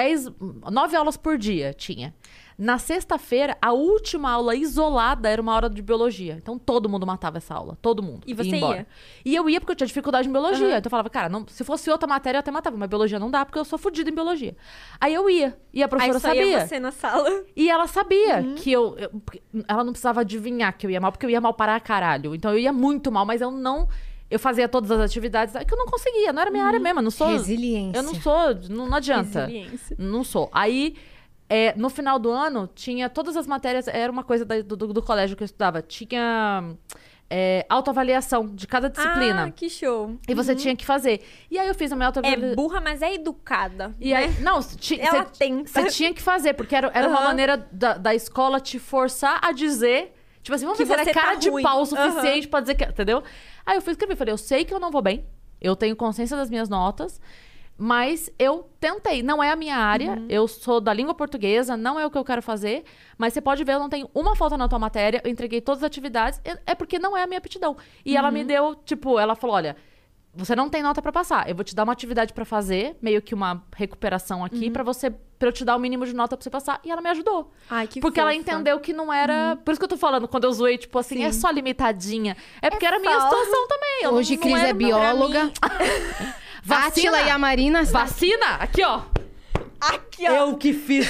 9 aulas por dia tinha. Na sexta-feira, a última aula isolada era uma hora de biologia. Então, todo mundo matava essa aula. Todo mundo. E você embora. ia? E eu ia porque eu tinha dificuldade em biologia. Uhum. Então, eu falava, cara, se fosse outra matéria, eu até matava. Mas biologia não dá, porque eu sou fodida em biologia. Aí, eu ia. E a professora Aí só sabia. ia você na sala. E ela sabia que porque ela não precisava adivinhar que eu ia mal, porque eu ia mal para caralho. Então, eu ia muito mal, mas eu não... Eu fazia todas as atividades que eu não conseguia. Não era minha área mesmo. Eu não sou... Resiliência. Eu não sou... Não adianta. Resiliência. Não sou. Aí, no final do ano, tinha todas as matérias... Era uma coisa do colégio que eu estudava. Tinha autoavaliação de cada disciplina. Ah, que show. E você tinha que fazer. E aí eu fiz a minha autoavaliação. É burra, mas é educada. E aí, não, Ela tenta. você tinha que fazer, porque era uma maneira da escola te forçar a dizer, tipo assim, vamos Que ver se ela você é cara tá de ruim. pau o suficiente pra dizer que... Entendeu? Aí eu fui escrever, falei, eu sei que eu não vou bem, eu tenho consciência das minhas notas, mas eu tentei. Não é a minha área, eu sou da língua portuguesa, não é o que eu quero fazer, mas você pode ver, eu não tenho uma falta na tua matéria, eu entreguei todas as atividades, é porque não é a minha aptidão. E ela me deu, tipo, ela falou, olha, você não tem nota pra passar, eu vou te dar uma atividade pra fazer, meio que uma recuperação aqui, pra eu te dar o mínimo de nota pra você passar. E ela me ajudou. Ai, que porque ela fofa. entendeu que não era... Por isso que eu tô falando, quando eu zoei, tipo assim, é só limitadinha. É porque era a minha falsa. situação também. Eu Hoje não Cris era é bióloga. Vacina. Átila e a Marina... Vacina? Aqui, ó. Aqui, ó. Eu que fiz.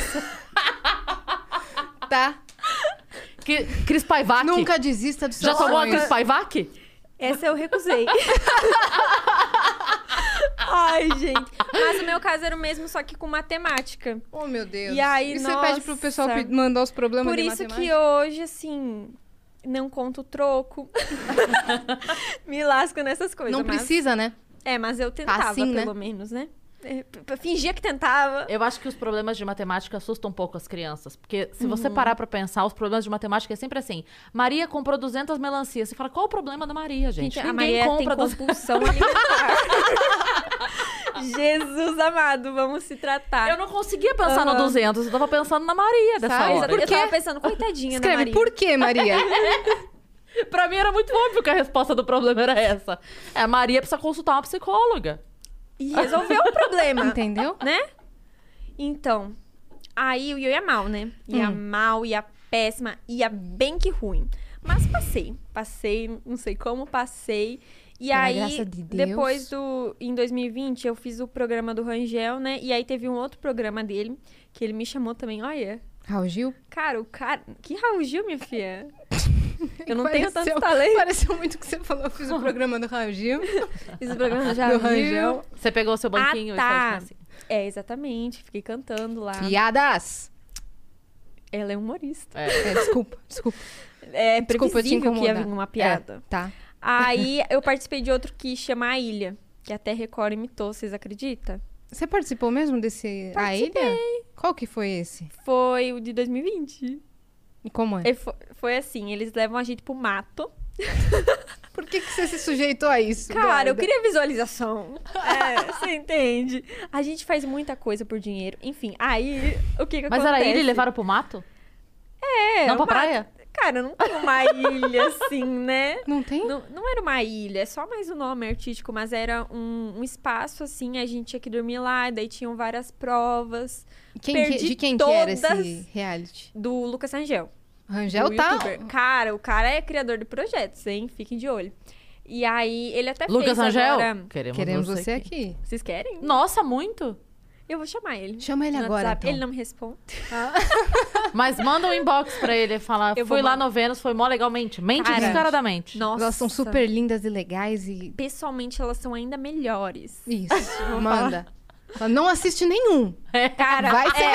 Tá. Cris Paivac. Nunca desista do seu Já tomou a sonho. Cris Paivac? Essa eu recusei. Ai, gente. Mas o meu caso era o mesmo, só que com matemática. Oh, meu Deus. E aí, você pede pro pessoal nossa. mandar os problemas Por de isso matemática? que hoje, assim, não conto troco. Me lasco nessas coisas. Não mas... precisa, né? mas eu tentava, assim, né? pelo menos, né? Fingia que tentava. Eu acho que os problemas de matemática assustam um pouco as crianças. Porque se você parar pra pensar, os problemas de matemática é sempre assim. Maria comprou 200 melancias. Você fala, qual o problema da Maria, gente? A Ninguém Maria compra tem compulsão alimentar. Jesus amado, vamos se tratar. Eu não conseguia pensar no 200. Eu tava pensando na Maria dessa Sabe? hora. Eu tava pensando, coitadinha da Escreve, Maria. por quê, Maria? Pra mim era muito óbvio que a resposta do problema era essa. A Maria precisa consultar uma psicóloga. E resolveu o problema. Entendeu? Né? Então, aí eu ia mal, né? Ia mal, ia péssima, ia bem que ruim. Mas passei, não sei como, passei. E Pela aí, graça de Deus. depois em 2020, eu fiz o programa do Rangel, né? E aí teve um outro programa dele, que ele me chamou também, olha... Raul Gil? Cara, que Raul Gil, minha filha? Eu não tenho tanto Pareceu- talento. Pareceu muito que você falou. Eu fiz o programa do Raul Gil. Fiz o programa do Do Rangel. Rangel. Você pegou o seu banquinho e tá. fez assim. É, exatamente. Fiquei cantando lá. Piadas. Ela é humorista. Desculpa. É Desculpa te previsível que ia incomodar. vir uma piada. Tá. Aí eu participei de outro que chama A Ilha, que até Record imitou, vocês acreditam? Você participou mesmo desse A Ilha? Qual que foi esse? Foi o de 2020. E como é? E foi assim, eles levam a gente pro mato. Por que você se sujeitou a isso? Cara, eu Eduarda? queria visualização. Você entende? A gente faz muita coisa por dinheiro. Enfim, aí o que Mas acontece? era ilha e levaram pro mato? É, Não pra o mato. praia? Cara, não tem uma ilha assim, né? Não tem? Não era uma ilha, é só mais o nome artístico, mas era um espaço assim, a gente tinha que dormir lá, e daí tinham várias provas. Perdi De quem que era esse todas. reality? Do Lucas Rangel. Rangel o tá... youtuber. Cara, o cara é criador de projetos, hein? Fiquem de olho. E aí, ele até Lucas fez Rangel? agora... Queremos você aqui. Vocês querem? Nossa, muito. Eu vou chamar ele. Chama ele no agora, WhatsApp. então. Ele não me responde. Mas manda um inbox pra ele falar, Eu fui vou lá no Vênus, foi mó legalmente. Mente Cara, descaradamente. Nossa. Elas são super lindas e legais e... Pessoalmente, elas são ainda melhores. Isso, manda. Ela não assiste nenhum. Cara, Vai ter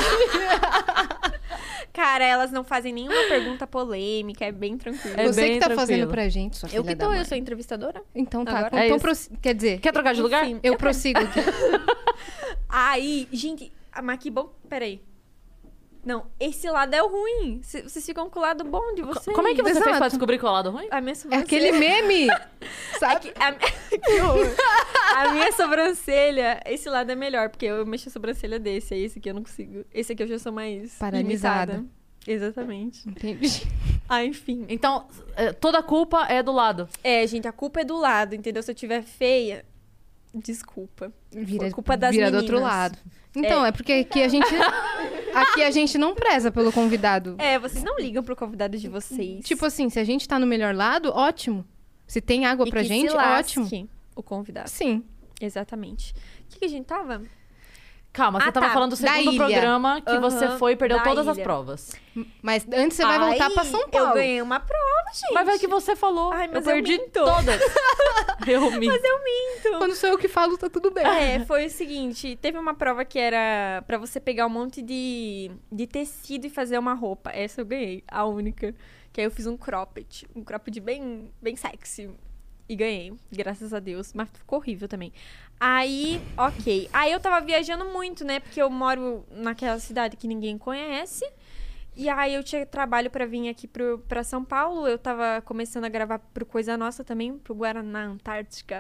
Cara, elas não fazem nenhuma pergunta polêmica, é bem tranquilo. É Você bem que tá tranquilo. fazendo pra gente, sua filha Eu que da tô, mãe. eu sou entrevistadora. Então tá. Agora? É Então isso. quer dizer, Quer trocar de lugar? Enfim, eu prossigo aqui. Aí, gente, mas que bom. Peraí. Não, esse lado é o ruim. Vocês ficam com o lado bom de vocês. Como é que você fez Exato. pra descobrir qual é o lado ruim? A minha É sobrancelha. aquele meme, sabe? Que horror. A minha sobrancelha, esse lado é melhor, porque eu mexo a sobrancelha desse, aí esse aqui eu não consigo. Esse aqui eu já sou mais Paralisada. limitada. Exatamente. Entendi. Ah, enfim. Então, toda a culpa é do lado. É, gente, a culpa é do lado, entendeu? Se eu tiver feia, desculpa. Vira, culpa das vira do meninas. outro lado. Então, é porque aqui a gente não preza pelo convidado. É, vocês não ligam pro convidado de vocês. Tipo assim, se a gente tá no melhor lado, ótimo. Se tem água E pra que gente, se lasque ótimo. o convidado. Sim. Exatamente. O que a gente tava? Calma, você Ah, tava tá. falando do Da segundo ilha. programa que você Aham, foi e perdeu da todas as ilha. provas. Mas antes você vai voltar Ai, pra São Paulo. Eu ganhei uma prova, gente. Mas vai que você falou. Ai, eu mas eu perdi minto. todas. Eu minto. Mas eu minto. Quando sou eu que falo, tá tudo bem. É, foi o seguinte, teve uma prova que era pra você pegar um monte de tecido e fazer uma roupa. Essa eu ganhei, a única. Que aí eu fiz um cropped bem, bem sexy. E ganhei, graças a Deus. Mas ficou horrível também. Aí, ok. Aí eu tava viajando muito, né? Porque eu moro naquela cidade que ninguém conhece. E aí eu tinha trabalho pra vir aqui pra São Paulo. Eu tava começando a gravar pro Coisa Nossa também, pro Guaraná Antártica.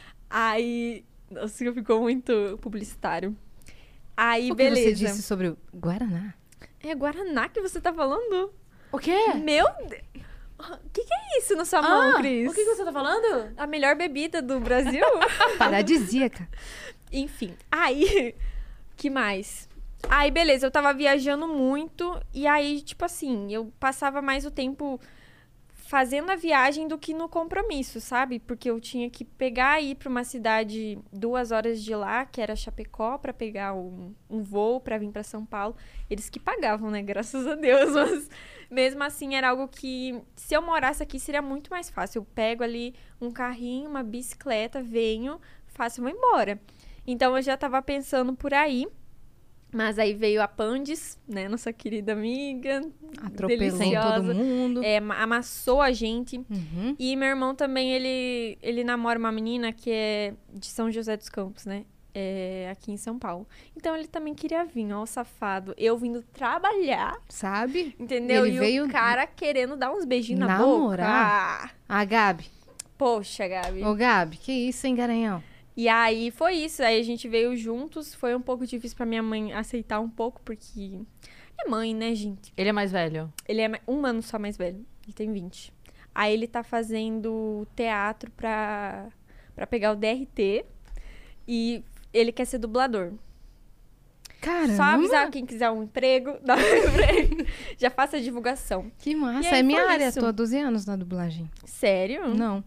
Aí... Nossa, ficou muito publicitário. Aí, O que beleza. você disse sobre o Guaraná? É Guaraná que você tá falando? O quê? Meu Deus! O que é isso na sua mão, Cris? O que você tá falando? A melhor bebida do Brasil? Paradisíaca. Enfim, aí... Que mais? Aí, beleza, eu tava viajando muito. E aí, tipo assim, eu passava mais o tempo fazendo a viagem do que no compromisso, sabe? Porque eu tinha que pegar e ir pra uma cidade 2 horas de lá, que era Chapecó, pra pegar um voo pra vir pra São Paulo. Eles que pagavam, né? Graças a Deus. Mas mesmo assim, era algo que, se eu morasse aqui, seria muito mais fácil. Eu pego ali um carrinho, uma bicicleta, venho, faço e vou embora. Então, eu já tava pensando por aí. Mas aí veio a Pandis, né? Nossa querida amiga. Atropelou deliciosa. todo mundo. É, amassou a gente. Uhum. E meu irmão também, ele namora uma menina que é de São José dos Campos, né? É, aqui em São Paulo. Então ele também queria vir, ó, o safado. Eu vindo trabalhar, Sabe? entendeu? Ele E veio o cara querendo dar uns beijinhos na boca. namorar. Ah, Gabi. Poxa, Gabi. Ô, Gabi, que isso, hein, Garanhão? E aí foi isso. Aí a gente veio juntos. Foi um pouco difícil pra minha mãe aceitar um pouco, porque é mãe, né, gente? Ele é mais velho. Ele é 1 ano só mais velho. Ele tem 20. Aí ele tá fazendo teatro pra pegar o DRT. E ele quer ser dublador. Caramba. Só avisar quem quiser um emprego, dá um emprego. Já faça a divulgação. Que E massa. aí É minha foi área. isso. Tô há 12 anos na dublagem. Sério? Não.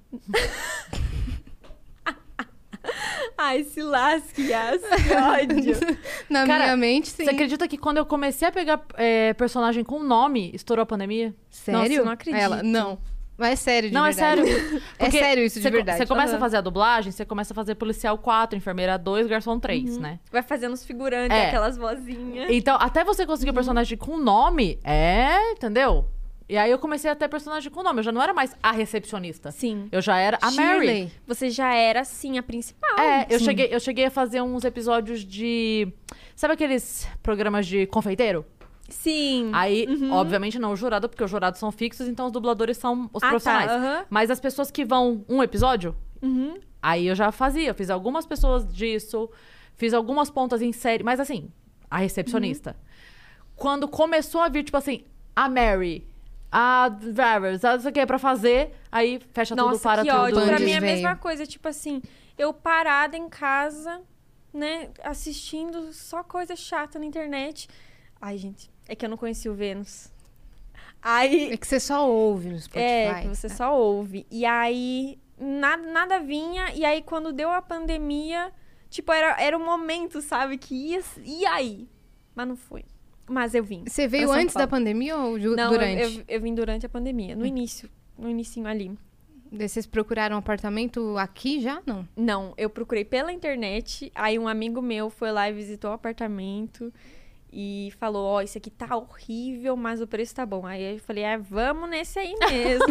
Ai, se lasque, Yas. Que ódio. Na Cara, minha mente, sim. Você acredita que quando eu comecei a pegar personagem com nome, estourou a pandemia? Sério? Nossa, eu não acredito. Ela, não. Mas é sério, de Não, verdade. é sério. É Porque sério isso, de você verdade. Você começa Aham. a fazer a dublagem, você começa a fazer policial 4, enfermeira 2, garçom 3, né? Vai fazendo os figurantes, É. aquelas vozinhas. Então, até você conseguir o personagem com nome, entendeu? E aí eu comecei a ter personagem com nome. Eu já não era mais a recepcionista. Sim. Eu já era a Mary. Shirley. Você já era, sim, a principal. Eu cheguei a fazer uns episódios de... Sabe aqueles programas de confeiteiro? Sim. Aí, obviamente, não o jurado, porque os jurados são fixos, então os dubladores são os Ah, profissionais. tá, aham. Mas as pessoas que vão um episódio, aí eu já fazia. Eu fiz algumas pessoas disso, fiz algumas pontas em série, mas assim, a recepcionista. Quando começou a vir, tipo assim, a Mary, a Varys, a não sei o que, pra fazer, aí fecha tudo, Nossa, para que tudo. ódio. Pra Bandes mim é a veio. mesma coisa. Tipo assim, eu parada em casa, né, assistindo só coisa chata na internet. Ai, gente, é que eu não conheci o Vênus. Aí... É que você só ouve no Spotify. É, que você só ouve. E aí, nada vinha. E aí, quando deu a pandemia, tipo, era um momento, sabe? Que ia... E aí? Mas não foi. Mas eu vim. Você veio pra São antes da Paulo. pandemia ou Não, durante? eu vim durante a pandemia. No início. No inicinho ali. Daí vocês procuraram um apartamento aqui já? Não. Não, eu procurei pela internet. Aí um amigo meu foi lá e visitou o apartamento. E falou, ó, isso aqui tá horrível, mas o preço tá bom. Aí eu falei, vamos nesse aí mesmo.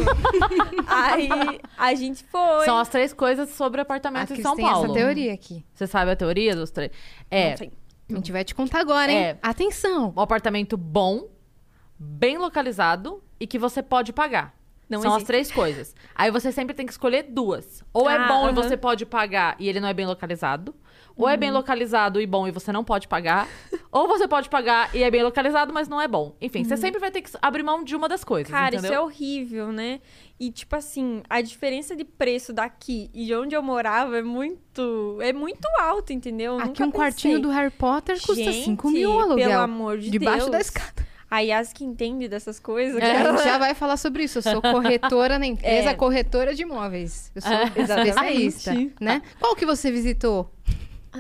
Aí a gente foi. São as 3 coisas sobre apartamento A em Cris São tem Paulo. essa teoria aqui. Você sabe a teoria dos 3? Não sei. A gente vai te contar agora, hein? É. Atenção! Um apartamento bom, bem localizado e que você pode pagar. Não São as existe. 3 coisas. Aí você sempre tem que escolher 2. Ou é Ah, bom e aham. você pode pagar e ele não é bem localizado. Ou é bem localizado e bom e você não pode pagar. Ou você pode pagar e é bem localizado, mas não é bom. Enfim, você sempre vai ter que abrir mão de uma das coisas, Cara, entendeu? isso é horrível, né? E, tipo assim, a diferença de preço daqui e de onde eu morava é muito alto, entendeu? Eu Aqui nunca um quartinho pensei. do Harry Potter custa Gente, 5 mil o aluguel. pelo amor de Debaixo Deus. da escada. A Yas que entende dessas coisas. A gente já vai falar sobre isso. Eu sou corretora na empresa, É. corretora de imóveis. Eu sou Exatamente. especialista, né? Qual que você visitou?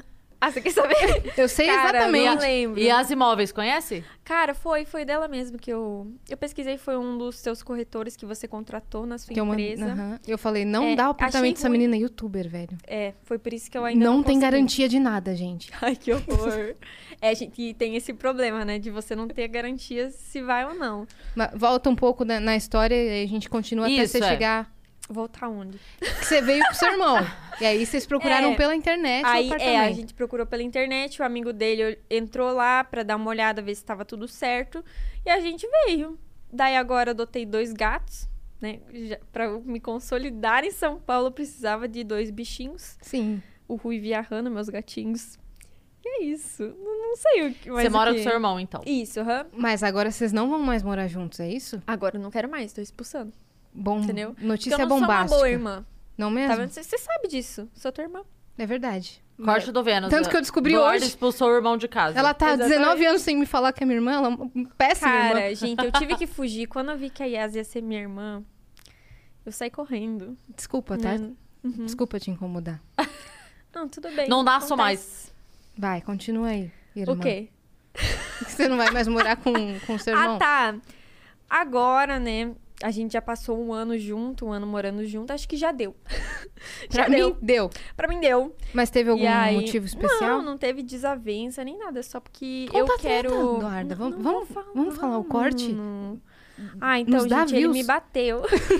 Ah, você quer saber? Eu sei Cara, exatamente. não lembro. E as imóveis, conhece? Cara, foi dela mesmo que eu pesquisei, foi um dos seus corretores que você contratou na sua Que empresa. Aham. Eu falei, não É, dá o apartamento achei dessa ruim. menina youtuber, velho. É, foi por isso que eu ainda Não tem consegui. garantia de nada, gente. Ai, que horror. Gente, e tem esse problema, né? De você não ter garantia se vai ou não. Mas volta um pouco na história e a gente continua até Isso, você chegar... Voltar onde? Que você veio com seu irmão. E aí vocês procuraram É. pela internet o Aí, apartamento. a gente procurou pela internet, o amigo dele entrou lá pra dar uma olhada, ver se estava tudo certo. E a gente veio. Daí agora eu adotei 2 gatos, né? Pra eu me consolidar em São Paulo, eu precisava de 2 bichinhos. Sim. O Rui e a Hannah, meus gatinhos. E é isso. Não sei o que mais. Você mora o com que... seu irmão, então. Isso, aham. Mas agora vocês não vão mais morar juntos, é isso? Agora eu não quero mais, tô expulsando. Bom, Entendeu? notícia Porque eu não bombástica. sou uma boa irmã. Não Tá mesmo? vendo? Você sabe disso. Sou tua irmã. É verdade. Corte do Vênus. Tanto que eu descobri Eduardo hoje. expulsou o irmão de casa. Ela tá há Exatamente. 19 anos sem me falar que é minha irmã, ela é uma péssima Cara, irmã. gente, eu tive que fugir. Quando eu vi que a Yas ia ser minha irmã, eu saí correndo. Desculpa, tá? Né? Desculpa te incomodar. Não, tudo bem. Não nasço acontece. mais. Vai, continua aí, irmã. O quê? Você não vai mais morar com seu irmão? Ah, tá. Agora, né? A gente já passou um ano junto, um ano morando junto. Acho que já deu. Pra mim, deu. Pra mim deu. Mas teve algum E aí- motivo especial? Não teve desavença nem nada. Só porque Conta eu a treta, quero... Eduarda. Não Vamos vou falar o corte? Não. Ah, então, Nos dá gente, ele views? me bateu.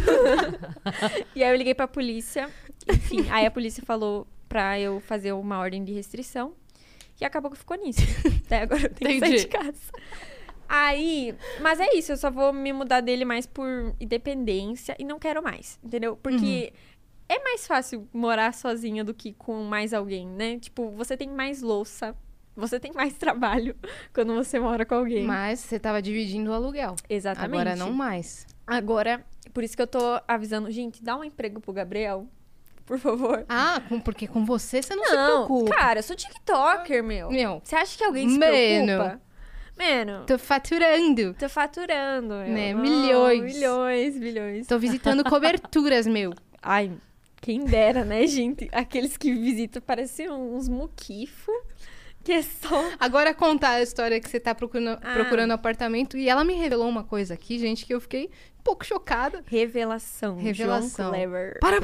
E aí eu liguei pra polícia. Enfim, aí a polícia falou pra eu fazer uma ordem de restrição. E acabou que ficou nisso. Daí agora eu tenho que sair Entendi. de casa. Aí, mas é isso, eu só vou me mudar dele mais por independência e não quero mais, entendeu? Porque é mais fácil morar sozinha do que com mais alguém, né? Tipo, você tem mais louça, você tem mais trabalho quando você mora com alguém. Mas você tava dividindo o aluguel. Exatamente. Agora não mais. Agora, por isso que eu tô avisando, gente, dá um emprego pro Gabriel, por favor. Ah, porque com você você não se Não, preocupa. cara, eu sou tiktoker, meu. Meu. Você acha que alguém se Mano. preocupa? Mano, Tô faturando. tô faturando, meu. Né, Não, milhões. milhões. Tô visitando coberturas, meu. Ai, quem dera, né, gente? Aqueles que visitam parecem uns muquifo. Que é só... Agora contar a história que você tá procurando apartamento. E ela me revelou uma coisa aqui, gente, que eu fiquei um pouco chocada. Revelação. Revelação. João Clever. Para.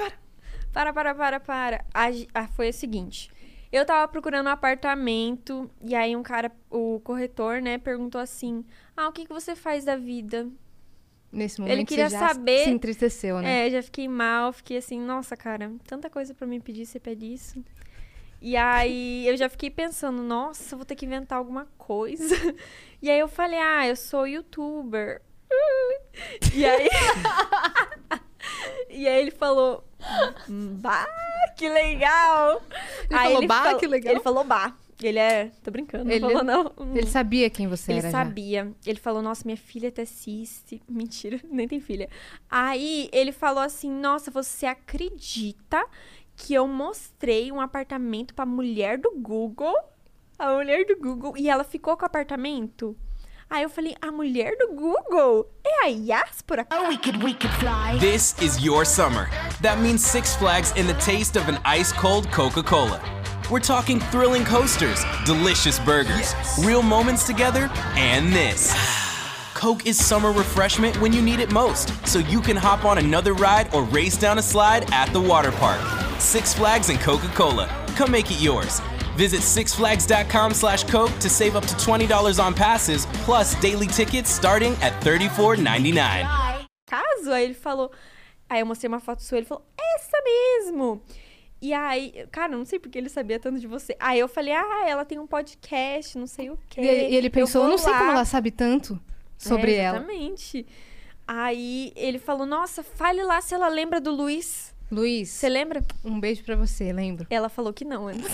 Para. Foi o seguinte. Eu tava procurando um apartamento. E aí um cara, o corretor, né, perguntou assim... Ah, o que você faz da vida? Nesse momento Ele queria você já saber- se entristeceu, né? Já fiquei mal. Fiquei assim, nossa, cara, tanta coisa pra me pedir, você pede isso? E aí, eu já fiquei pensando, nossa, vou ter que inventar alguma coisa. E aí, eu falei, eu sou youtuber. E aí... e aí, ele falou, bah, que legal. Ele Aí falou, "Bah, que legal"? Ele falou, bah. Ele tô brincando, Ele- não falou, não. Ele sabia quem você Ele era já. sabia. Ele falou, nossa, minha filha até assiste. Mentira, nem tem filha. Aí, ele falou assim, nossa, você acredita que eu mostrei um apartamento pra mulher do Google? A mulher do Google. E ela ficou com o apartamento? Aí eu falei, a mulher do Google? É a Yas, por acaso? Oh, we could fly. This is your summer. That means Six Flags in the taste of an ice-cold Coca-Cola. We're talking thrilling coasters, delicious burgers, real moments together, and this. Coke is summer refreshment when you need it most, so you can hop on another ride or race down a slide at the water park. Six Flags and Coca-Cola. Come make it yours. Visit sixflags.com/Coke to save up to $20 on passes, plus daily tickets starting at $34.99. Caso, aí ele falou... Aí eu mostrei uma foto sua, ele falou, essa mesmo! E aí, cara, não sei porque ele sabia tanto de você. Aí eu falei, ela tem um podcast, não sei o quê. E ele pensou, eu eu vou não sei lá. como ela sabe tanto sobre ela. Exatamente. Aí ele falou, nossa, fale lá se ela lembra do Luiz. Luiz, Você lembra? um beijo pra você, lembro. Ela falou que não antes.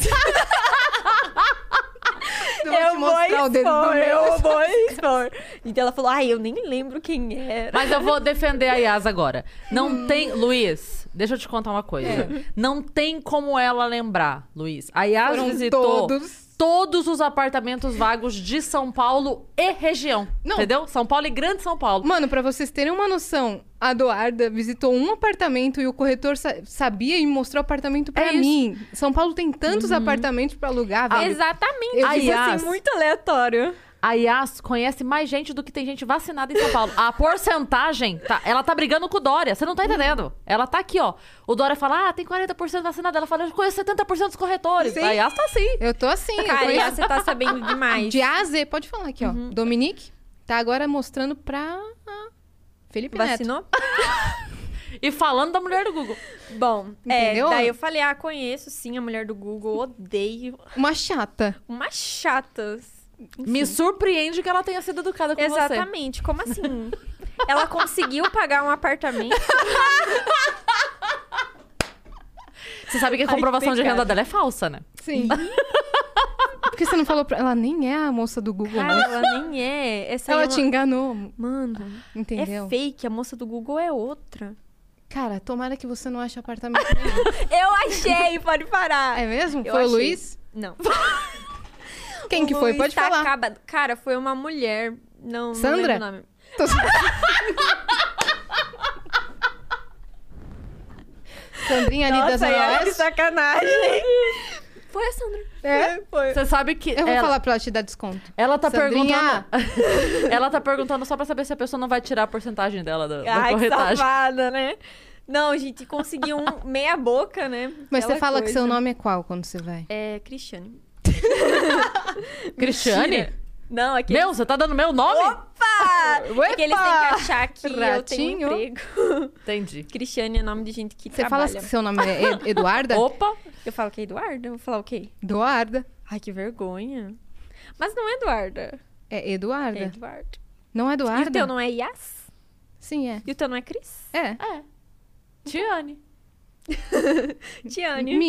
Eu vou te mostrar o dedo do meio. eu vou expor. Então ela falou, eu nem lembro quem era. Mas eu vou defender a Yas agora. Não tem... Luiz, deixa eu te contar uma coisa. Não tem como ela lembrar, Luiz. A Yas Foram visitou todos os apartamentos vagos de São Paulo e região. Não. Entendeu? São Paulo e Grande São Paulo. Mano, pra vocês terem uma noção, a Eduarda visitou um apartamento e o corretor sabia e mostrou apartamento pra mim. São Paulo tem tantos apartamentos pra alugar, velho. Exatamente. Eu Tipo Yas- assim, muito aleatório. A Yas conhece mais gente do que tem gente vacinada em São Paulo. A porcentagem, ela tá brigando com o Dória. Você não tá entendendo. Ela tá aqui, ó. O Dória fala, tem 40% vacinado. Ela fala, eu conheço 70% dos corretores. Sim. A Yas tá assim. Eu tô assim, eu Cara, conheço. você tá sabendo demais. De A a Z, pode falar aqui, ó. Dominique tá agora mostrando pra Felipe Neto. Vacinou? E falando da mulher do Google. Bom, Entendeu? daí eu falei, conheço sim a mulher do Google, odeio. Uma chata. Umas chatas. Me surpreende que ela tenha sido educada com você. Exatamente, como assim? Ela conseguiu pagar um apartamento? Você sabe que a comprovação de renda dela é falsa, né? Sim. Por que você não falou pra ela? Nem é a moça do Google, Cara, né? ela nem é. Essa Ela aí é te enganou, Mano, entendeu? é fake, a moça do Google é outra. Cara, tomara que você não ache apartamento nenhum. Eu achei, pode parar. É mesmo? Eu Foi o achei. Luiz? Não. Quem que foi? Luiz Pode tá falar. acabado. Cara, foi uma mulher. Não Sandra? lembro o nome. Tô- Sandrinha ali da Zona que Oeste? sacanagem. Foi a Sandra. É? Foi. Você sabe que Eu vou falar pra ela te dar desconto. ela tá Sandrinha. perguntando... ela tá perguntando só pra saber se a pessoa não vai tirar a porcentagem dela da Ai, que corretagem. safada, né? Não, gente, consegui meia boca, né? Mas você Aquela fala que coisa. seu nome é qual quando você vai? É Cristiane. Cristiane? Mentira. Não, é que Meu, você tá dando meu nome? Opa! É que eles têm que achar que eu tenho Ratinho. um emprego. Entendi. Cristiane é nome de gente que Você fala trabalha. que seu nome é Eduarda? Opa! Eu falo que é Eduarda? Eu vou falar o quê? Eduarda. Ai, que vergonha. Mas não é Eduarda. É Eduarda. É Eduardo. Não é E Eduarda? o teu não é Yas? Sim, é. E o teu não é Cris? É. Tiane. Tiane.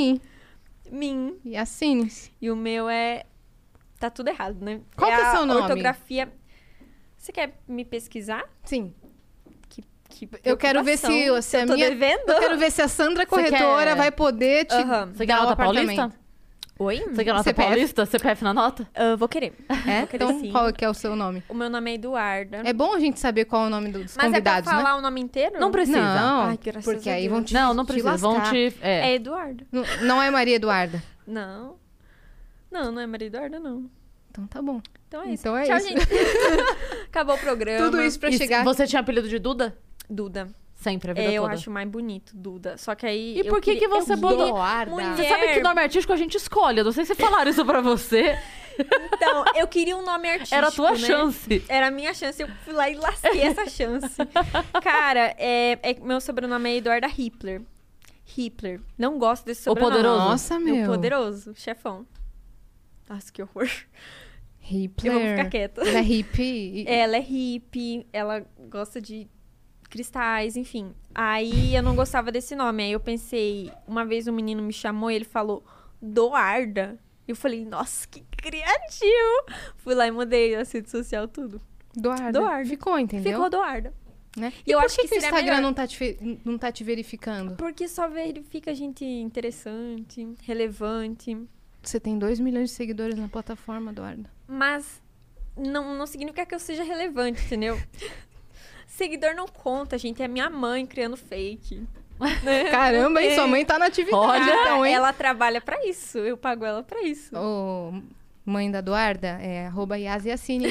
Min. Min. E Assines. E o meu é... Tá tudo errado, né? Qual que é a seu nome? ortografia... Você quer me pesquisar? Sim. Que Eu quero ver se preocupação. a Eu tô minha... devendo? Eu quero ver se a Sandra Você corretora quer- vai poder te Aham. Você quer dar o nota apartamento. paulista? Oi? Você quer nota CPF? paulista? CPF na nota? Vou querer. É? Vou querer Então, sim. qual que é o seu nome? O meu nome é Eduarda. É bom a gente saber qual é o nome dos Mas convidados, é pra falar né? o nome inteiro? Não precisa. Não, Ai, graças porque a aí Deus. vão te Não te precisa. Vão lascar. te... É Eduardo. Não é Maria Eduarda. Não. Não é Maria Eduarda, não. Então tá bom. Então é isso. Então é Tchau, isso. gente. Acabou o programa. Tudo isso pra E chegar... Você tinha apelido de Duda? Duda. Sempre, a vida Eu toda. acho mais bonito, Duda. Só que aí. E por que que você botou- Eduarda? Mulher. Você sabe que nome artístico a gente escolhe. Eu não sei se falaram isso pra você. Então, eu queria um nome artístico. Era a tua né? chance. Era a minha chance. Eu fui lá e lasquei essa chance. Cara, meu sobrenome é Eduarda Hitler. Hitler. Não gosto desse O sobrenome. poderoso. Nossa, O meu. poderoso, chefão. Nossa, que horror. Hitler. Eu vou ficar quieta. Ela é hippie. Ela é hippie, ela gosta de cristais, enfim. Aí eu não gostava desse nome. Aí eu pensei, uma vez um menino me chamou e ele falou Doarda. E eu falei, nossa, que criativo. Fui lá e mudei a rede social, tudo. Eduarda. Ficou, entendeu? Ficou Doarda. Né? E eu por acho que que o seria Instagram melhor. não tá te verificando? Porque só verifica gente interessante, relevante. Você tem 2 milhões de seguidores na plataforma, Eduarda. Mas não significa que eu seja relevante, entendeu? Seguidor não conta, gente. É minha mãe criando fake. Caramba, hein? Sua mãe tá na atividade, Olha, então, hein? Ela trabalha pra isso. Eu pago ela pra isso. Ô, mãe da Eduarda, é @Yasiassine.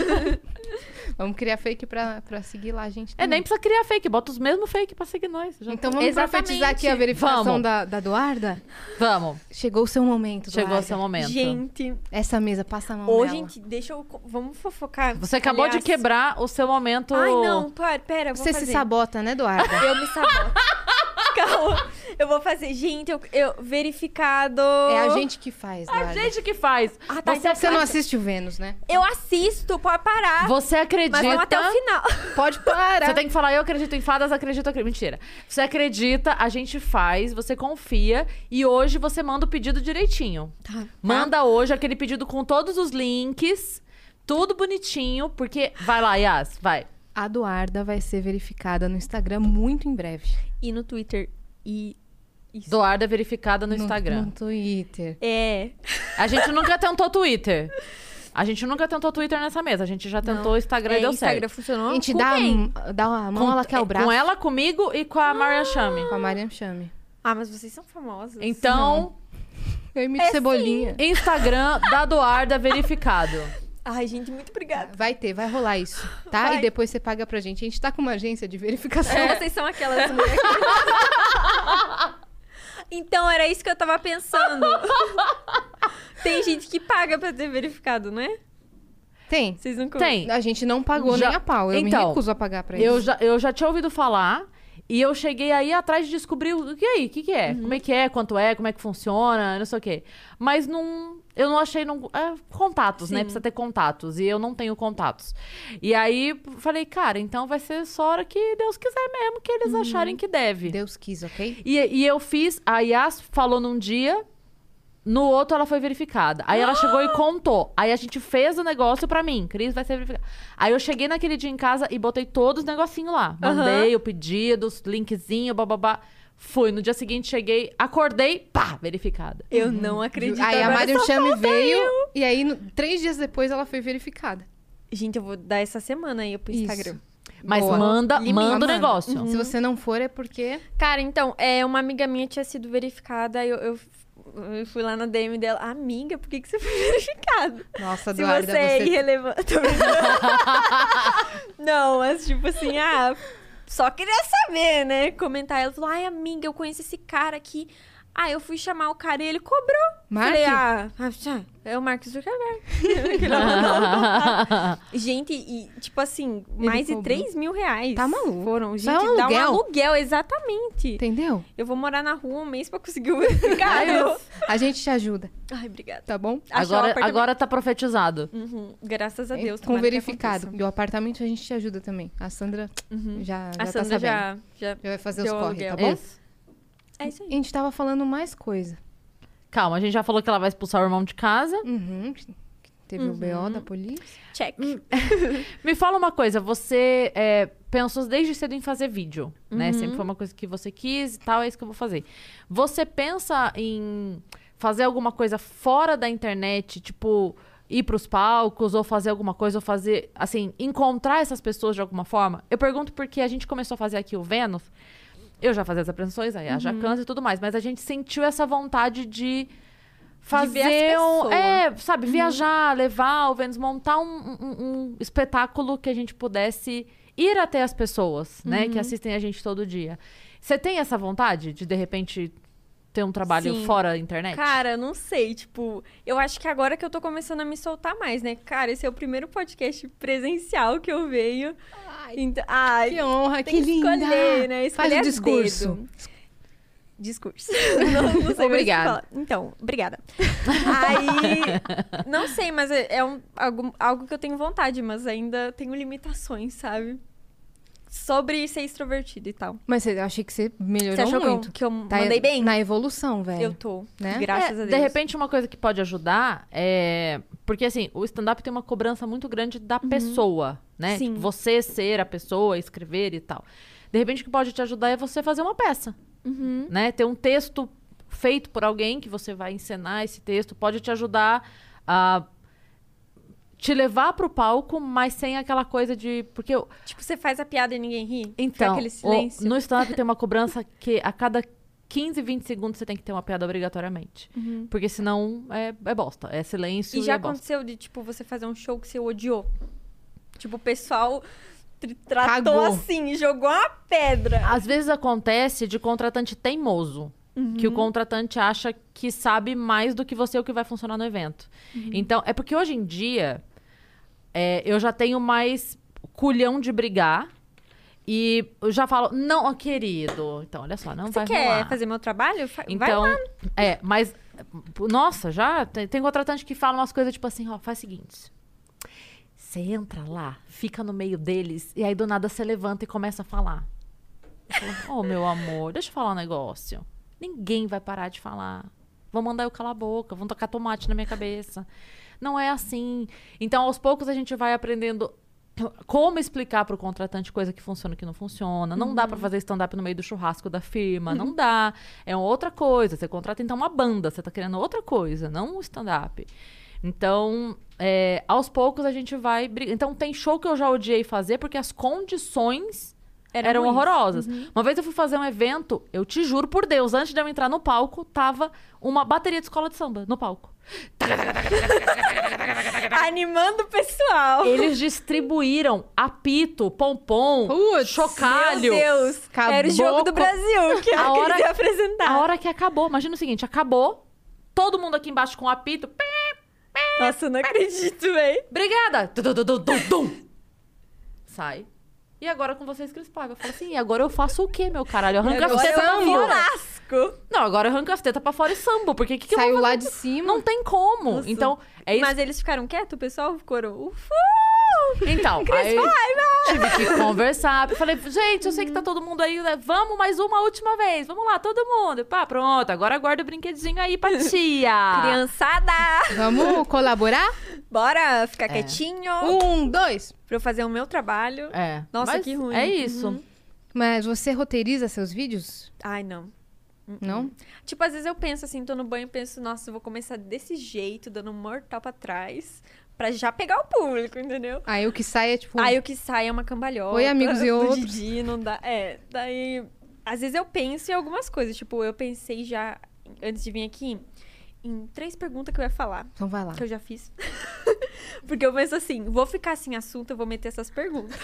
Vamos criar fake pra seguir lá, gente. É, nem precisa criar fake. Bota os mesmos fake pra seguir nós. Já Então tá. vamos Exatamente. profetizar aqui a verificação Vamos. da Eduarda? Vamos. Chegou o seu momento, Chegou Eduarda. o seu momento. Gente, Essa mesa, passa a mão ô, nela. gente, deixa eu... Vamos fofocar. Você acabou Aliás- de quebrar o seu momento... Ai, não, pera, eu vou Você fazer. se sabota, né, Eduarda? Eu me saboto. Calma. Eu vou fazer. Gente, eu verificado. É a gente que faz, A Eduarda. gente que faz. Ah, tá, Você, então Você não assiste o Vênus, né? Eu assisto, pode parar. você acredita... Mas não até o final. Pode parar. Você tem que falar, eu acredito em fadas, acredito. Mentira. Você acredita, a gente faz, você confia e hoje você manda o pedido direitinho. Tá. Manda hoje aquele pedido com todos os links, tudo bonitinho, porque... Vai lá, Yas, vai. A Eduarda vai ser verificada no Instagram muito em breve. E no Twitter E isso. Doarda verificada no Instagram. No Twitter. É. A gente nunca tentou Twitter. A gente nunca tentou Twitter nessa mesa. A gente já tentou Instagram e deu Instagram certo. funcionou. A gente com dá quem? a mão, ela quer o braço. Com ela, comigo e com a Mariam Chame. Com a Mariam Chame. Ah, mas vocês são famosos. Então, Eu imito Cebolinha. Instagram da Doarda verificado. Ai, gente, muito obrigada. Vai rolar isso, tá? Vai. E depois você paga pra gente. A gente tá com uma agência de verificação. Vocês são aquelas mulheres. Então, era isso que eu tava pensando. Tem gente que paga pra ter verificado, não é? Tem. Vocês não Tem. A gente não pagou Já- nem a pau. Eu Então, me recuso a pagar pra isso. Eu já tinha ouvido falar e eu cheguei aí atrás de descobrir o que é, como é, quanto é, como é que funciona, não sei o quê. Mas eu não achei contatos, né? Precisa ter contatos e eu não tenho contatos. E aí falei, cara, então vai ser só a hora que Deus quiser mesmo, que eles acharem que deve. Deus quis, ok? E eu fiz, a Yas falou num dia, no outro ela foi verificada. Aí ela chegou e contou. Aí a gente fez o negócio pra mim. Cris vai ser verificada. Aí eu cheguei naquele dia em casa e botei todos os negocinhos lá. Mandei o pedido, os linkzinho, bababá. Fui. No dia seguinte cheguei, acordei, pá, verificada. Eu não acredito. Aí a agora Mariam só Chame falta veio eu. e aí 3 dias depois ela foi verificada. Gente, eu vou dar essa semana aí pro Instagram. Mas Boa. manda Manda. o negócio. Se você não for é porque... Cara, então, uma amiga minha tinha sido verificada, eu fui lá na DM dela. Amiga, por que você foi verificada? Nossa, Se Eduarda, você é irrelevante. Tô brincando. Não, mas tipo assim, só queria saber, né? Comentar. Ela falou, ai, amiga, eu conheço esse cara aqui. Ah, eu fui chamar o cara e ele cobrou. Mark? Falei, é o Mark Zuckerberg. Gente, e tipo assim, mais de cobrou. 3 mil reais. Tá maluco. Foram. Isso Gente, é um dá aluguel. um aluguel, exatamente. Entendeu? Eu vou morar na rua um mês pra conseguir o verificado. A gente te ajuda, Ai, obrigada. tá bom? Achar o apartamento. Agora tá profetizado. Graças a Deus. Com tomara que verificado. aconteça. E o apartamento a gente te ajuda também. A Sandra já A tá Sandra sabendo. já Já vai fazer os deu corre, aluguel. tá bom? Isso. É isso aí. A gente tava falando mais coisa. Calma, a gente já falou que ela vai expulsar o irmão de casa. Teve o BO da polícia. Check. Me fala uma coisa, você pensou desde cedo em fazer vídeo, né? Sempre foi uma coisa que você quis e tal, é isso que eu vou fazer. Você pensa em fazer alguma coisa fora da internet, tipo, ir pros palcos, ou fazer alguma coisa, ou fazer, assim, encontrar essas pessoas de alguma forma? Eu pergunto porque a gente começou a fazer aqui o Vênus, eu já fazia as apresentações, aí a Jacans e tudo mais, mas a gente sentiu essa vontade de fazer ver as pessoas. sabe, viajar, levar o Vênus, montar um espetáculo que a gente pudesse ir até as pessoas, né, que assistem a gente todo dia. Você tem essa vontade de repente, ter um trabalho Sim. fora da internet? Cara, não sei, tipo, eu acho que agora que eu tô começando a me soltar mais, né? Cara, esse é o primeiro podcast presencial que eu venho. Então, Que honra, tem que linda! escolher, né? Faz Escolher o discurso. dedo. Discurso. não sei mais o que Obrigada. falar. Então, obrigada. Aí, não sei, mas é algo que eu tenho vontade, mas ainda tenho limitações, sabe? Sobre ser extrovertido e tal. Mas eu achei que você melhorou Você achou muito. que eu Tá mandei bem? Na evolução, velho. Eu tô, Né? graças a Deus. De repente, uma coisa que pode ajudar é... Porque, assim, o stand-up tem uma cobrança muito grande da pessoa, né? Sim. Tipo, você ser a pessoa, escrever e tal. De repente, o que pode te ajudar é você fazer uma peça, né? Ter um texto feito por alguém que você vai encenar esse texto. Pode te ajudar a te levar pro palco, mas sem aquela coisa de... Porque Tipo, você faz a piada e ninguém ri? Fica então, aquele silêncio. no stand-up tem uma cobrança que a cada 15, 20 segundos você tem que ter uma piada obrigatoriamente. Porque senão é bosta. É silêncio E já é bosta. aconteceu de, tipo, você fazer um show que você odiou? Tipo, o pessoal tratou Cagou. assim, jogou uma pedra. Às vezes acontece de contratante teimoso. Que o contratante acha que sabe mais do que você o que vai funcionar no evento. Então, é porque hoje em dia eu já tenho mais culhão de brigar. E eu já falo, não, ó, querido. Então, olha só, não Você vai quer rolar. fazer meu trabalho? Vai Então, lá. mas, nossa, já tem contratante que fala umas coisas tipo assim, ó, faz o seguinte. Você entra lá, fica no meio deles, e aí do nada você levanta e começa a falar. Eu falo, meu amor, deixa eu falar um negócio. Ninguém vai parar de falar. Vão mandar eu calar a boca, vão tocar tomate na minha cabeça. Não é assim. Então, aos poucos, a gente vai aprendendo como explicar pro contratante coisa que funciona e que não funciona. Não dá pra fazer stand-up no meio do churrasco da firma. Não dá. É outra coisa. Você contrata, então, uma banda. Você tá querendo outra coisa, não um stand-up. Então, aos poucos a gente vai... Então, tem show que eu já odiei fazer porque as condições eram ruins. horrorosas. Uma vez eu fui fazer um evento, eu te juro por Deus, antes de eu entrar no palco, tava uma bateria de escola de samba no palco. Animando o pessoal. Eles distribuíram apito, pompom, chocalho. Meu Deus. Era o jogo do Brasil que A hora- eles iam apresentar. A hora que acabou, imagina o seguinte, acabou, todo mundo aqui embaixo com apito. Nossa, eu não acredito, véi. Obrigada! Sai. E agora com vocês que eles pagam. Eu falo assim, e agora eu faço o quê, meu caralho? Eu arranco as Agora tetas pra eu fora. lasco. Não, agora eu arranco as tetas pra fora e sambo. Porque que eu Saiu vou lá fazer? de cima. Não tem como. Nossa. Então, é isso. Mas eles ficaram quietos? O pessoal ficou... Então, aí tive que conversar. Eu falei, gente, eu sei que tá todo mundo aí, né? Vamos mais uma última vez. Vamos lá, todo mundo. Pá, pronto. Agora guarda o brinquedinho aí pra tia. Criançada! Vamos colaborar? Bora ficar quietinho. 1, 2. Pra eu fazer o meu trabalho. É. Nossa, Mas que ruim. É isso. Mas você roteiriza seus vídeos? Ai, não. Não? Tipo, às vezes eu penso assim, tô no banho e penso, nossa, eu vou começar desse jeito, dando um mortal pra trás, pra já pegar o público, entendeu? Aí o que sai é tipo... Aí o que sai é uma cambalhota. Oi, amigos e do outros. Didi, não dá. Daí... Às vezes eu penso em algumas coisas. Tipo, eu pensei já, antes de vir aqui, em 3 perguntas que eu ia falar. Então vai lá. Que eu já fiz. Porque eu penso assim, vou ficar sem assunto, eu vou meter essas perguntas.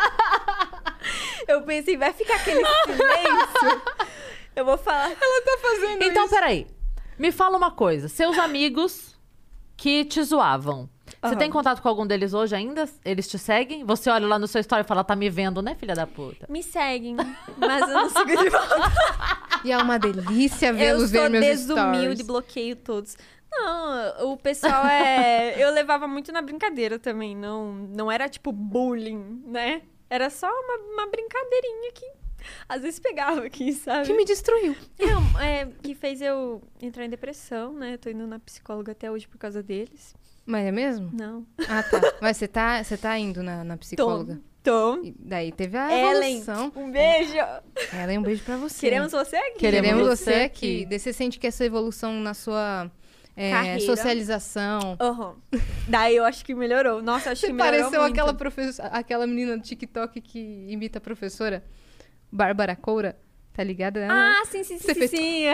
Eu pensei, vai ficar aquele silêncio. Eu vou falar. Ela tá fazendo Então, isso. peraí. Me fala uma coisa. Seus amigos que te zoavam. Você tem contato com algum deles hoje ainda? Eles te seguem? Você olha lá no seu story e fala, tá me vendo, né, filha da puta? Me seguem, mas eu não sigo de volta. E é uma delícia Eu vê-los ver sou meus desumilde, stories. bloqueio todos. Não, o pessoal eu levava muito na brincadeira também. Não era tipo bullying, né? Era só uma brincadeirinha que às vezes pegava aqui, sabe? Que me destruiu. Que fez eu entrar em depressão, né? Tô indo na psicóloga até hoje por causa deles. Mas é mesmo? Não. Ah, tá. Mas você tá indo na psicóloga? Tô. E daí teve a Ellen, evolução. um beijo. Ellen, um beijo pra você. Queremos você aqui. Queremos você você aqui. aqui. Daí você sente que essa evolução na sua Carreira. socialização... Uhum. Daí eu acho que melhorou. Nossa, acho que Você melhorou pareceu muito. aquela menina do TikTok que imita a professora, Bárbara Coura, tá ligada? Ah, sim, sim, Você sim, fez- sim.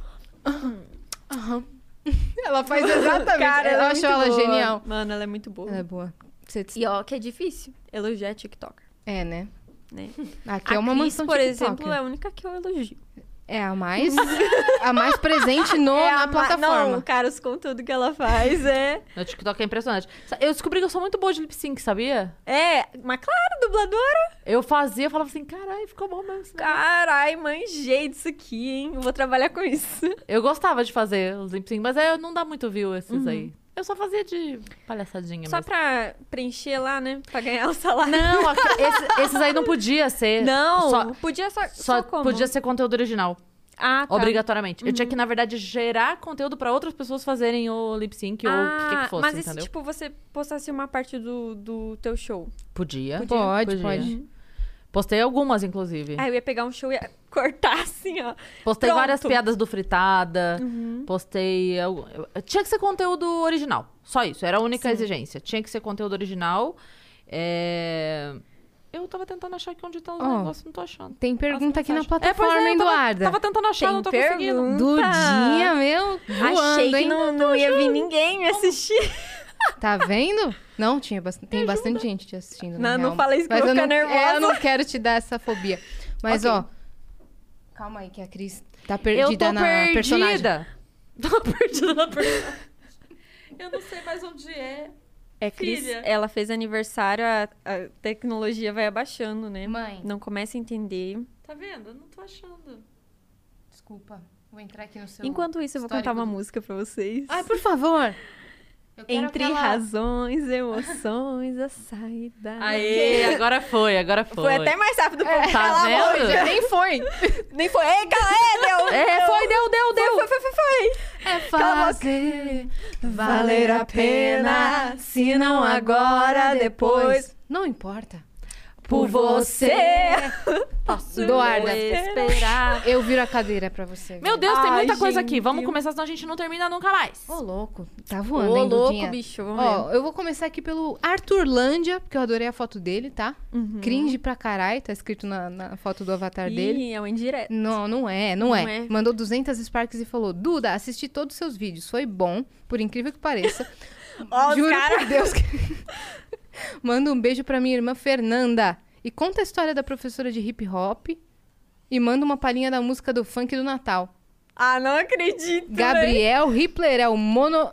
Ela faz exatamente. Cara, eu ela é acho muito ela boa. genial. Mano, ela é muito boa. Ela é boa. E ó, que é difícil elogiar TikToker, É, né? né? Aqui A é uma Cris, mansão por TikToker. exemplo, é a única que eu elogio. É a mais presente na plataforma. Não, cara, os conteúdos que ela faz No TikTok é impressionante. Eu descobri que eu sou muito boa de lip sync, sabia? Mas claro, dubladora. Eu falava assim, caralho, ficou bom mesmo. Carai, manjei disso aqui, hein? Eu vou trabalhar com isso. Eu gostava de fazer os lip sync, mas não dá muito view esses aí. Eu só fazia de palhaçadinha Só mesmo. pra preencher lá, né? Pra ganhar o salário. Não, esses aí não podia ser. Não, Só podia só como? podia ser conteúdo original. Ah, tá. Obrigatoriamente. Eu tinha que, na verdade, gerar conteúdo pra outras pessoas fazerem o lip sync ou o que fosse, mas e entendeu? se, tipo, você postasse uma parte do teu show? Podia. Pode. Postei algumas, inclusive. Aí eu ia pegar um show e ia cortar assim, ó. Postei Pronto. várias piadas do Fritada. Postei... Tinha que ser conteúdo original. Só isso. Era a única exigência. Tinha que ser conteúdo original. Eu tava tentando achar aqui onde tá os negócios. Não tô achando. Tem pergunta aqui na Pois plataforma, é, hein, Eduarda? Tava tentando achar, Tem não tô conseguindo. Dudinha, meu, voando, Achei que hein? não ia vir ninguém me assistir. Tá vendo? Não, tem bastante gente te assistindo, na Não real. fala isso que Mas eu vou não, ficar nervosa. eu não quero te dar essa fobia. Mas, ó... Calma aí, que a Cris tá Eu perdida tô na personagem. perdida. Tô perdida na personagem. Eu não sei mais onde é. Cris, Filha. ela fez aniversário, a tecnologia vai abaixando, né? Mãe. Não começa a entender. Tá vendo? Eu não tô achando. Desculpa, vou entrar aqui no seu... Enquanto isso, eu vou cantar uma música pra vocês. Ai, por favor. Eu quero Entre aquela- razões, emoções, a saída. Aê, agora foi. Foi até mais rápido pra Tá calar a boca. vendo? Já nem foi. Nem foi. Ei, cala, deu. Deu. Foi. É fazer Valer a pena, se não agora, depois. Não importa. Por você. Posso Eduarda, esperar. Eu viro a cadeira pra você. Meu Deus, tem Ai, muita coisa aqui. gente. Vamos começar, senão a gente não termina nunca mais. Ô, louco. Tá voando, Ô, hein, louco, Dudinha? bicho. Ó, eu vou começar aqui pelo Arthurlândia, porque eu adorei a foto dele, tá? Cringe pra caralho, tá escrito na foto do avatar dele. Ih, é um indireto. Não é. Mandou 200 Sparks e falou: Duda, assisti todos os seus vídeos, foi bom, por incrível que pareça. Ó, os Juro cara. por Deus que... Manda um beijo pra minha irmã Fernanda. E conta a história da professora de hip hop. E manda uma palhinha da música do funk do Natal. Ah, não acredito, velho. Gabriel Hitler é o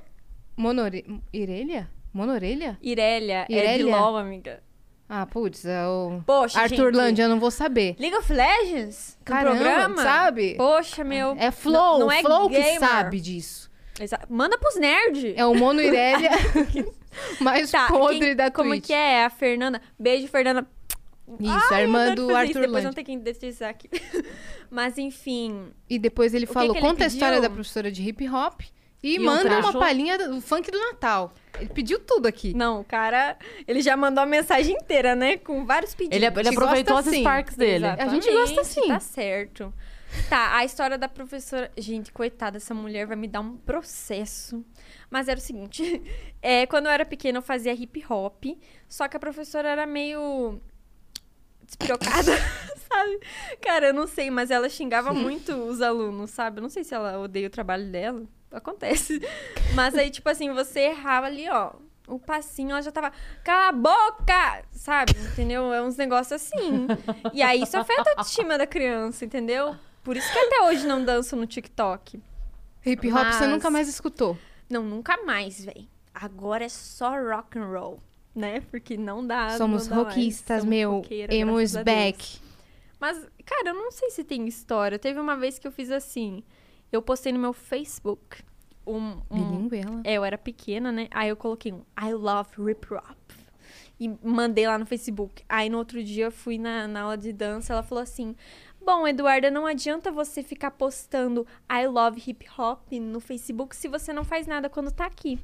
Irelia? Monorelha? Irélia, é de Irélia? LOL, amiga. Ah, putz, é o... Poxa, Arthurlândia, eu não vou saber. League of Legends? Caramba, programa? sabe? Poxa, meu. É Flow, não é Flow que gamer. sabe disso. Manda pros nerds. É o Mono Irélia mais podre da Twitch. Como que é? A Fernanda. Beijo, Fernanda. Isso, a irmã do Depois Arthurlândia. não tem que deslizar aqui. Mas, enfim. E depois ele falou, que ele conta a história pediu? da professora de hip hop e um manda uma trecho? palhinha do funk do Natal. Ele pediu tudo aqui. Não, o cara, ele já mandou a mensagem inteira, né? Com vários pedidos. Ele aproveitou gosta as assim. Sparks dele. A gente gosta assim. Tá certo. Tá, a história da professora... Gente, coitada, essa mulher vai me dar um processo. Mas era o seguinte. Quando eu era pequena, eu fazia hip hop. Só que a professora era meio... despirocada, sabe? Cara, eu não sei, mas ela xingava muito os alunos, sabe? Eu não sei se ela odeia o trabalho dela. Acontece. Mas aí, tipo assim, você errava ali, ó. O passinho, ela já tava... Cala a boca! Sabe? Entendeu? É uns negócios assim. E aí, isso afeta a autoestima da criança, entendeu? Por isso que até hoje não danço no TikTok. Hip hop Mas- você nunca mais escutou. Não, nunca mais, véi. Agora é só rock and roll, né? Porque não dá. Somos não dá mais. Teve uma vez que eu fiz assim. Eu postei no meu Facebook Bilíngue ela. eu era pequena, né? Aí eu coloquei um I love hip hop. E mandei lá no Facebook. Aí no outro dia eu fui na aula de dança. Ela falou assim: bom, Eduarda, não adianta você ficar postando I love hip hop no Facebook se você não faz nada quando tá aqui.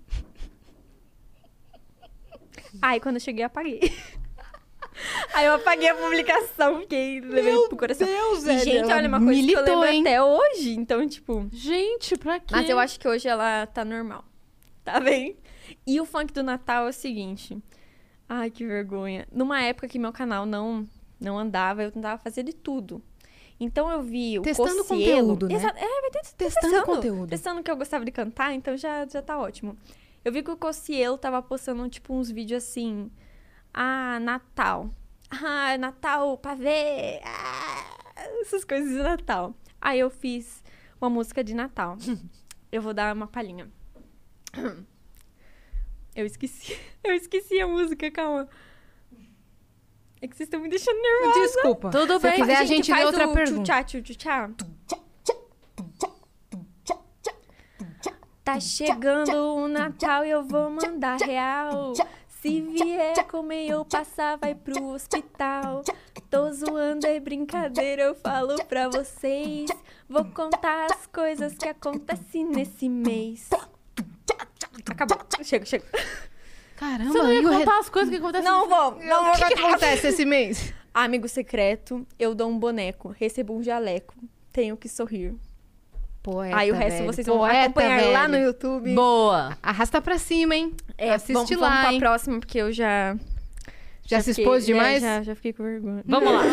Aí quando eu cheguei, eu apaguei. Aí eu apaguei a publicação, fiquei levando pro coração. Deus, E, velho, gente, ela olha, uma coisa que eu militou, lembro hein? até hoje. Então, tipo... Gente, pra quê? Mas eu acho que hoje ela tá normal. Tá bem? E o funk do Natal é o seguinte. Ai, que vergonha. Numa época que meu canal não andava, eu tentava fazer de tudo. Então eu vi o Testando Cossielo. conteúdo, né? Testando conteúdo. Testando que eu gostava de cantar, então já tá ótimo. Eu vi que o Cossielo tava postando, tipo, uns vídeos assim... Ah, Natal. Ah, Natal, pavê. Ah, essas coisas de Natal. Aí eu fiz uma música de Natal. Eu vou dar uma palhinha. Eu esqueci a música, calma. É que vocês estão me deixando nervosa. Desculpa. Tudo Se bem. quiser, a gente lê faz outra o pergunta. tchutchá. Tá chegando o Natal e eu vou mandar real. Se vier comer ou passar, vai pro hospital. Tô zoando, é brincadeira, eu falo pra vocês. Vou contar as coisas que acontecem nesse mês. Acabou. Chega. Caramba, Você não ia e o re- contar as coisas que acontecem? Não vou. O que acontece esse mês? Amigo secreto, eu dou um boneco, recebo um jaleco, tenho que sorrir. Poeta, Aí o resto velho. vocês vão Poeta, acompanhar lá no velho. YouTube. Boa. Arrasta pra cima, hein? Assiste vamos lá, pra hein? próxima, porque eu já Já se fiquei- expôs demais? Já fiquei com vergonha. Vamos lá.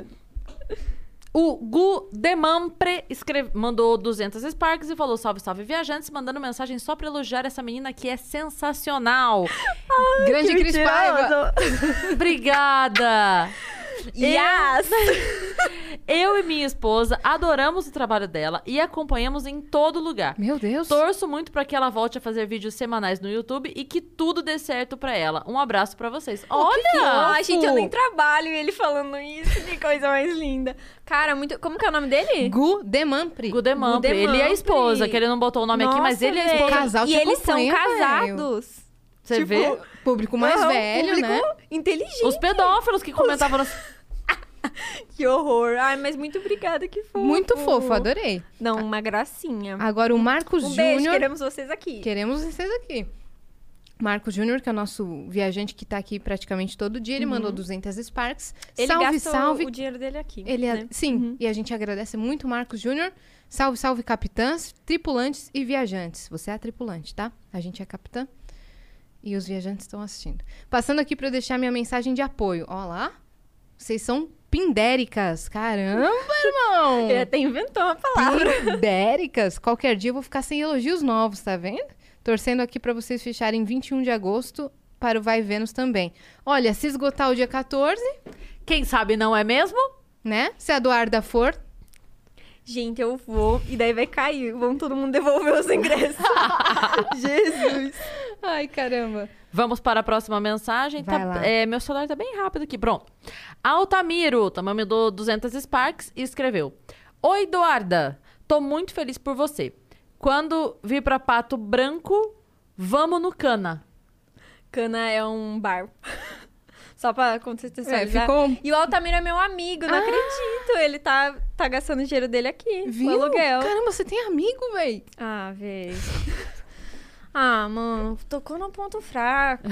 O Gu Demampre mandou 200 Sparks e falou: salve, salve, viajantes, mandando mensagem só pra elogiar essa menina que é sensacional. Grande Cris Paiva. Obrigada. Yes! Eu e minha esposa adoramos o trabalho dela e acompanhamos em todo lugar. Meu Deus. Torço muito pra que ela volte a fazer vídeos semanais no YouTube e que tudo dê certo pra ela. Um abraço pra vocês. Olha! Ai, gente, eu nem trabalho e ele falando isso. Que coisa mais linda. Cara, muito... Como que é o nome dele? Gu Demampri. Gu Demampre. Gu Ele e a Demampre. esposa, que ele não botou o nome aqui, mas Nossa, ele e a véi. esposa. Casal te E eles são acompanha, velho. casados. Você Tipo, vê? Público mais Aham, velho, público né? inteligente. Os pedófilos que comentavam nos... Que horror. Ai, mas muito obrigada, que fofo. Muito fofo, adorei. Não, uma gracinha. Agora o Marcos Um beijo, Júnior. queremos vocês aqui. Queremos vocês aqui. Marco Júnior, que é o nosso viajante que tá aqui praticamente todo dia, ele mandou 200 Sparks. Ele Salve, gastou salve. o dinheiro dele aqui. Sim, e a gente agradece muito, Marcos Júnior. Salve, salve, capitãs, tripulantes e viajantes. Você é a tripulante, tá? A gente é capitã e os viajantes estão assistindo. Passando aqui para eu deixar minha mensagem de apoio. Ó lá, vocês são pindéricas. Caramba, irmão! Ele até inventou uma palavra. Pindéricas. Qualquer dia eu vou ficar sem elogios novos, tá vendo? Torcendo aqui para vocês fecharem 21 de agosto para o Vai Vênus também. Olha, se esgotar o dia 14... Quem sabe não é mesmo? Né? Se a Eduarda for... Gente, eu vou e daí vai cair. Vamos todo mundo devolver os ingressos. Jesus. Ai, caramba. Vamos para a próxima mensagem. Vai lá. Meu celular tá bem rápido aqui. Pronto. Altamiro também me deu 200 Sparks e escreveu: Oi, Eduarda. Tô muito feliz por você. Quando vir pra Pato Branco, vamos no Cana. Cana é um bar. Só pra contextualizar. Ficou... E o Altamiro é meu amigo, não acredito. Ele tá gastando o dinheiro dele aqui. Viu? O aluguel. Caramba, você tem amigo, véi. Ah, véi. Ah, mano, tocou no ponto fraco.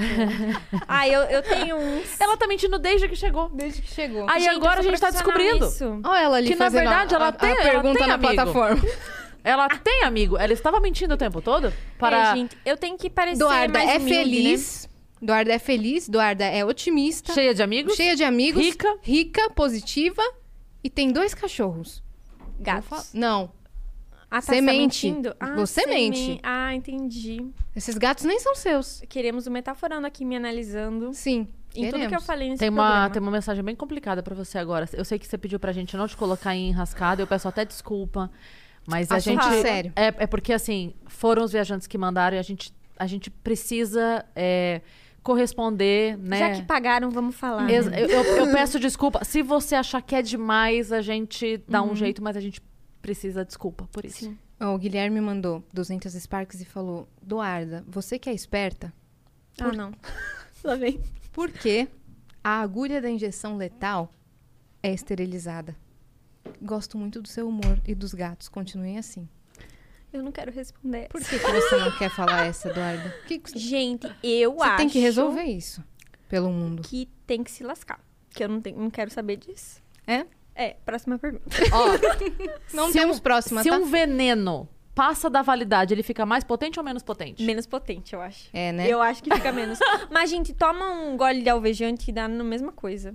Eu tenho uns... Ela tá mentindo desde que chegou. Desde que chegou. Aí Gente, agora a eu sou gente tá descobrindo. isso. Olha ela ali Que, na fazendo verdade, ela tem- ela pergunta tem na amigo. plataforma. Ela tem amigo. Ela estava mentindo o tempo todo? Para... Gente, eu tenho que parecer Duarda mais é humilde, feliz. Né? Duarda é feliz. Duarda é otimista. Cheia de amigos? Cheia de amigos. Rica. Rica, positiva. E tem 2 cachorros. Gatos. Não. Ah, Você mente. mentindo? Você mente. Ah, entendi. Esses gatos nem são seus. Queremos o Metaforando aqui me analisando. Sim. Em tudo que eu falei nesse Tem programa. uma mensagem bem complicada pra você agora. Eu sei que você pediu pra gente não te colocar em enrascada. Eu peço até desculpa. Mas a Assunto gente... sério. É porque, assim, foram os viajantes que mandaram e a gente precisa corresponder, né? Já que pagaram, vamos falar. Eu peço desculpa. Se você achar que é demais, a gente dá um jeito, mas a gente precisa desculpa por isso. Sim. Ó, o Guilherme mandou 200 Sparks e falou: Duarda, você que é esperta, Ah, não. Lá vem. por que a agulha da injeção letal é esterilizada? Gosto muito do seu humor e dos gatos. Continuem assim. Eu não quero responder. Por que você não quer falar essa, Eduarda? Gente, eu Você acho... tem que resolver isso pelo mundo. que tem que se lascar. Que eu não quero saber disso. É? É, próxima pergunta. Ó, Não se temos próxima, se tá? um veneno passa da validade, ele fica mais potente ou menos potente? Menos potente, eu acho. É, né? Eu acho que fica menos. Mas, gente, toma um gole de alvejante e dá na mesma coisa.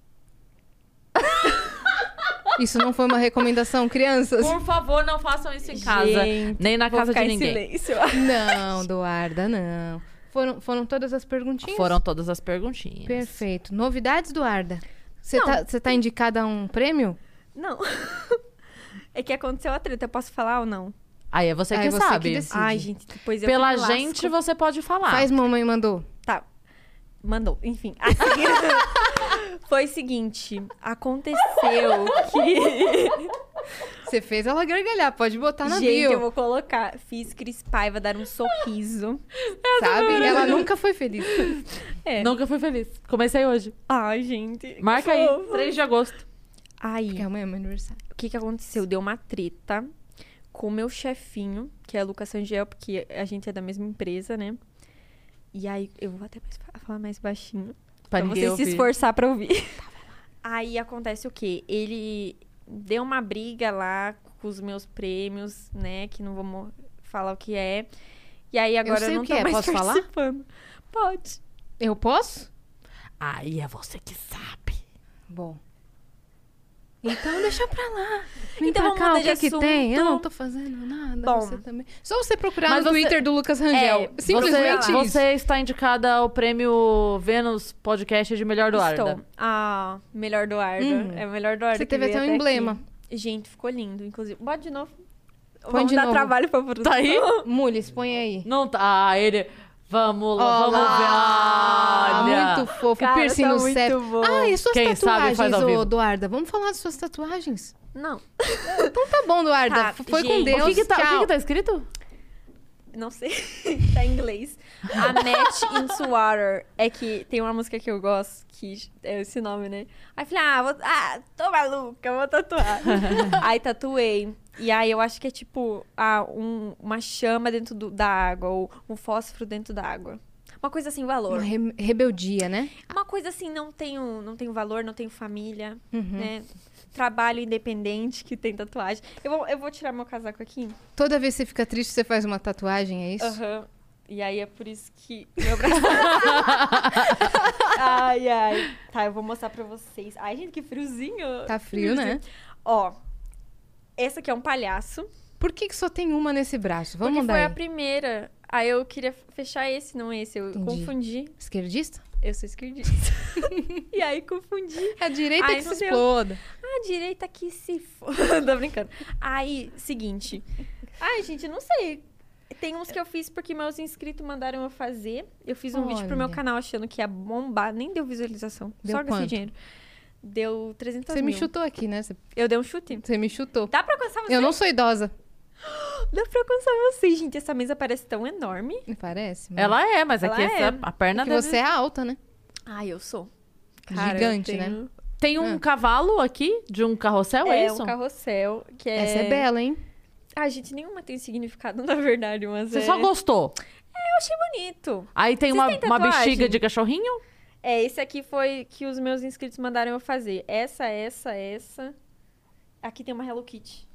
Isso não foi uma recomendação, crianças? Por favor, não façam isso em casa. Gente, Nem na vou casa ficar de em ninguém. silêncio. Não, Eduarda, não. Foram todas as perguntinhas? Foram todas as perguntinhas. Perfeito. Novidades, Eduarda? Não. Você tá indicada a um prêmio? Não. É que aconteceu a treta. Eu posso falar ou não? Aí é você Aí que você sabe. que decide. Ai, gente, depois eu Pela que me lasco. gente, você pode falar. Faz mamãe mandou. Tá. Mandou. Enfim. A seguir... Foi o seguinte. Aconteceu que... Você fez ela gargalhar, pode botar na Gente, bio. eu vou colocar. Fiz Cris Paiva dar um sorriso. Sabe? Ela nunca foi feliz. É. Nunca fui feliz. Comecei hoje. Ai, gente. Marca que aí, fofo. 3 de agosto. Aí, Porque amanhã é meu aniversário. o que aconteceu? Deu uma treta com o meu chefinho, que é Lucas Sangel, porque a gente é da mesma empresa, né? E aí, eu vou até falar mais baixinho. Pra Pra ninguém você ouvir. se esforçar pra ouvir. Aí acontece o quê? Ele deu uma briga lá com os meus prêmios, né? Que não vamos falar o que é. E aí agora eu, sei não o que tô é, mais posso falar? participando. Pode. Eu posso? Aí é você que sabe. Bom. Então deixa pra lá. Vem Então pra vamos cá, mudar o que de que tem? Eu assunto. não tô fazendo nada, Bom. você também. Só você procurar Mas no você- Twitter do Lucas Rangel. É, Simplesmente você, isso. você está indicada ao prêmio Vênus Podcast de Melhor do Arda. Estou. Ah, melhor do Arda. Uhum. É o melhor do Arda. Você que teve veio até um emblema. aqui. Gente, ficou lindo, inclusive. Bota de novo. Põe Vamos de dar novo. trabalho pra produção. Tá aí? Mules, põe aí. Não tá. Ah, ele. Vamos lá, Ó vamos ver. lá. Olha. Muito fofo. Cara, Piercing tá no muito cérebro. bom. Ah, e suas Quem sabe faz tatuagens, ao ô vivo. Eduarda? Vamos falar das suas tatuagens? Não. Então tá bom, Eduarda. Tá, Foi com gente. Deus. O que Tchau. que tá escrito? Não sei. Tá em inglês. A Match into Water. É que tem uma música que eu gosto, que é esse nome, né? Aí falei, tô maluca, vou tatuar. Aí tatuei. E aí eu acho que é tipo uma chama dentro da água, ou um fósforo dentro da água. Uma coisa sem valor. Uma rebeldia, né? Uma coisa assim, não tenho valor, não tenho família, né? Trabalho independente, que tem tatuagem. Eu vou tirar meu casaco aqui. Toda vez que você fica triste, você faz uma tatuagem, é isso? Aham. E aí é por isso que meu braço... Ai. Tá, eu vou mostrar pra vocês. Ai, gente, que friozinho. Tá frio, né? Ó, essa aqui é um palhaço. Por que só tem uma nesse braço? Vamos Porque mandar foi aí. a primeira. Aí eu queria fechar esse, não esse. Eu Entendi. confundi. Esquerdista? Eu sou esquerdista. E aí confundi. A direita Ai, que se não deu. exploda. A direita que se foda. Tô brincando. Aí, seguinte. Ai, gente, não sei. Tem uns que eu fiz porque meus inscritos mandaram eu fazer. Eu fiz um vídeo pro meu Olha. canal achando que ia bombar. Nem deu visualização. Deu Só gastei quanto? dinheiro. Deu 300 Você mil. me chutou aqui, né? Eu dei um chute. Você me chutou. Dá pra alcançar você? Eu não sou idosa. Dá pra alcançar você, gente. Essa mesa parece tão enorme. Parece. Mas... Ela é, mas Ela aqui é. a perna que deve... você é alta, né? Ai, eu sou. Gigante, eu né? tenho... Tem um cavalo aqui, de um carrossel, é isso? um carrossel, que é... Essa é bela, hein? Ai, gente, nenhuma tem significado, na verdade, mas Você só gostou. Eu achei bonito. Aí tem Vocês têm uma tatuagem? bexiga de cachorrinho. Esse aqui foi que os meus inscritos mandaram eu fazer. Essa. Aqui tem uma Hello Kitty.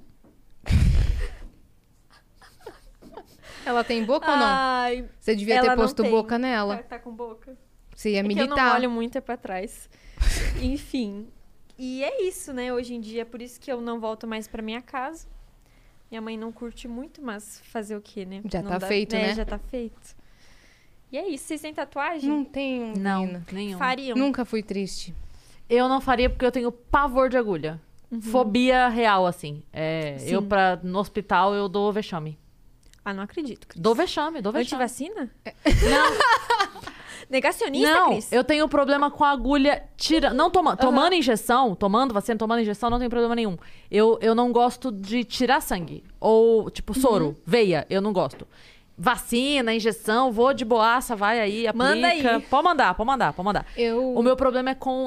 Ela tem boca ou não? Ai, Você devia ela ter não posto tem. boca nela. Tá com boca. Você ia É que eu não militar. olho muito pra trás. Enfim. E é isso, né? Hoje em dia, é por isso que eu não volto mais pra minha casa. Minha mãe não curte muito, mas fazer o quê, né? Já Não tá feito, né? Já tá feito. E é isso. Vocês têm tatuagem? Não tenho, Não, menina. nenhum. Fariam? Nunca fui triste. Eu não faria porque eu tenho pavor de agulha. Fobia real, assim. É, Sim. no hospital, eu dou vexame. Ah, não acredito, Cris. Dou vexame. Antivacina? Não, Negacionista, não, Cris? eu tenho problema com a agulha não tomando injeção, tomando vacina, tomando injeção, não tem problema nenhum. Eu não gosto de tirar sangue. Ou, tipo, soro, veia, eu não gosto. Vacina, injeção, vou de boaça, vai aí, aplica. Manda aí. Pode mandar. Eu... O meu problema é com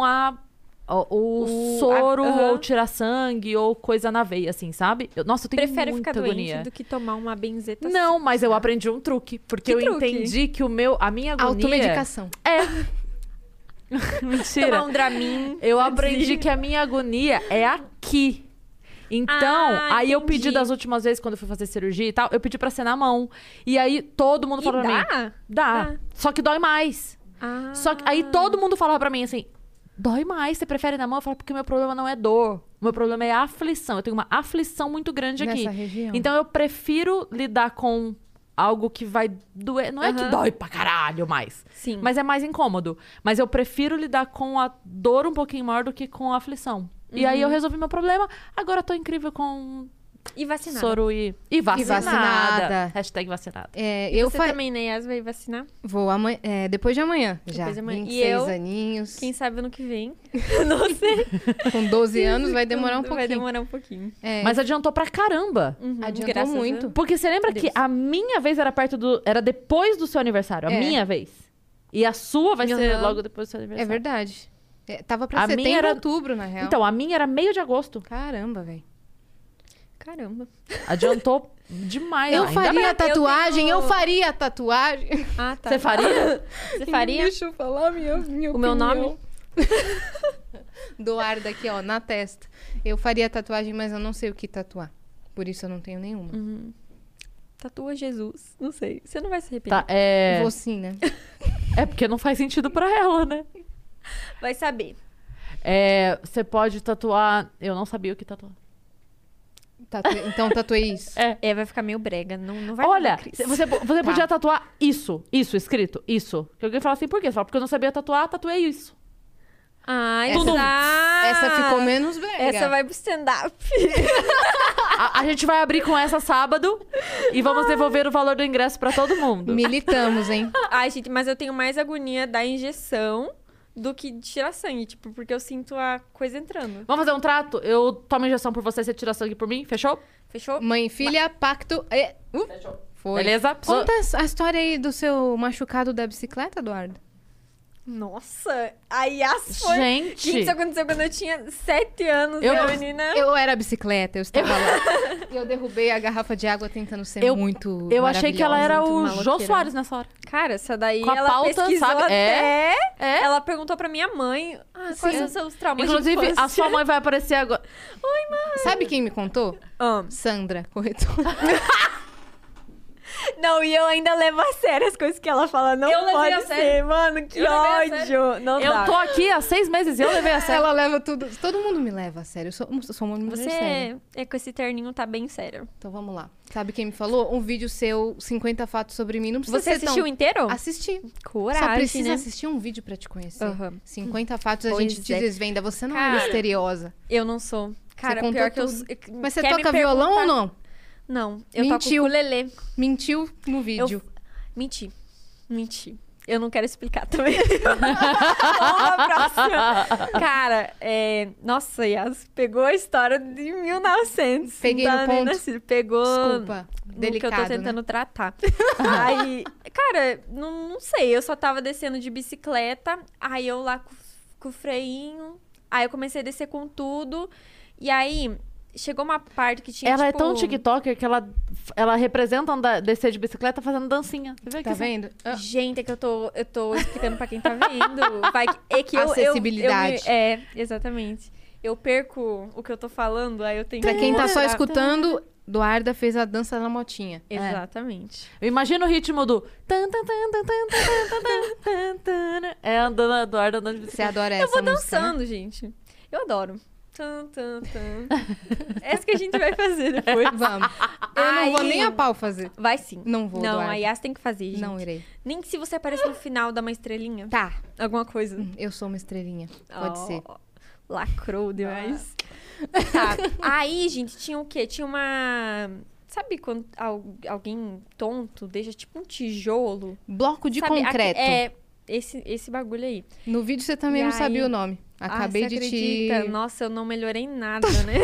o soro, aham. ou tirar sangue, ou coisa na veia, assim, sabe? Nossa, eu tenho Prefere muita ficar agonia. doente do que tomar uma benzeta? Não, mas eu aprendi um truque. Porque Que eu truque? entendi que a minha agonia... Automedicação. Mentira. Tomar um Dramin. Eu aprendi que a minha agonia é aqui. Então, Ah, aí eu pedi entendi. das últimas vezes, quando eu fui fazer cirurgia e tal, eu pedi pra ser na mão. E aí todo mundo E falou pra mim... dá? Dá. Dá. Só que dói mais. Ah. Só que aí todo mundo falava pra mim assim... Dói mais, você prefere na mão? Eu falo, porque o meu problema não é dor. O meu problema é a aflição. Eu tenho uma aflição muito grande aqui. Nessa região. Então eu prefiro lidar com algo que vai doer. Não é que Aham. dói pra caralho mais. Sim. Mas é mais incômodo. Mas eu prefiro lidar com a dor um pouquinho maior do que com a aflição. E aí eu resolvi meu problema. Agora eu tô incrível com E vacinada. soro e vacinada. vacinada. Hashtag vacinada. É, E eu você também, né, Yas, vai vacinar? vou amanhã, depois de amanhã. Depois Já, de amanhã. E 26 eu? aninhos. Quem sabe ano que vem. Não sei. Com 12 anos vai demorar um pouquinho. Vai demorar um pouquinho. É, Mas adiantou pra caramba. adiantou graças a muito. Porque você lembra Deus. que a minha vez era era depois do seu aniversário. A É. minha vez. E a sua vai ser Aham. logo depois do seu É aniversário. verdade. Tava pra A minha setembro, era- outubro, na real. Então, a minha era meio de agosto. Caramba, velho. Caramba. Adiantou demais. Eu Ainda faria bem. a tatuagem, eu tenho- faria a tatuagem. Ah, tá. Você faria? Você faria? Deixa eu falar minha O meu nome? Do ar daqui, ó, na testa. Eu faria a tatuagem, mas eu não sei o que tatuar. Por isso eu não tenho nenhuma. Tatua Jesus. Não sei. Você não vai se arrepender. Tá, é... Vou sim, né? É porque não faz sentido pra ela, né? Vai saber. É, você pode tatuar... Eu não sabia o que tatuar. Então tatuei isso. É, vai ficar meio brega. Não vai Olha, dar, Cris. você podia tatuar isso escrito, isso. Que alguém fala assim, por quê? Você fala, porque eu não sabia tatuar, tatuei isso. Ah, Essa ficou menos brega. Essa vai pro stand-up. A gente vai abrir com essa sábado e vamos devolver o valor do ingresso pra todo mundo. Militamos, hein? Ai, gente, mas eu tenho mais agonia da injeção do que de tirar sangue, tipo, porque eu sinto a coisa entrando. Vamos fazer um trato? Eu tomo injeção por você tira sangue por mim, fechou? Fechou? Mãe e filha, pacto. Foi. Beleza? Conta a história aí do seu machucado da bicicleta, Eduardo. Nossa, a Yas foi... Gente. Isso aconteceu quando eu tinha 7 anos, Eu- né, menina? Eu era a bicicleta, eu estava lá. E eu derrubei a garrafa de água tentando ser muito Eu achei que ela era muito o maloqueira. Jô Soares nessa hora. Cara, essa daí Com a ela pauta, pesquisou sabe? até... É. Ela perguntou pra minha mãe, quais são os seus traumas de Inclusive, infância? a sua mãe vai aparecer agora. Sabe quem me contou? Ah. Sandra, corretora. Não, e eu ainda levo a sério as coisas que ela fala. Não Eu levei pode a ser, sério. mano, que Eu levei a ódio. Não Eu dá. tô aqui há 6 meses e eu levei a sério. Ela leva tudo. Todo mundo me leva a sério. Eu sou uma mulher séria. Você com esse terninho tá bem sério. Então vamos lá. Sabe quem me falou? Um vídeo seu, 50 fatos sobre mim. Não precisa Você ser assistiu tão... inteiro? Assisti. Coragem, Só precisa né? assistir um vídeo pra te conhecer. Aham. 50 fatos a Pois gente te é. desvenda. Você não é Cara, misteriosa. Eu não sou. Cara, contou pior que eu... tudo. Mas você quer me toca violão ou perguntar- não? Não, eu Mentiu. toco ukulele. Mentiu no vídeo. Menti. Eu não quero explicar também. Vamos pra próxima. Cara, nossa, Yas, pegou a história de 1900. Peguei Não no tá nem ponto. nascido. Pegou Desculpa. no que eu Delicado, tô tentando né? tratar. Aí, cara, não sei. Eu só tava descendo de bicicleta. Aí eu lá com o freinho. Aí eu comecei a descer com tudo. E aí... Chegou uma parte que tinha, Ela tipo... é tão tiktoker que ela representa descer de bicicleta fazendo dancinha. Você vê Tá que vendo? Gente, é que eu tô explicando pra quem tá vendo. É que Acessibilidade. Exatamente. Eu perco o que eu tô falando, aí eu tenho Pra que quem tá só mostrar. escutando, Duarda fez a dança na motinha. Exatamente. Eu imagino o ritmo do... tan, tan, tan, tan, tan, tan, tan, tan, tan. É andando a Eduarda andando de Você bicicleta. adora Eu essa vou música, né? dançando, gente. Eu adoro. Tan, tan, tan. Essa que a gente vai fazer depois. Vamos. Eu não vou Aí- nem a pau fazer. Vai sim. Não vou, Não, Eduarda. a Yas tem que fazer, gente. Não irei. Nem que se você aparecer no final, dá uma estrelinha. Tá. Alguma coisa. Eu sou uma estrelinha. Pode ser. Lacrou demais. Tá. Aí, gente, tinha o quê? Tinha uma... Sabe quando alguém tonto deixa tipo um tijolo? Bloco de Sabe, concreto. esse bagulho aí. No vídeo você também E não aí- sabia o nome. Acabei você de acredita? te... Nossa, eu não melhorei em nada, né?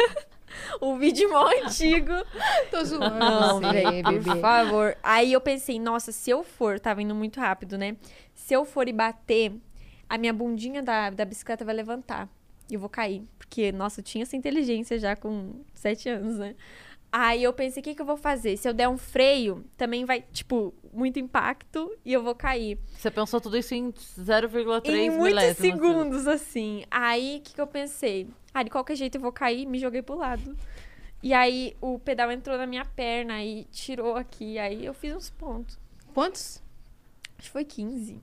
O vídeo mó antigo. Tô zoando. Não, você, velho, por bebê. favor. Aí eu pensei, nossa, se eu for... Tava indo muito rápido, né? Se eu for e bater, a minha bundinha da bicicleta vai levantar. E eu vou cair. Porque, nossa, eu tinha essa inteligência já com 7 anos, né? Aí eu pensei, o que eu vou fazer? Se eu der um freio, também vai, tipo, muito impacto e eu vou cair. Você pensou tudo isso em 0,3 Em muitos milésimos. segundos, assim. Aí, o que eu pensei? De qualquer jeito eu vou cair, me joguei pro lado. E aí, o pedal entrou na minha perna e tirou aqui. Aí, eu fiz uns pontos. Quantos? Acho que foi 15.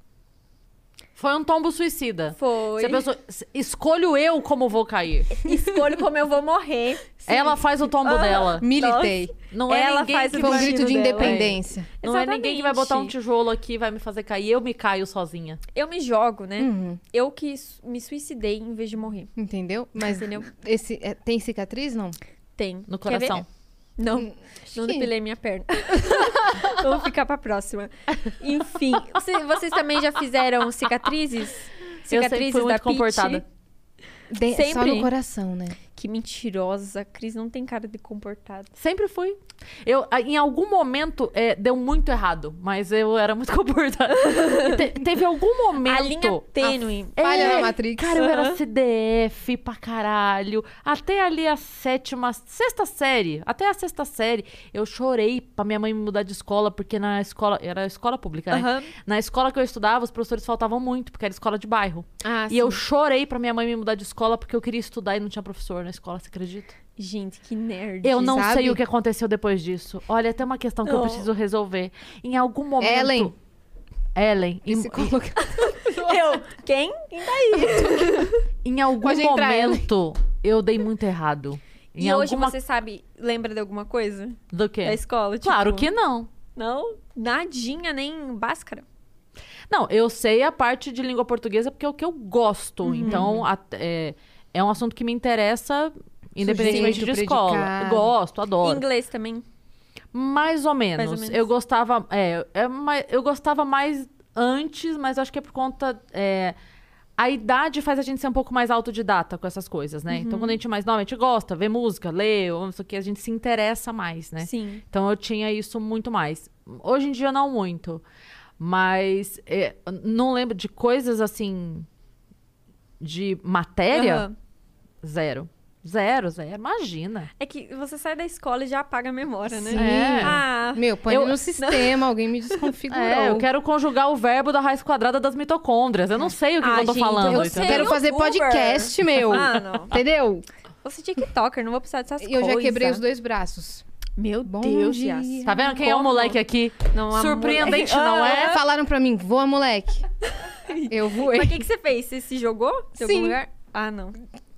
Foi um tombo suicida. Foi. Você pensou, escolho eu como vou cair. Escolho como eu vou morrer. Ela faz o tombo dela. Militei. Não é Ela ninguém faz que o Foi um vai... grito de dela, é. independência. Não é ninguém que vai botar um Exatamente. tijolo aqui e vai me fazer cair. Eu me caio sozinha. Eu me jogo, né? Uhum. Eu que me suicidei em vez de morrer. Entendeu? Mas Entendeu? tem cicatriz, não? Tem. No Quer ver? coração. Não. Não que- depilei minha perna. Vamos ficar pra próxima. Enfim, vocês também já fizeram cicatrizes? Eu sempre fui da muito Pitty? comportada. Só Sempre. no coração, né? Que mentirosa. A Cris não tem cara de comportada. Sempre fui. Em algum momento, deu muito errado. Mas eu era muito comportada. Teve algum momento... A linha tênue. Falha na Matrix. Cara, eu era CDF pra caralho. Até ali sexta série. Até a sexta série, eu chorei pra minha mãe me mudar de escola, porque na escola... Era escola pública, né? Aham. Na escola que eu estudava, os professores faltavam muito, porque era escola de bairro. Ah, E eu chorei pra minha mãe me mudar de escola, porque eu queria estudar e não tinha professor na escola, você acredita? Gente, que nerd. Eu não sabe? sei o que aconteceu depois disso. Olha, tem uma questão que eu Oh. preciso resolver. Em algum momento... Ellen. Em, Psicóloga. Eu? Quem? Quem tá aí? em algum Pode entrar, momento, eu dei muito errado. Em E hoje alguma... você sabe, lembra de alguma coisa? Do quê? Da escola? Claro tipo, que não. Não? Nadinha, nem báscara. Não, eu sei a parte de língua portuguesa porque é o que eu gosto. Uhum. Então, é um assunto que me interessa, independentemente Sujeito, de escola. predicado. Gosto, adoro. Inglês também. Mais ou menos. Mais ou menos. Eu gostava... eu gostava mais antes, mas eu acho que é por conta... a idade faz a gente ser um pouco mais autodidata com essas coisas, né? Então, quando a gente é mais nova, a gente gosta, vê música, lê, ou isso aqui, a gente se interessa mais, né? Sim. Então, eu tinha isso muito mais. Hoje em dia, não muito. Mas não lembro de coisas assim... De matéria? Zero. Zero. Imagina. É que você sai da escola e já apaga a memória, né? Sim. Meu, põe no sistema, alguém me desconfigurou. Eu quero conjugar o verbo da raiz quadrada das mitocôndrias. Eu não sei o que eu tô falando. Eu quero fazer podcast, meu. Não. Entendeu? Vou ser TikToker, não vou precisar dessas coisas. Eu já quebrei os 2 braços. Meu Bom Deus, dia. Yas. Tá vendo quem é o moleque aqui? Não, a Surpreendente, não é? Falaram pra mim, voa, moleque. Eu voei. Mas o que você fez? Você se jogou? Em algum lugar? Ah, não.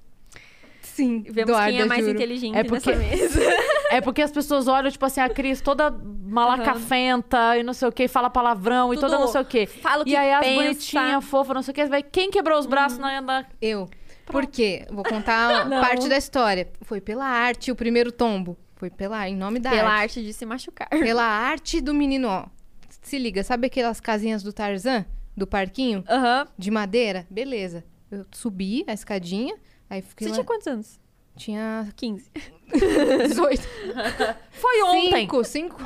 Sim, Vemos quem é mais juro. inteligente É porque- nessa mesa. É porque as pessoas olham, tipo assim, a Cris toda malacafenta e não sei o que, fala palavrão e Tudo toda não sei o que. fala o que E aí as pensa. bonitinhas, fofas, não sei o que, vai, quem quebrou os braços na... Eu. Por quê? Vou contar parte da história. Foi pela arte, o primeiro tombo. Foi em nome da Pela arte. arte de se machucar. Pela arte do menino, ó. Se liga, sabe aquelas casinhas do Tarzan? Do parquinho? Aham. De madeira? Beleza. Eu subi a escadinha, aí fiquei Você lá... tinha quantos anos? Tinha 15. 18. Foi ontem. 5.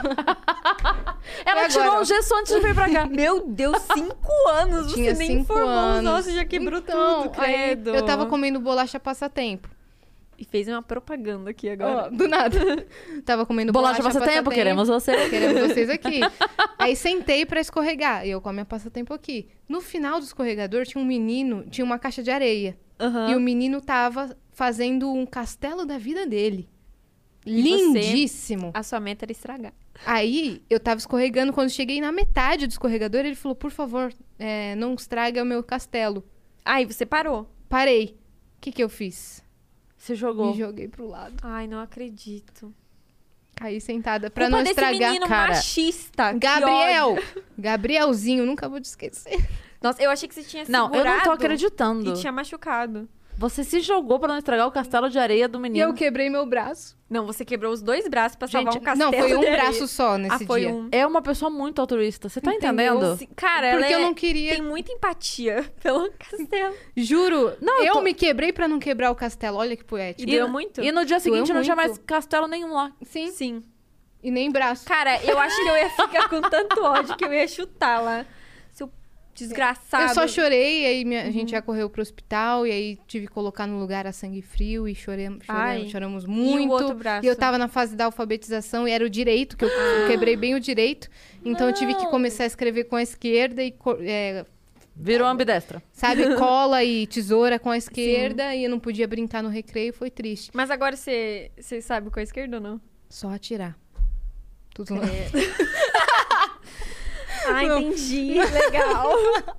Ela Foi tirou agora. um gesso antes de vir pra cá. Meu Deus, 5 anos! Tinha Você nem 5 informou. anos. Nossa, já quebrou Então, tudo, aí credo. eu tava comendo bolacha passatempo. E fez uma propaganda aqui agora. Ó, do nada. Tava comendo Bolacha bolacha passatempo, queremos você. Queremos vocês aqui. Aí sentei pra escorregar. E eu com a minha passatempo aqui. No final do escorregador tinha um menino, tinha uma caixa de areia. Aham. E o menino tava fazendo um castelo da vida dele. E Lindíssimo. A sua meta era estragar. Aí eu tava escorregando. Quando cheguei na metade do escorregador, ele falou: por favor, não estraga o meu castelo. Ai, você parou. Parei. O que eu fiz? Se jogou. Me joguei pro lado. Ai, não acredito. Caí sentada pra Culpa não desse estragar. menino cara. machista. que Gabriel! ódio. Gabrielzinho, nunca vou te esquecer. Nossa, eu achei que você tinha Não, segurado eu não tô acreditando. e tinha machucado. Você se jogou pra não estragar o castelo de areia do E menino. eu quebrei meu braço. Não, você quebrou os 2 braços pra salvar Gente, um castelo. Não, foi um de areia. braço só nesse foi dia. um. É uma pessoa muito altruísta. Você tá Entendeu? entendendo? Sim, cara, Porque ela eu não queria. tem muita empatia pelo castelo. Juro, Não, eu tô- me quebrei pra não quebrar o castelo. Olha que poético. E doeu muito? E no dia seguinte Doeu não tinha muito. mais castelo nenhum lá. Sim. Sim. E nem braço. Cara, eu acho que eu ia ficar com tanto ódio que eu ia chutar lá. Seu desgraçado. Eu só chorei, aí a gente já correu pro hospital, e aí tive que colocar no lugar a sangue frio, e Ai. choramos E o muito. outro braço? E eu tava na fase da alfabetização, e era o direito, que eu quebrei bem o direito. Então eu tive que começar a escrever com a esquerda e... Virou ambidestra. Sabe, cola e tesoura com a esquerda, e eu não podia brincar no recreio, foi triste. Mas agora você sabe com a esquerda ou não? Só atirar. Tudo lá. Ah, entendi. Legal.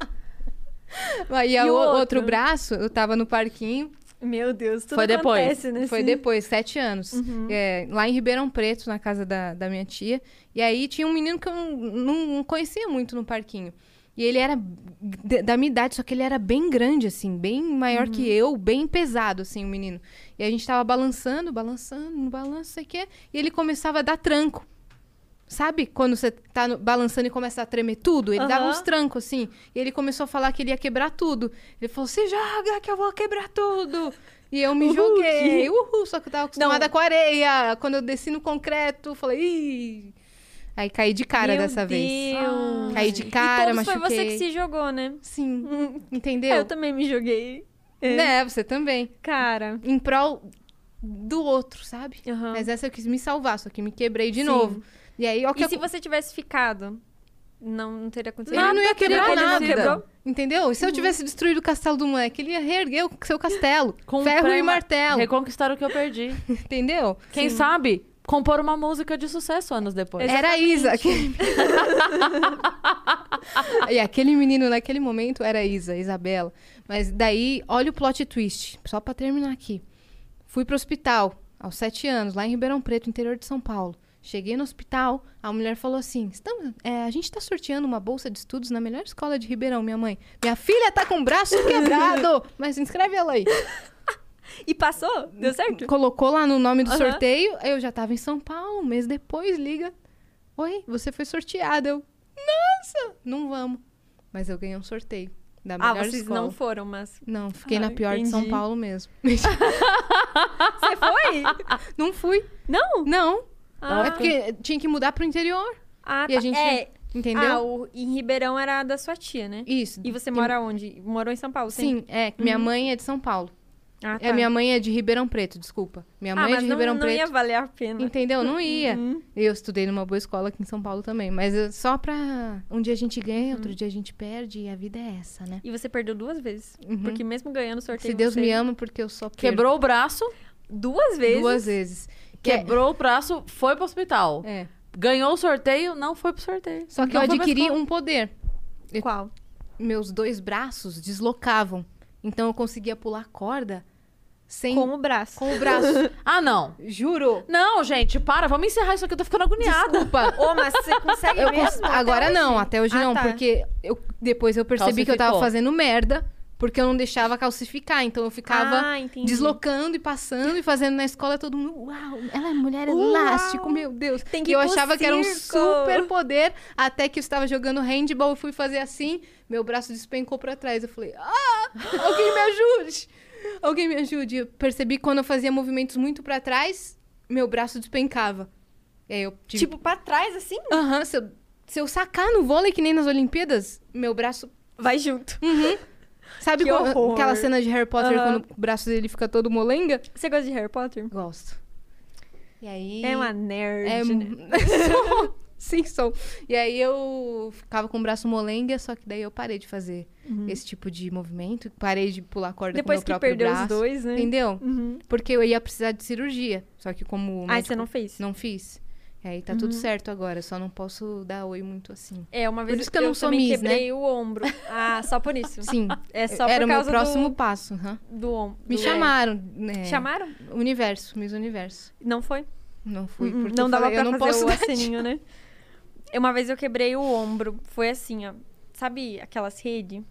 Aí E o o outro outro? braço, eu tava no parquinho, Meu Deus, tudo Foi depois. acontece, né? foi depois, 7 anos. Lá em Ribeirão Preto, na casa da minha tia. E aí tinha um menino que eu não conhecia muito no parquinho. E ele era da minha idade, só que ele era bem grande, assim, bem maior que eu, bem pesado, assim, o menino. E a gente tava balançando, no balanço, sei o quê, e ele começava a dar tranco. Sabe quando você tá balançando e começa a tremer tudo? Ele dava uns trancos, assim. E ele começou a falar que ele ia quebrar tudo. Ele falou, se joga que eu vou quebrar tudo. E eu me joguei. Só que eu tava acostumada com areia. Quando eu desci no concreto, falei, ih... Aí caí de cara dessa vez. Deus. Caí de cara, e todos machuquei. foi você que se jogou, né? Sim, entendeu? Eu também me joguei. Você também. Cara. Em prol do outro, sabe? Aham. Mas essa eu quis me salvar, só que me quebrei de Sim. novo. E aí, ó, E se você tivesse ficado? Não teria acontecido Ele não ia quebrar Ele não nada. quebrou? Entendeu? E se eu tivesse destruído o castelo do moleque, ele ia reerguer o seu castelo. Com ferro e prema- martelo. Reconquistar o que eu perdi. Entendeu? Quem sabe compor uma música de sucesso anos depois. Era a Isa. E aquele menino naquele momento era a Isa, Isabela. Mas daí, olha o plot twist. Só pra terminar aqui. Fui pro hospital aos 7 anos, lá em Ribeirão Preto, interior de São Paulo. Cheguei no hospital, a mulher falou assim, a gente tá sorteando uma bolsa de estudos na melhor escola de Ribeirão, minha mãe. Minha filha tá com o braço quebrado, mas inscreve ela aí. E passou? Deu certo? Colocou lá no nome do sorteio, eu já tava em São Paulo, um mês depois, liga. Oi, você foi sorteada. Eu, nossa, não vamos. Mas eu ganhei um sorteio da melhor vocês escola. não foram, mas... Não, fiquei na pior de São entendi. Paulo mesmo. Você foi? Não fui. Não? Não. Ah. É porque tinha que mudar pro interior. Ah, E a tá. gente- Entendeu? Em Ribeirão era da sua tia, né? Isso. E você mora onde? Morou em São Paulo, Sim, minha mãe é de São Paulo. Ah, tá. Minha mãe é de Ribeirão Preto, desculpa. Minha mãe é de Ribeirão Preto. Não ia valer a pena. Entendeu? Não ia. Eu estudei numa boa escola aqui em São Paulo também. Mas só pra... Um dia a gente ganha, outro dia a gente perde. E a vida é essa, né? E você perdeu 2 vezes. Porque mesmo ganhando o sorteio... Se Deus me ama, porque eu só perco. Quebrou o braço. 2 vezes? 2 vezes. Quebrou o braço, foi pro hospital. É. Ganhou o sorteio, não foi pro sorteio. Só que não eu adquiri um poder. Qual? Meus 2 braços deslocavam. Então eu conseguia pular corda sem... Com o braço. Com o braço. Ah, não. Juro. Não, gente, para. Vamos encerrar isso aqui. Eu tô ficando agoniada. Desculpa. Mas você consegue mesmo? Agora não, até hoje não. tá. Porque depois eu percebi que eu tava fazendo merda. Porque eu não deixava calcificar. Então eu ficava deslocando e passando e fazendo na escola. Todo mundo, uau, ela é mulher elástico, meu Deus. Tem que e eu ir pro achava que era um circo. super poder. Até que eu estava jogando handball e fui fazer assim. Meu braço despencou pra trás. Eu falei, alguém me ajude. Alguém me ajude. Eu percebi que quando eu fazia movimentos muito pra trás, meu braço despencava. E aí eu tive... Tipo, pra trás, assim? Aham, se eu sacar no vôlei, que nem nas Olimpíadas, meu braço... Vai junto. Sabe Que horror. aquela cena de Harry Potter, quando o braço dele fica todo molenga? Você gosta de Harry Potter? Gosto. E aí... É uma nerd, né? Sim, sou. E aí eu ficava com o braço molenga, só que daí eu parei de fazer esse tipo de movimento. Parei de pular corda Depois com o meu próprio perdeu braço. os 2, né? Entendeu? Porque eu ia precisar de cirurgia. Só que como médico, você não fez? Não fiz. E aí tá tudo certo agora, só não posso dar oi muito assim. Uma vez por isso que eu não sou também Miss, quebrei o ombro. Só por isso. Sim. É só Era por o meu causa próximo passo. do ombro. Me chamaram. Né? Chamaram? Miss Universo. Não foi? Não fui, porque não eu dava falei, pra eu não fazer posso o dar aceninho, né? Uma vez eu quebrei o ombro. Foi assim, ó. Sabe aquelas redes?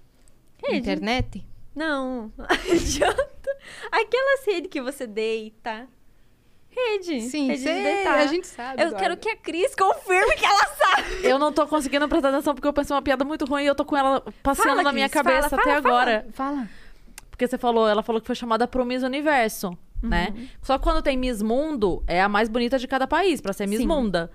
Internet? Não. Adianta. Aquelas redes que você deita. Rede. Sim, rede de deitar. a gente sabe. Eu quero que a Cris confirme que ela sabe. Eu não tô conseguindo prestar atenção porque eu pensei uma piada muito ruim e eu tô com ela passeando na minha cabeça fala, até agora. Fala. Porque ela falou que foi chamada pro Miss Universo, né? Só que quando tem Miss Mundo, é a mais bonita de cada país, pra ser Miss Mundo.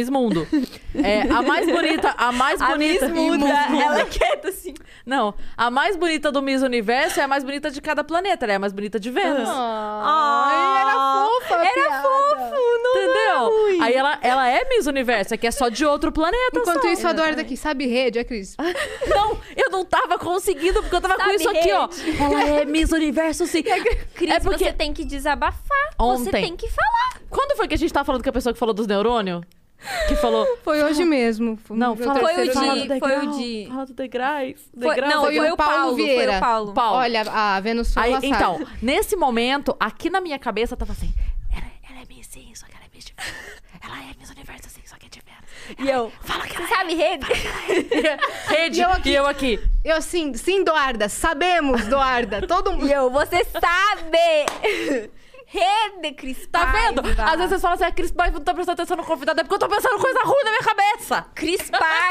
É, a mais bonita... A Miss Muda, ela é quieta, assim. Não, a mais bonita do Miss Universo é a mais bonita de cada planeta. Ela é a mais bonita de Vênus. Ai, era fofa a Era piada. fofo, não Entendeu? é ruim. Aí ela é Miss Universo, é que é só de outro planeta. Enquanto só. isso, a Eduarda aqui, sabe rede, a Cris? Não, eu não tava conseguindo, porque eu tava com Sabe isso aqui, ó. Ela é Miss Universo, sim. Cris, É porque você tem que desabafar. Ontem. Você tem que falar. Quando foi que a gente tava falando com a pessoa que falou dos neurônios? Que falou... Foi hoje mesmo. Não, meu fala, terceiro Foi o dia. de- foi o de- Fala do degraus. Foi o Paulo Vieira. Foi o Paulo. Paulo. Olha, a Vênus foi Aí, passada. então, nesse momento, aqui na minha cabeça tava assim... Ela é Miss sim, só que ela é Miss de Vênus. Ela é Miss Universo sim, só que é de Vênus. E eu, Fala que você ela sabe rede? Rede, E eu aqui. aqui. Eu assim, sim, Eduarda, sabemos, Eduarda. Todo mundo. E eu, você sabe. Rede, Cris Tá vendo? Paiva. Às vezes vocês falam assim, a Cris Paiva não tá prestando atenção no convidado, é porque eu tô pensando coisa ruim na minha cabeça. Cris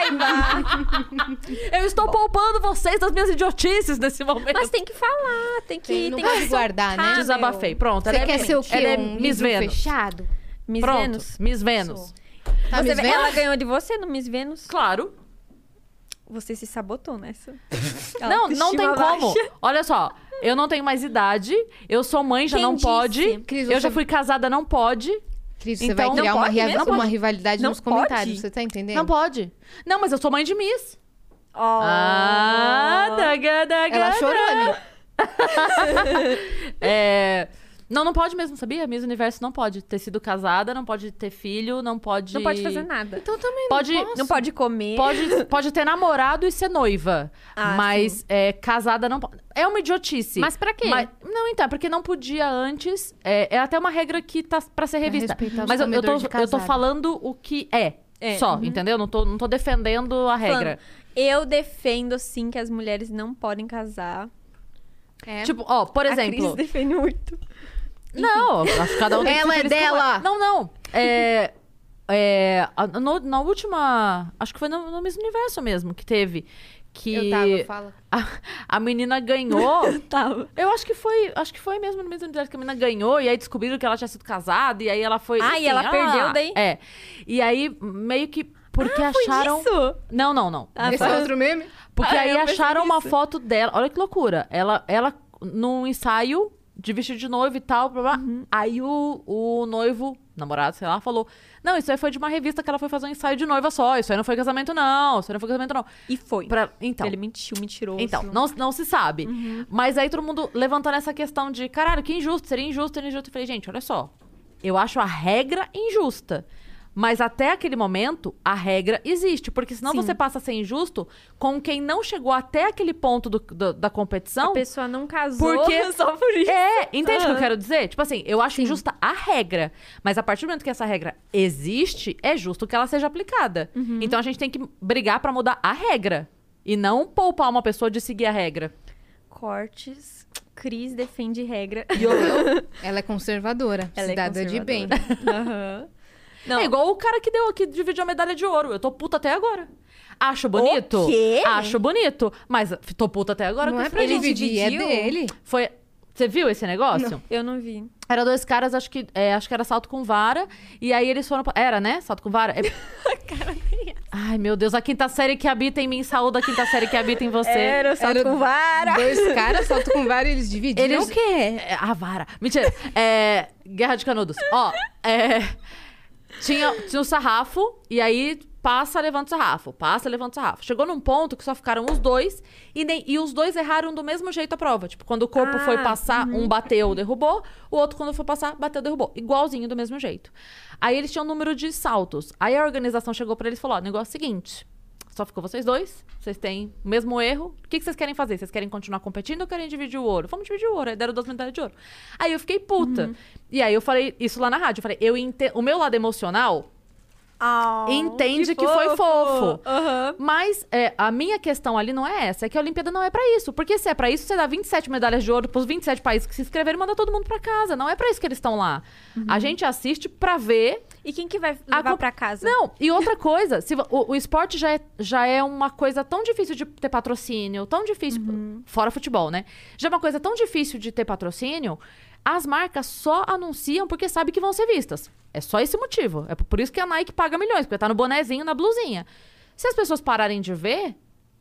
Paiva. Eu estou poupando vocês das minhas idiotices nesse momento. Mas tem que falar, tem que... Não tem pode que guardar, né? soltar, Desabafei. Pronto. Você ela quer é, ser o quê? Ela é Um Miss livro Vênus. fechado? Miss Pronto, Vênus. Miss Vênus. Tá, Você Miss vê, Vênus? ela ganhou de você no Miss Vênus? Claro. Você se sabotou nessa. Não tem Autoestima como. baixa. Olha só, eu não tenho mais idade, eu sou mãe, já Quem não disse? pode. Cris, eu você- já fui casada, não pode. Cris, você Então, vai criar não uma, pode mesmo? uma rivalidade Não nos pode? comentários, você tá entendendo? Não pode. Não, mas eu sou mãe de Miss. Oh. Ela chorou ali. Não pode mesmo, sabia? Miss Universo não pode ter sido casada, não pode ter filho, não pode... Não pode fazer nada. Então também Pode- não posso. Não pode comer. Pode ter namorado e ser noiva. Ah, mas casada não pode. É uma idiotice. Mas pra quê? Não, então, porque não podia antes. É até uma regra que tá pra ser revista. respeitar os Mas eu comedores de tô casada. falando o que é. Só, entendeu? Não tô defendendo a regra. Eu defendo, sim, que as mulheres não podem casar. É. Tipo, ó, por A Cris exemplo. defende muito. Não, acho que cada um tem que Ela ser é feliz como dela. Não. Na última. Acho que foi no Miss Universo mesmo que teve. Que Eu tava, fala. a menina ganhou. Tava. Eu acho que foi mesmo no Miss Universo que a menina ganhou. E aí descobriram que ela tinha sido casada. E aí ela foi. Ah, e ela perdeu daí? É. E aí meio que. Porque acharam... Isso? Não. Esse é outro meme? Porque aí eu pensei acharam uma nisso. foto dela. Olha que loucura. Ela num ensaio de vestido de noivo e tal, blá, blá. Aí o noivo, namorado, sei lá, falou: não, isso aí foi de uma revista que ela foi fazer um ensaio de noiva só. Isso aí não foi casamento, não. Isso aí não foi casamento, não. E foi. Então, Ele mentiu, mentiroso. então não se sabe. Mas aí todo mundo levantando essa questão de, caralho, que injusto, seria injusto. Eu falei, gente, olha só. Eu acho a regra injusta. Mas até aquele momento, a regra existe. Porque senão você passa a ser injusto com quem não chegou até aquele ponto da competição. A pessoa não casou Porque só por isso. Entende o que eu quero dizer? Tipo assim, eu acho injusta a regra. Mas a partir do momento que essa regra existe, é justo que ela seja aplicada. Então a gente tem que brigar pra mudar a regra. E não poupar uma pessoa de seguir a regra. Cortes. Cris defende regra. Ela é conservadora, Ela é cidadã de bem. Aham. Não. É igual o cara que dividiu a medalha de ouro. Eu tô puta até agora. Acho bonito? O quê? Acho bonito. Mas tô puta até agora. Não com é isso pra daí. dividir, é dele. Foi... Você viu esse negócio? Eu não vi. Era 2 caras, acho que era salto com vara. E aí eles foram... Era, né? Salto com vara. Ai, meu Deus. A quinta série que habita em mim. Saúde a quinta série que habita em você. Era salto com vara. 2 caras, salto com vara e eles dividiram Eles... o quê? A vara. Mentira. Guerra de Canudos. Ó, tinha o sarrafo, e aí passa, levanta o sarrafo. Passa, levanta o sarrafo. Chegou num ponto que só ficaram os dois, e os dois erraram do mesmo jeito a prova. Tipo, quando o corpo foi passar, um bateu, derrubou. O outro, quando foi passar, bateu, derrubou. Igualzinho, do mesmo jeito. Aí eles tinham um número de saltos. Aí a organização chegou pra eles e falou: ó, negócio é o seguinte... Só ficou vocês dois, vocês têm o mesmo erro. O que vocês querem fazer? Vocês querem continuar competindo ou querem dividir o ouro? Vamos dividir o ouro. Aí deram 2 medalhas de ouro. Aí eu fiquei puta. E aí eu falei isso lá na rádio. Eu falei, o meu lado emocional entende que foi fofo. Mas a minha questão ali não é essa. É que a Olimpíada não é pra isso. Porque se é pra isso, você dá 27 medalhas de ouro pros 27 países que se inscreveram e manda todo mundo pra casa. Não é pra isso que eles estão lá. A gente assiste pra ver... E quem que vai levar pra casa? Não, e outra coisa, o esporte já é uma coisa tão difícil de ter patrocínio, tão difícil, fora futebol, né? Já é uma coisa tão difícil de ter patrocínio, as marcas só anunciam porque sabem que vão ser vistas. É só esse motivo. É por isso que a Nike paga milhões, porque tá no bonezinho, na blusinha. Se as pessoas pararem de ver...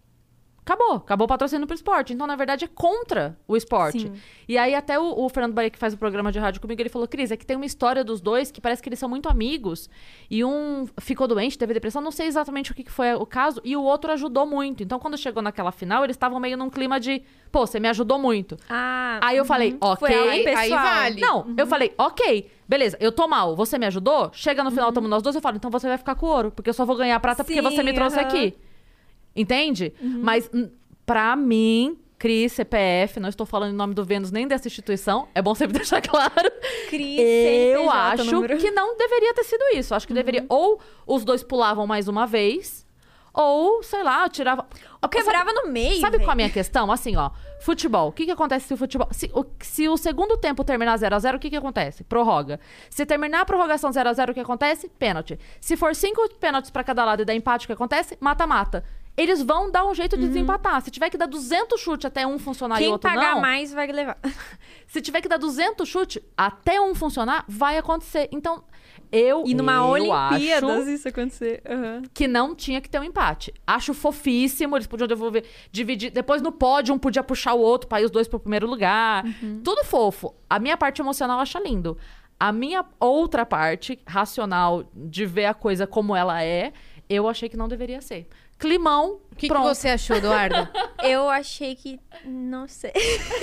Acabou o patrocínio pro esporte. Então, na verdade, é contra o esporte. Sim. E aí, até o Fernando Bahia, que faz o programa de rádio comigo, ele falou, Cris, é que tem uma história dos dois que parece que eles são muito amigos. E um ficou doente, teve depressão, não sei exatamente o que foi o caso. E o outro ajudou muito. Então, quando chegou naquela final, eles estavam meio num clima de... Pô, você me ajudou muito. Aí eu falei, ok. Foi algo pessoal. Aí vale. Não, eu falei, ok. Beleza, eu tô mal, você me ajudou? Chega no final, tamo nós dois, eu falo, então você vai ficar com o ouro. Porque eu só vou ganhar a prata porque você me trouxe aqui. Entende? Mas... Pra mim, Cris, CPF, não estou falando em nome do Vênus nem dessa instituição, é bom sempre deixar claro. Cris, eu CNPJ, acho número. que não deveria ter sido isso. Acho que deveria, ou os dois pulavam mais uma vez, ou, sei lá, tirava... Ou quebrava no meio, Sabe qual é a velho? minha questão? Assim, ó, futebol. O que acontece se o futebol... Se o segundo tempo terminar 0x0, o que acontece? Prorroga. Se terminar a prorrogação 0x0, o que acontece? Pênalti. Se for 5 pênaltis pra cada lado e dar empate, o que acontece? Mata-mata. Eles vão dar um jeito de desempatar. Se tiver que dar 200 chutes até um funcionar e o Quem outro pagar não... mais vai levar. Se tiver que dar 200 chutes até um funcionar, vai acontecer. Então, eu E numa Olimpíadas acho isso acontecer. que não tinha que ter um empate. Acho fofíssimo, eles podiam dividir. Depois no pódio, um podia puxar o outro pra ir os dois pro primeiro lugar. Tudo fofo. A minha parte emocional acha lindo. A minha outra parte, racional, de ver a coisa como ela é, eu achei que não deveria ser. Climão, O que pronto. você achou, Eduardo? Eu achei que... Não sei.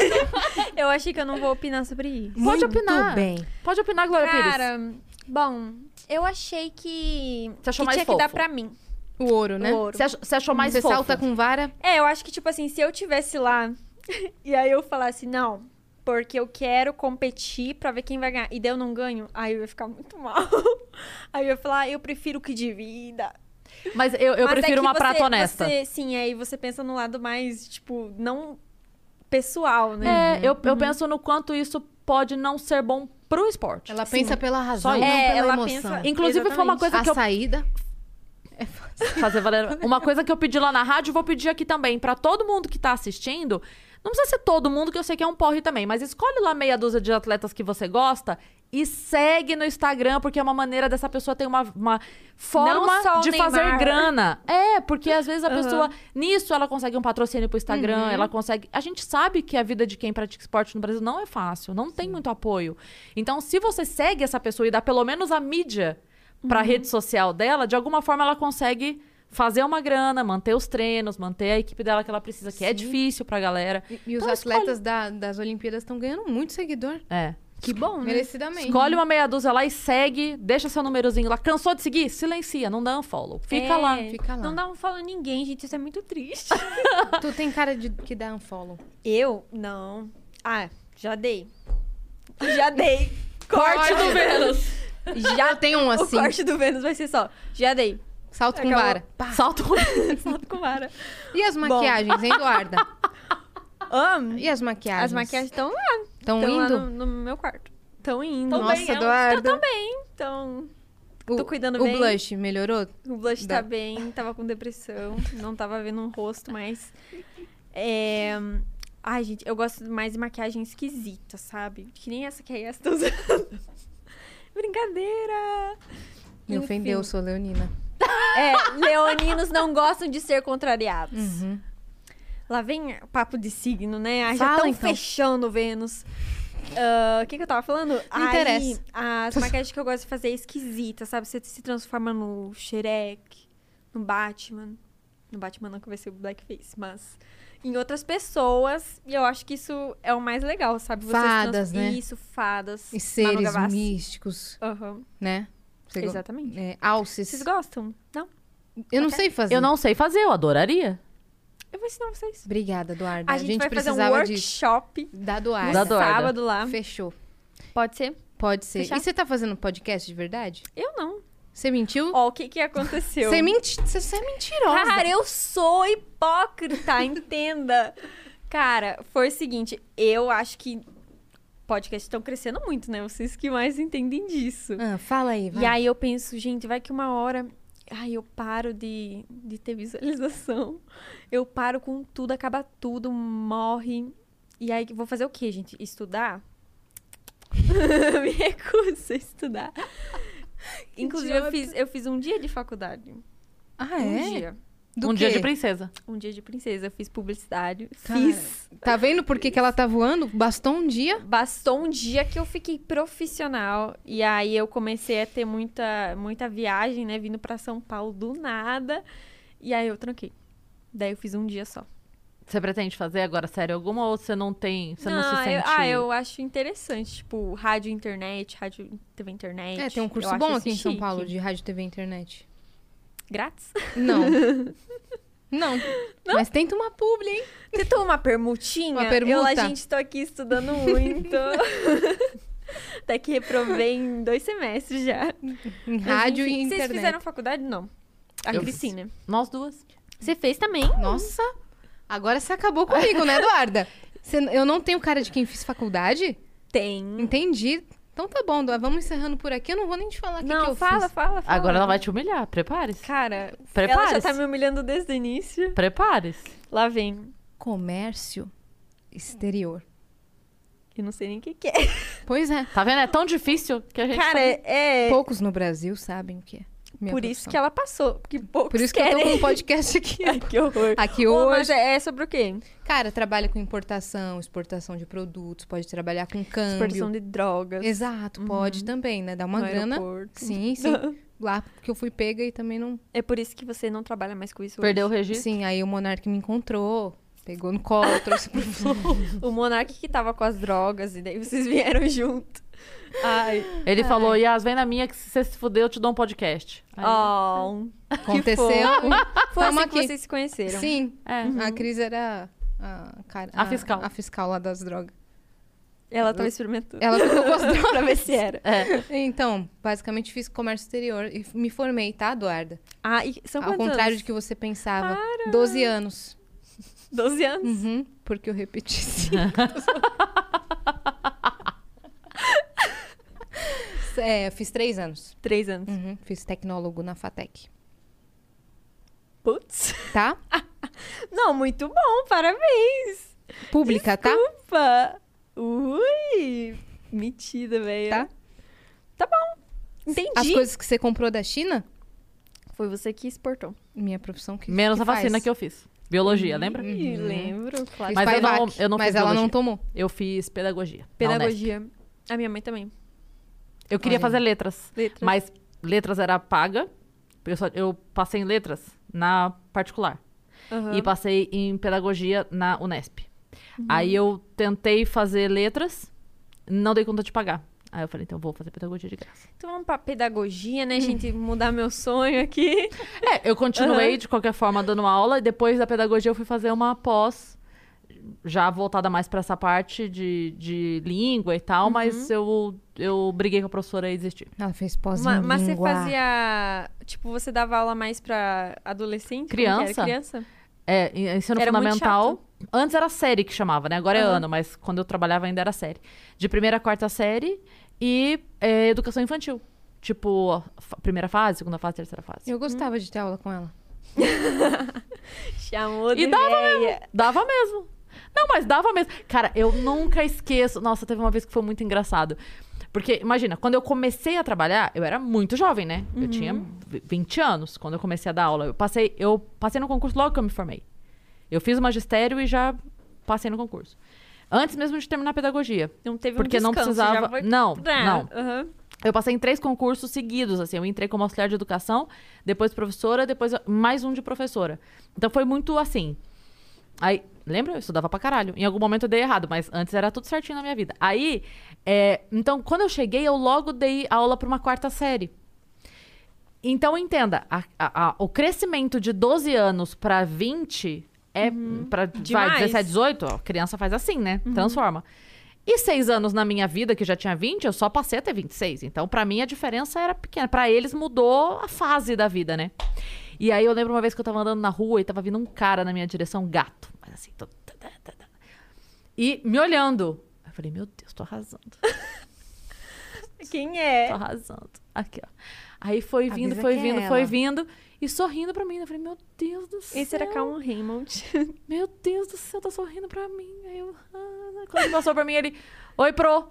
Eu achei que eu não vou opinar sobre isso. Pode opinar. bem. Pode opinar, Glória Pires. Cara, bom, eu achei que... Você achou que mais tinha que dar fofo? pra mim. O ouro, né? O ouro. Você achou mais Você fofo? salta com vara. Eu acho que, tipo assim, se eu tivesse lá e aí eu falasse, não, porque eu quero competir pra ver quem vai ganhar, e daí eu não ganho, aí eu ia ficar muito mal. Aí eu ia falar, eu prefiro que divida. Mas eu Mas prefiro é que uma prata honesta. Sim, aí você pensa no lado mais, tipo, não pessoal, né? Eu penso no quanto isso pode não ser bom pro esporte. Ela pensa pela razão, Só não isso. pela ela emoção. pensa- Inclusive, foi uma Exatamente. coisa A que eu... saída... Fazer valer... Uma coisa que eu pedi lá na rádio, vou pedir aqui também. Pra todo mundo que tá assistindo... Não precisa ser todo mundo, que eu sei que é um porre também. Mas escolhe lá meia dúzia de atletas que você gosta e segue no Instagram, porque é uma maneira dessa pessoa ter uma forma Não só o de fazer Neymar. grana. Porque às vezes a pessoa, nisso, ela consegue um patrocínio pro Instagram, ela consegue... A gente sabe que a vida de quem pratica esporte no Brasil não é fácil, não tem muito apoio. Então, se você segue essa pessoa e dá pelo menos a mídia pra rede social dela, de alguma forma ela consegue fazer uma grana, manter os treinos, manter a equipe dela que ela precisa, que é difícil pra galera. E os Então, atletas das Olimpíadas estão ganhando muito seguidor. Que bom, né? Merecidamente. Escolhe uma meia dúzia lá e segue, deixa seu númerozinho lá. Cansou de seguir? Silencia, não dá unfollow. Fica lá. Fica lá. Não dá um follow em ninguém, gente. Isso é muito triste. Tu tem cara de que dá unfollow. Eu? Não. Ah, já dei. Já dei. Corte do Vênus. Já tem um assim. O corte do Vênus vai ser só. Já dei. Salto com Acabou. vara. Salto com... Salto com vara. E as maquiagens, hein, Eduarda? E as maquiagens? As maquiagens estão lá. Estão Tão lá indo? no meu quarto. Estão indo. Tão Nossa, bem, Eduarda. Estão bem. Tô cuidando bem. O blush melhorou? O blush tá bem, tava com depressão, não tava vendo um rosto, mas... Ai, gente, eu gosto mais de maquiagem esquisita, sabe? Que nem essa que a Yas tá usando. Brincadeira! Me Enfim. ofendeu, sou leonina. Leoninos não gostam de ser contrariados. Lá vem papo de signo, né? Ai, já Fala, estão então. fechando Vênus. O que eu tava falando? Não interessa. As maquiagens que eu gosto de fazer é esquisita, sabe? Você se transforma no Shrek, no Batman. No Batman não, que vai ser o Blackface, mas... Em outras pessoas, e eu acho que isso é o mais legal, sabe? Você Fadas, né? Isso, fadas. E seres Manu Gavassi. místicos, Aham, né? Você exatamente. Alces. Vocês gostam? Não? Eu não sei fazer. Eu não sei fazer, eu adoraria. Eu vou ensinar vocês. Obrigada, Eduarda. A gente vai fazer um precisava disso. workshop Da no Eduarda. Da Eduarda. sábado lá. Fechou. Pode ser? Pode ser. Fechar? E você tá fazendo podcast de verdade? Eu não. Você mentiu? Ó, o que aconteceu? Você é mentirosa. Cara, eu sou hipócrita, entenda. Cara, foi o seguinte, eu acho que podcasts estão crescendo muito, né? Vocês que mais entendem disso. Fala aí, vai. E aí eu penso, gente, vai que uma hora... Ai, eu paro de ter visualização. Eu paro com tudo, acaba tudo, morre. E aí, vou fazer o quê, gente? Estudar? Me recuso a estudar. Inclusive, eu fiz um dia de faculdade. Ah, é? Um dia. Do Um dia quê? de princesa. Um dia de princesa. Eu fiz publicidade. Cara, Fiz. Tá vendo por que ela tá voando? Bastou um dia? Bastou um dia que eu fiquei profissional. E aí eu comecei a ter muita viagem, né? Vindo pra São Paulo do nada. E aí eu tranquei. Daí eu fiz um dia só. Você pretende fazer agora, sério, alguma ou você não tem, você não se sente... Eu acho interessante. Tipo, rádio, internet, rádio, TV, internet. Tem um curso Eu bom acho aqui em isso São chique. Paulo de rádio, TV e internet. Grátis? Não. Não. Mas tenta uma publi, hein? Tentou uma permutinha? Uma permuta? A gente tô aqui estudando muito. Até que reprovei em 2 semestres já. Em rádio e internet. Vocês fizeram faculdade? Não. A Eu Cristina. Nós duas. Você fez também? Nossa, agora você acabou comigo, né, Eduarda? Eu não tenho cara de quem fiz faculdade? Tem. Entendi. Então tá bom, Eduarda, vamos encerrando por aqui. Eu não vou nem te falar o que Não, eu fala. fiz. Agora ela vai te humilhar, prepare-se. Cara, Prepare-se. ela já tá me humilhando desde o início. Prepare-se. Lá vem. Comércio exterior. Eu não sei nem o que é. Pois é. Tá vendo? É tão difícil que a gente... Cara, Poucos no Brasil sabem o que é. Minha por isso profissão. que ela passou. Porque poucos Por isso que eu querem. tô com um podcast aqui. Ai, que horror. Aqui Ô, hoje. mas é sobre o quê? Cara, trabalha com importação, exportação de produtos, pode trabalhar com câmbio. Exportação de drogas. Exato, pode também, né? Dá uma No grana. aeroporto. Sim, sim. Lá que eu fui pega e também não. É por isso que você não trabalha mais com isso Perdeu o hoje. registro? Sim, aí o Monark me encontrou, pegou no colo, trouxe pro Flow. O Monark que tava com as drogas e daí vocês vieram junto. Ai. Ele falou, Yas, vem na minha que se você se fuder eu te dou um podcast. Aí, Oh, Aconteceu. foi Tamo assim que aqui. vocês se conheceram. Sim, É. a Cris era A fiscal. A fiscal lá das drogas. Ela tava experimentando. Ela ficou com as drogas. pra ver se era. Então, basicamente fiz comércio exterior e me formei, tá, Eduarda? Ah, e são Ao quantos contrário anos? de que você pensava. 12 anos. 12 anos? Uhum, porque eu repeti 5. Eu fiz 3 anos. 3 anos. Uhum, fiz tecnólogo na FATEC. Putz. Tá? Não, muito bom, parabéns. Pública, tá? Opa. Ui. Metida, velho. Tá? Tá bom. Entendi. As coisas que você comprou da China, Foi você que exportou. minha profissão que Menos que a vacina faz. que eu fiz. Biologia, lembra? Ih, lembro, claro. Mas Paivac, eu não mas fiz ela não biologia. tomou. Eu fiz pedagogia. na Unesp. Pedagogia. A minha mãe também. Eu queria Olha. fazer letras. Letras. Mas letras era paga. Eu passei em letras na particular. Aham. E passei em pedagogia na Unesp. Aí eu tentei fazer letras, não dei conta de pagar. Aí eu falei, então eu vou fazer pedagogia de graça. Então vamos pra pedagogia, né, gente? Mudar meu sonho aqui. Eu continuei de qualquer forma dando aula e depois da pedagogia eu fui fazer uma pós, já voltada mais pra essa parte de língua e tal, mas eu briguei com a professora e desisti. Ela fez pós em Mas você língua. fazia... Tipo, você dava aula mais pra adolescente? Como que Criança. era? Criança? Ensino Era muito fundamental. Antes era série que chamava, né? Agora é ano, mas quando eu trabalhava ainda era série. De primeira a quarta série e educação infantil. Tipo, primeira fase, segunda fase, terceira fase. Eu gostava de ter aula com ela. Chamou de E dava véia. Dava mesmo. Não, mas dava mesmo. Cara, eu nunca esqueço. Nossa, teve uma vez que foi muito engraçado. Porque, imagina, quando eu comecei a trabalhar, eu era muito jovem, né? Eu tinha 20 anos quando eu comecei a dar aula. Eu passei no concurso logo que eu me formei. Eu fiz o magistério e já passei no concurso. Antes mesmo de terminar a pedagogia. Não teve Porque um não descanso, precisava... já foi... Não. Aham. Eu passei em 3 concursos seguidos, assim. Eu entrei como auxiliar de educação, depois professora, depois mais um de professora. Então foi muito assim. Aí, lembra? Eu estudava pra caralho. Em algum momento eu dei errado, mas antes era tudo certinho na minha vida. Aí, então, quando eu cheguei, eu logo dei aula pra uma 4ª série. Então, entenda, o crescimento de 12 anos pra 20 pra Demais. 17, 18, a criança faz assim, né? Transforma. E 6 anos na minha vida, que já tinha 20, eu só passei até 26. Então, pra mim, a diferença era pequena. Pra eles, mudou a fase da vida, né? E aí, eu lembro uma vez que eu tava andando na rua e tava vindo um cara na minha direção, um gato. Mas assim, e me olhando. Eu falei, meu Deus, tô arrasando. Quem é? Tô arrasando. Aqui, ó. Aí foi vindo, Avisa foi que é vindo, ela. foi vindo. E sorrindo pra mim. Eu falei, meu Deus do céu. Esse era Calum Raymond. Meu Deus do céu, tá sorrindo pra mim. Aí eu... Quando ele passou pra mim, ele... Oi, pro.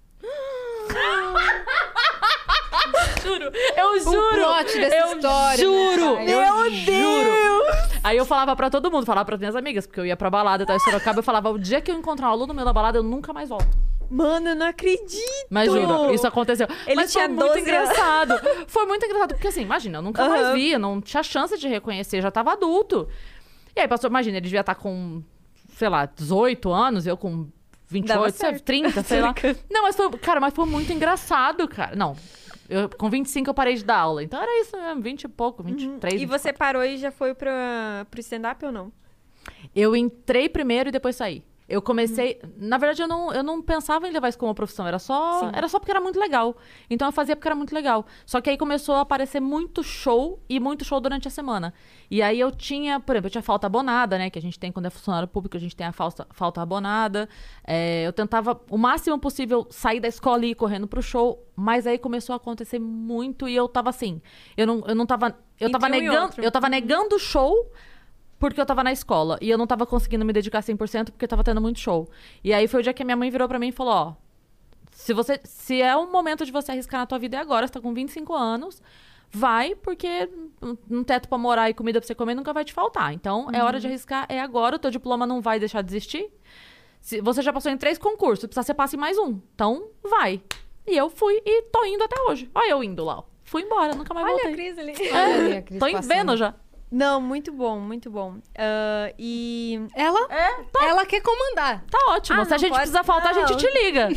Juro. Eu juro. O plot dessa história. Juro. Ai, Eu juro. Aí eu falava pra todo mundo, falava pras minhas amigas, porque eu ia pra balada, tá, em Sorocaba, eu falava, o dia que eu encontrar um aluno meu na balada, eu nunca mais volto. Mano, eu não acredito. Mas juro, isso aconteceu. Ele Mas tinha foi muito 12 anos. engraçado. Foi muito engraçado, porque assim, imagina, eu nunca mais via, não tinha chance de reconhecer, já tava adulto. E aí, pastor, imagina, ele devia estar com, sei lá, 18 anos, eu com 28, certo. 30, sei lá. Não, mas foi, cara, mas foi muito engraçado, cara. Não, com 25 eu parei de dar aula, então era isso mesmo, 20 e pouco, 23. E 24. você parou e já foi pro stand-up ou não? Eu entrei primeiro e depois saí. Eu comecei... Na verdade, eu não pensava em levar isso como profissão. Era só porque era muito legal. Então, eu fazia porque era muito legal. Só que aí começou a aparecer muito show e muito show durante a semana. E aí eu tinha... Por exemplo, eu tinha falta abonada, né? Que a gente tem quando é funcionário público, a gente tem a falta abonada. Eu tentava o máximo possível sair da escola e ir correndo pro show. Mas aí começou a acontecer muito e eu tava assim... Eu não tava... Eu tava Entre um e negando... outro. Eu tava negando o show... Porque eu tava na escola. E eu não tava conseguindo me dedicar 100% porque eu tava tendo muito show. E aí foi o dia que a minha mãe virou pra mim e falou, ó... Se é um momento de você arriscar na tua vida é agora. Você tá com 25 anos. Vai, porque um teto pra morar e comida pra você comer nunca vai te faltar. Então, é hora de arriscar. É agora. O teu diploma não vai deixar de existir. Você já passou em 3 concursos. Precisa você passe em mais um. Então, vai. E eu fui e tô indo até hoje. Olha eu indo lá. Ó. Fui embora. Nunca mais Olha voltei. a Cris ali. Olha ali a Cris Tô passando. vendo já. Não, muito bom, muito bom. E... Ela quer comandar. Tá ótimo. Ah, Se a não gente pode- precisar faltar, a não. gente te liga.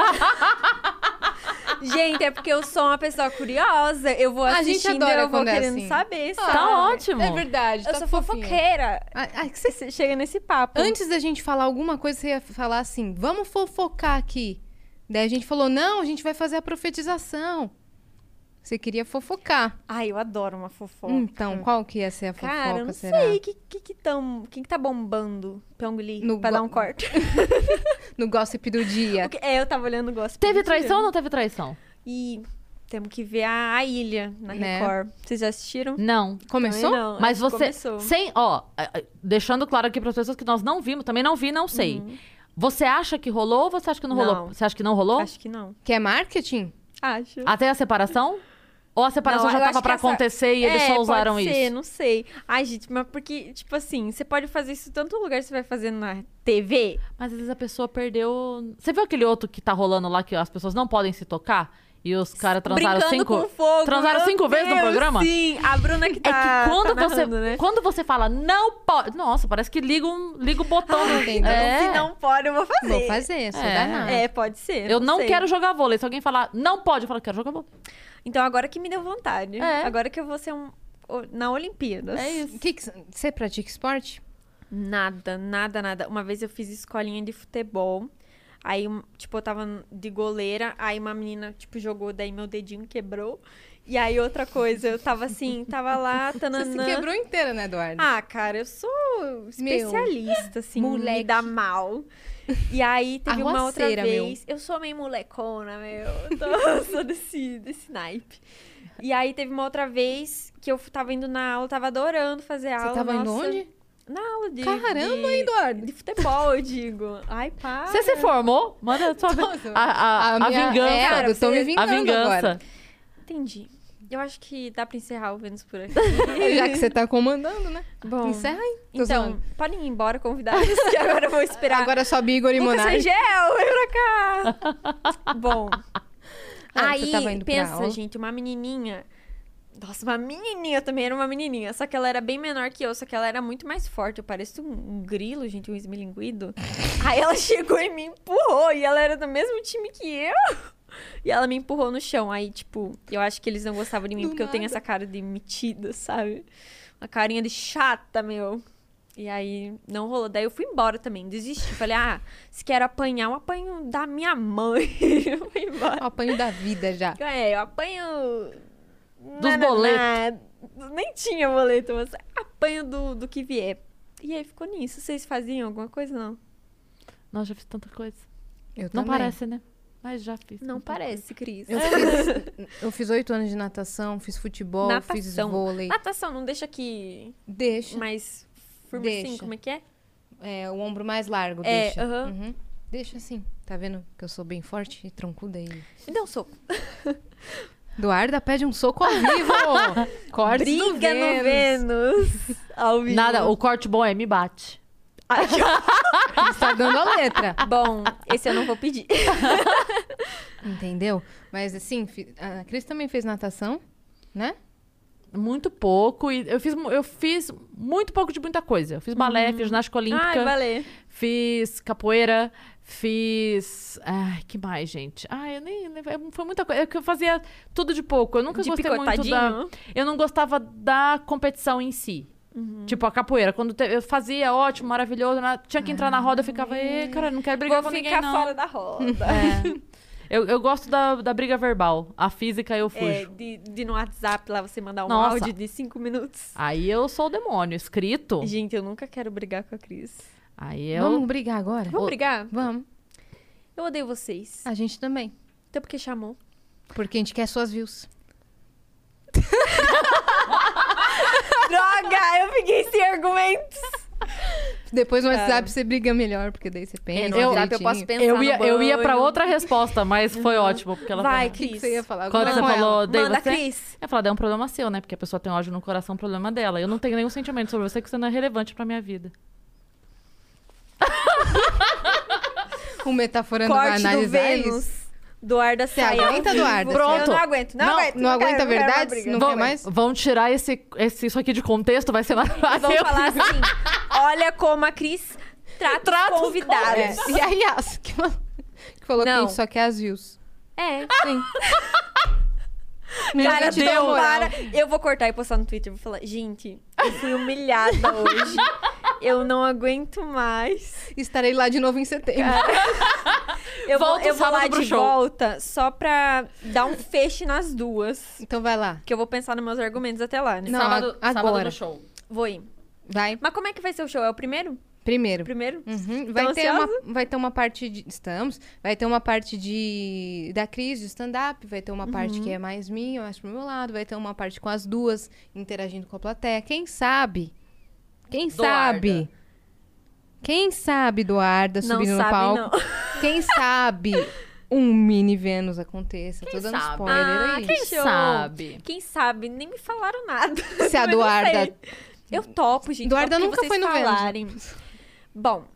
Gente, é porque eu sou uma pessoa curiosa. Eu vou A gente assistindo adora eu vou quando é querendo assim. saber, sabe? Tá ótimo. É verdade. Eu tá sou fofinha. fofoqueira. Ai, que você... Você chega nesse papo. Antes da gente falar alguma coisa, você ia falar assim, vamos fofocar aqui. Daí a gente falou, não, a gente vai fazer a profetização. Você queria fofocar. Ai, eu adoro uma fofoca. Então, qual que ia ser a fofoca, Cara, eu não será? sei. Quem que tá bombando? Pyongyi, No pra go- dar um corte. No gossip do dia. Eu tava olhando o gosto. Teve traição ou não teve traição? E temos que ver a Ilha na Né? Record. Vocês já assistiram? Não. Começou? Também não. Mas Acho que você... Começou. Sem... Ó, deixando claro aqui para as pessoas que nós não vimos, também não vi, não sei. Você acha que rolou ou você acha que não rolou? Não. Você acha que não rolou? Acho que não. Que é marketing? acho. Até a separação? Ou a separação Não, já eu tava acho pra que essa- acontecer e eles só usaram pode isso? ser, não sei. Ai, gente, mas porque, tipo assim, você pode fazer isso em tanto lugar que você vai fazer na TV. Mas às vezes a pessoa perdeu... Você viu aquele outro que tá rolando lá que as pessoas não podem se tocar? E os caras transaram Brincando com fogo. Transaram meu 5 vezes no Deus, programa? Sim, a Bruna que É tá. que quando, tá você, narrando, né? quando você fala não pode... Nossa, parece que liga o botão. entendeu? Se não pode, eu vou fazer. Vou fazer, sou É. danada. É, pode ser. Eu não sei. quero jogar vôlei. Se alguém falar não pode, eu falo, quero jogar vôlei. Então agora que me deu vontade. É. Agora que eu vou ser na Olimpíadas. É isso. Você pratica esporte? Nada, nada, nada. Uma vez eu fiz escolinha de futebol. Aí, tipo, eu tava de goleira. Aí uma menina, tipo, jogou. Daí meu dedinho quebrou. E aí outra coisa, eu tava assim, tava lá, tananã. Você se quebrou inteira, né, Eduardo? Ah, cara, eu sou especialista, assim, me moleque. dá mal. E aí teve uma outra Arruaceira, meu. vez. Eu sou meio molecona, meu. Eu sou desse naipe. E aí teve uma outra vez que eu tava indo na aula, tava adorando fazer aula. Você tava indo nossa. onde? Na aula de. Caramba, de, Eduardo. De futebol, eu digo. Ai, para. Você se formou? Manda sua... Nossa. A minha- vingança. É, Cara, eu tô me você- vingando A vingança. agora. Entendi. Eu acho que dá pra encerrar o Vênus por aqui. Já que você tá comandando, né? Bom, Encerra aí. Tô então, zoando. podem ir embora, convidados, que agora eu vou esperar. Agora sobe Igor e Lucas Monark. Rangel, vem pra cá. Bom, Ah, aí, você tava indo pra pensa, aula? gente, uma menininha... Nossa, uma menininha, eu também era uma menininha. Só que ela era bem menor que eu, só que ela era muito mais forte. Eu pareço um grilo, gente, um esmilinguido. Aí ela chegou e me empurrou, e ela era do mesmo time que eu. E ela me empurrou no chão. Aí, tipo, eu acho que eles não gostavam de mim, Do porque eu tenho nada. essa cara de metida, sabe? Uma carinha de chata, meu. E aí, não rolou. Daí eu fui embora também, desisti. Falei, se quer apanhar, eu apanho da minha mãe. Eu fui embora. O apanho da vida já. É, eu apanho... Dos boletos. Nem tinha boleto, mas apanho do que vier. E aí ficou nisso. Vocês faziam alguma coisa, não? Nossa, já fiz tanta coisa. Eu Não também. parece, né? Mas já fiz. Não tanta parece, Cris. Eu fiz 8 anos de natação, fiz futebol, fiz Natação. vôlei. Natação, não deixa aqui Deixa. mais firme assim, Deixa. como é que é? É, o ombro mais largo, É, deixa. aham. Uhum. Deixa assim. Tá vendo que eu sou bem forte e troncuda aí? Me dá um soco. Eduarda pede um soco ao vivo! Cortes do Briga no Vênus. Ao vivo. Nada, o corte bom é me bate. Está dando a letra. Bom, esse eu não vou pedir. Entendeu? Mas assim, a Cris também fez natação, né? Muito pouco. E eu fiz muito pouco de muita coisa. Eu fiz balé, fiz ginástica olímpica. Ai, valeu. Fiz capoeira, fiz... Ai, que mais, gente? Ai, eu nem... Foi muita coisa. É que eu fazia tudo de pouco. Eu nunca De gostei muito da... picotadinho? Eu não gostava da competição em si. Tipo, a capoeira. Quando eu fazia, ótimo, maravilhoso. Tinha que entrar na roda, eu ficava... Cara, eu não quero brigar Vou com ficar ninguém, não. fora da roda. É. Eu gosto da briga verbal. A física eu fujo. É, de no WhatsApp lá você mandar um Nossa. áudio de 5 minutos. Aí eu sou o demônio. Escrito. Gente, eu nunca quero brigar com a Cris. Aí eu... Vamos brigar agora? Vamos brigar? Vamos. Eu odeio vocês. A gente também. Até porque chamou. Porque a gente quer suas views. Droga, eu fiquei sem argumentos. Depois no WhatsApp você briga melhor, porque daí você pensa. No WhatsApp eu posso direitinho. pensar Eu ia no pra banho. outra resposta, mas foi ótimo. Porque ela Vai, O que Cris. você ia falar? Quando Agora você com ela. falou, dei Manda, você... Cris. Eu falei, é um problema seu, né? Porque a pessoa tem ódio no coração, problema dela. Eu não tenho nenhum sentimento sobre você, que você não é relevante pra minha vida. O Metaforando vai Corte do analisar Vênus. isso. Do ar da Você saia. aguenta, ao vivo. Eduarda? Pronto. Eu não aguento, não, Não, aguento. Não aguenta quero, quero mais verdades? briga. Não quer mais? Vão tirar isso aqui de contexto, vai ser E vão maravilhoso. falar assim, olha como a Cris trata os convidados. É. E a Yas, que falou que a Não. gente só quer as views. É. Sim. Cara, te dou moral. eu vou cortar e postar no Twitter. Vou falar, gente, eu fui humilhada hoje. Eu não aguento mais. Estarei lá de novo em setembro. Eu vou Volta lá sábado pro de show. volta só pra dar um feche nas duas. Então vai lá. Que eu vou pensar nos meus argumentos até lá, né? Não, sábado agora. no show. Vou ir. Vai. Mas como é que vai ser o show? É o primeiro? Primeiro. Primeiro? Uhum. ansiosa? Vai ter uma parte de... Vai ter uma parte da Cris, de stand-up. Vai ter uma parte que é mais minha, mais pro meu lado. Vai ter uma parte com as duas, interagindo com a plateia. Quem sabe? Quem sabe? Quem sabe, Eduarda, Não subindo no sabe, palco? não. Quem sabe um mini Vênus aconteça. Tô dando sabe? spoiler aí. Quem Show. sabe? Quem sabe? Nem me falaram nada. Se a Mas não Eduarda... sei. Eu topo, gente. Eduarda topo nunca que foi vocês no Vênus. falarem. Bom,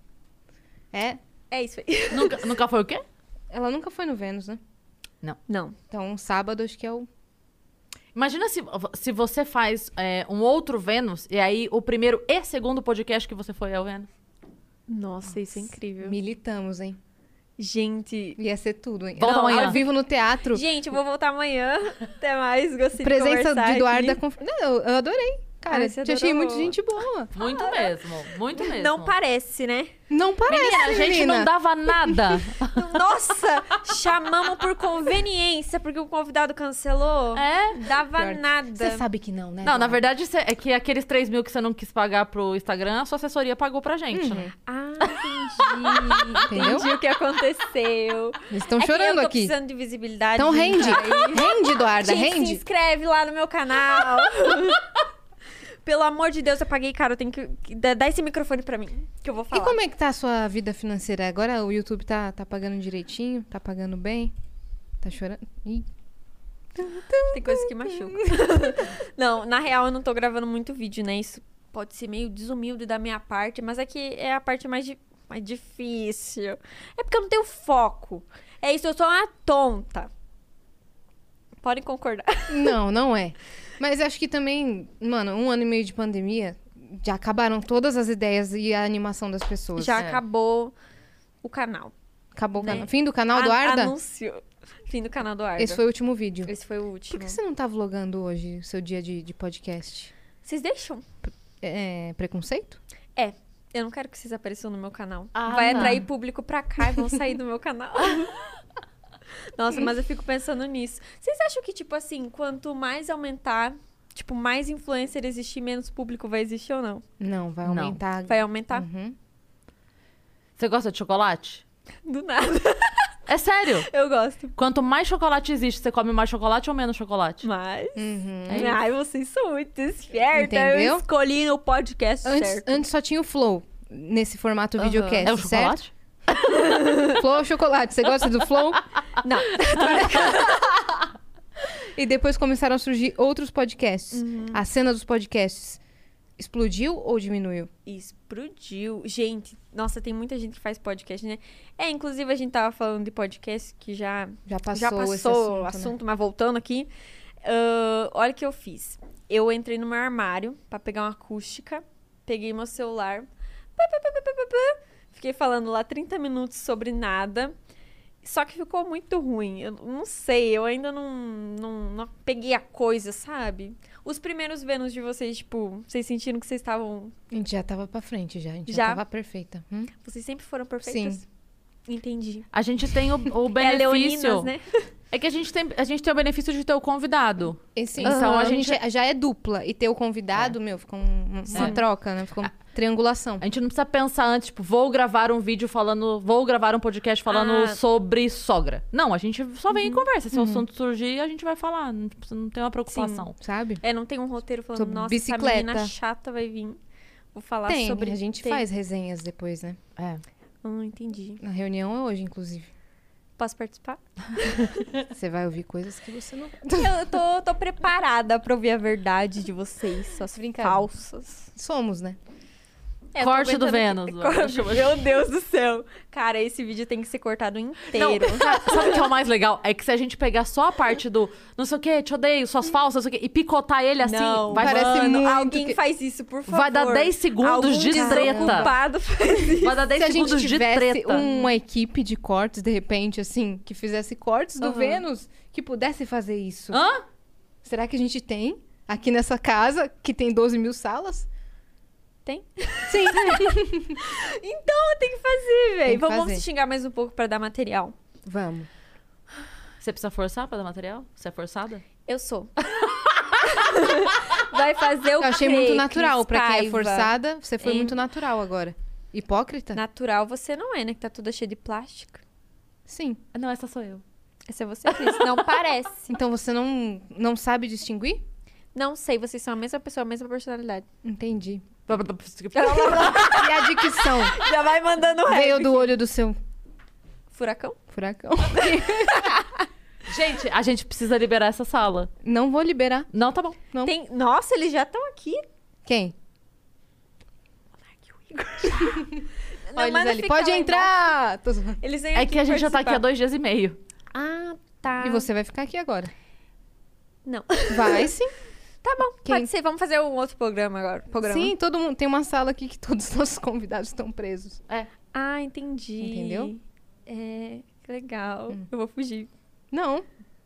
é isso aí. Nunca foi o quê? Ela nunca foi no Vênus, né? Não. Então, sábado acho que é o... Imagina se você faz um outro Vênus, e aí o primeiro e segundo podcast que você foi é o Vênus. Nossa, isso é incrível. Militamos, hein? Gente... Ia ser tudo, hein? Volta amanhã. Ao vivo no teatro. Gente, eu vou voltar amanhã. Até mais. Gostei Presença de conversar de Eduarda. aqui. Não, eu adorei. Cara, Ai, você te achei adorou. muito gente boa. Muito mesmo, muito mesmo. Não parece, né? Não parece, Menina, a gente não dava nada. Nossa, chamamos por conveniência, porque o convidado cancelou. É? Dava Pior. nada. Você sabe que não, né? Não, na Eduarda? verdade é que aqueles 3 mil que você não quis pagar pro Instagram, a sua assessoria pagou pra gente, né? Ah, entendi. Entendeu? Entendi o que aconteceu. Eles estão É que chorando eu tô aqui. precisando de visibilidade. Então gente. rende. Rende, Eduarda, Gente, se rende. inscreve lá no meu canal. Pelo amor de Deus, eu paguei caro. Eu tenho que dar esse microfone pra mim, que eu vou falar. E como é que tá a sua vida financeira? Agora o YouTube tá pagando direitinho? Tá pagando bem? Tá chorando? Ih. Tem coisa que machuca. Não, na real, eu não tô gravando muito vídeo, né? Isso pode ser meio desumilde da minha parte, mas é que é a parte mais difícil. É porque eu não tenho foco. É isso, eu sou uma tonta. Podem concordar. Não é. Mas acho que também, mano, 1 ano e meio de pandemia, já acabaram todas as ideias e a animação das pessoas. Já acabou o canal. Acabou o né? canal. Fim do canal do Arda? Anúncio. Fim do canal do Arda. Esse foi o último vídeo. Esse foi o Por último. que você não tá vlogando hoje, o seu dia de podcast? Vocês deixam? É preconceito? É. Eu não quero que vocês apareçam no meu canal. Ah, Vai não. atrair público pra cá e vão sair do meu canal. Nossa, mas eu fico pensando nisso. Vocês acham que, tipo assim, quanto mais aumentar, tipo, mais influencer existir, menos público vai existir ou não? Não, vai Não. aumentar. Vai aumentar? Uhum. Você gosta de chocolate? Do nada. É sério. Eu gosto. Quanto mais chocolate existe, você come mais chocolate ou menos chocolate? Mas... Uhum. É isso. Ai, vocês são muito espertas. Entendeu? Eu escolhi no podcast certo. Antes só tinha o Flow, nesse formato videocast, É o certo? chocolate? Flow ou chocolate? Você gosta do Flow? Não. E depois começaram a surgir outros podcasts. A cena dos podcasts explodiu ou diminuiu? Explodiu. Gente, nossa, tem muita gente que faz podcast, né? Inclusive a gente tava falando de podcast que já passou esse o assunto, assunto, mas voltando aqui. Olha o que eu fiz. Eu entrei no meu armário pra pegar uma acústica, peguei meu celular, fiquei falando lá 30 minutos sobre nada. Só que ficou muito ruim. Eu não sei, eu ainda não peguei a coisa, sabe? Os primeiros Vênus de vocês, tipo, vocês sentiram que vocês estavam... A gente já tava pra frente, já. A gente Já? já tava perfeita. Vocês sempre foram perfeitas? Sim. Entendi. A gente tem o É benefício... leoninas, né? É que a gente tem o benefício de ter o convidado. Então a a gente- gente já é dupla. E ter o convidado, meu, ficou uma troca, né? Ficou uma triangulação. A gente não precisa pensar antes, tipo, vou gravar um podcast falando sobre sogra. Não, a gente só vem e conversa. Se o assunto surgir, a gente vai falar. Não tem uma preocupação. Sabe? Não tem um roteiro falando, Sobre nossa, bicicleta. essa menina chata vai vir. Vou falar Tem, sobre... a gente Tem. faz resenhas depois, né? É. Entendi. A reunião é hoje, inclusive. Posso participar? Você vai ouvir coisas que você não... Eu tô preparada pra ouvir a verdade de vocês, suas Brincadeira. falsas. Somos, né? Eu tô Corte do aguentando Vênus. aqui. Meu Deus do céu. Cara, esse vídeo tem que ser cortado inteiro. Sabe o que é o mais legal? É que se a gente pegar só a parte do não sei o que, te odeio, suas falsas, não sei o quê, e picotar ele assim, Não, vai, parece mano, muito alguém que- faz isso, por favor. vai dar 10 segundos Algum de treta. desocupado faz isso. Vai dar 10 Se a gente segundos de tivesse treta. uma equipe de cortes, de repente, assim, que fizesse cortes do Vênus, que pudesse fazer isso. Hã? Será que a gente tem aqui nessa casa, que tem 12 mil salas? Tem? Sim. Então, tem que fazer, Tem velho. que Vamos fazer. se xingar mais um pouco pra dar material. Vamos. Você precisa forçar pra dar material? Você é forçada? Eu sou. Vai fazer o Eu achei quê, muito natural. Cris Pra quem é Paiva? forçada, você foi Hein? muito natural agora. Hipócrita? Natural você não é, né? Que tá toda cheia de plástico. Sim. Não, essa sou eu. Esse é você, Cris. Não parece. Então você não sabe distinguir? Não sei, vocês são a mesma pessoa, a mesma personalidade. Entendi. E a dicção? Já vai mandando o Veio do olho do seu Furacão? Furacão. Gente, a gente precisa liberar essa sala. Não vou liberar. Não, tá bom. Não. Nossa, eles já estão aqui. Quem? Não, Olha mas eles não ali. fica Pode lá entrar! Tô zoando. Eles vêm É que a gente já tá aqui há participar. 2 dias e meio. Ah, tá. E você vai ficar aqui agora. Não. Vai sim. Tá bom, Quem? pode ser. Vamos fazer um outro programa agora. Sim, todo mundo. Tem uma sala aqui que todos os nossos convidados estão presos. Ah, entendi. Entendeu? É, que legal. Eu vou fugir. Não.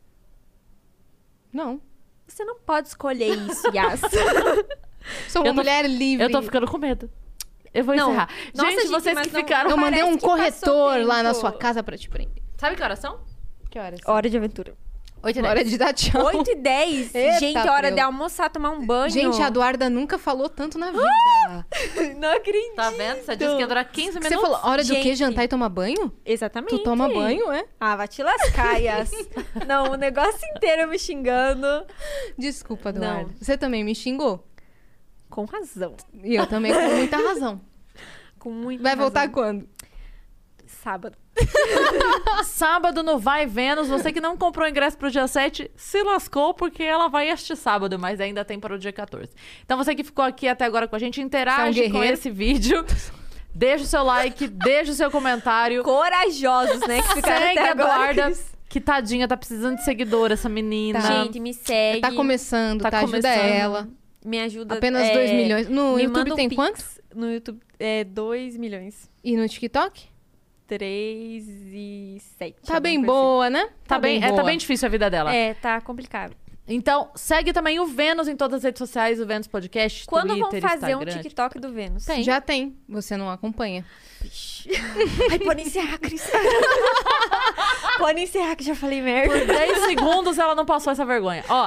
Não. Você não pode escolher isso, Yas. Sou uma Eu tô- mulher livre. Eu tô ficando com medo. Eu vou Não. encerrar. Nossa, gente, gente, vocês mas que não- ficaram... Eu mandei Parece um que passou corretor lá na tempo. sua casa pra te prender. Sabe que horas são? Que horas? Hora de aventura. 8h10. Hora de dar tchau. 8h10. Eita, Gente, é hora Preu. de almoçar, tomar um banho. Gente, a Eduarda nunca falou tanto na vida. Não acredito. Tá vendo? Você disse que ia durar 15 minutos. Você falou, hora do quê? Gente. Jantar e tomar banho? Exatamente. Tu toma banho, é? Ah, vai te lascar, Yas. Não, o negócio inteiro me xingando. Desculpa, Eduardo. Não. Você também me xingou? Com razão. E eu também, com muita razão. Com muito Vai voltar quando? Sábado. Sábado no Vai Vênus. Você que não comprou ingresso pro dia 7, se lascou porque ela vai este sábado, mas ainda tem para o dia 14. Então você que ficou aqui até agora com a gente, interage com guerreiro. esse vídeo. Deixa o seu like, deixa o seu comentário. Corajosos, né? Que ficaram Segue até a agora. Eduarda, que tadinha, tá precisando de seguidor essa menina. Gente, me segue. Tá começando, Tá tá? Ajuda começando. ela. Me ajuda. Apenas 2 milhões. No me YouTube manda um tem pix. quantos? No YouTube é 2 milhões. E no TikTok? 3 e 7. Tá bem boa, né? Tá bem, tá boa. bem difícil a vida dela. É, tá complicado. Então, segue também o Vênus em todas as redes sociais, o Vênus Podcast, Quando Twitter, vão fazer Instagram. um TikTok do Vênus? Tem. Já tem. Você não acompanha. Ai, pode encerrar, Cris. Pode encerrar que já falei merda. Por 10 segundos ela não passou essa vergonha. Ó,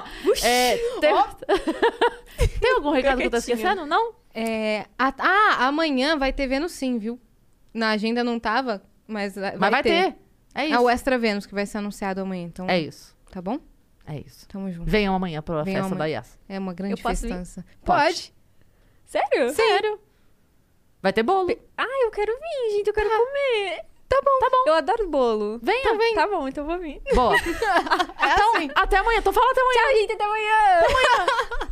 tem algum recado que eu tô esquecendo? Não? Amanhã vai ter Vênus sim, viu? Na agenda não tava, mas vai, Mas vai ter. É É isso. o Extra Vênus que vai ser anunciado amanhã, então... É isso. Tá bom? É isso. Tamo junto. Venham amanhã pra Venham festa da amanhã. Yas. É uma grande Eu posso vir? festança. Pode. Sério? Sério? Vai ter bolo. Ai, eu quero vir, gente. Eu quero comer. Tá bom. Tá bom. Eu adoro bolo. Venha. Tá bom, então eu vou vir. Boa. Então, até amanhã. Tô falando até amanhã. Tchau, gente. Até amanhã.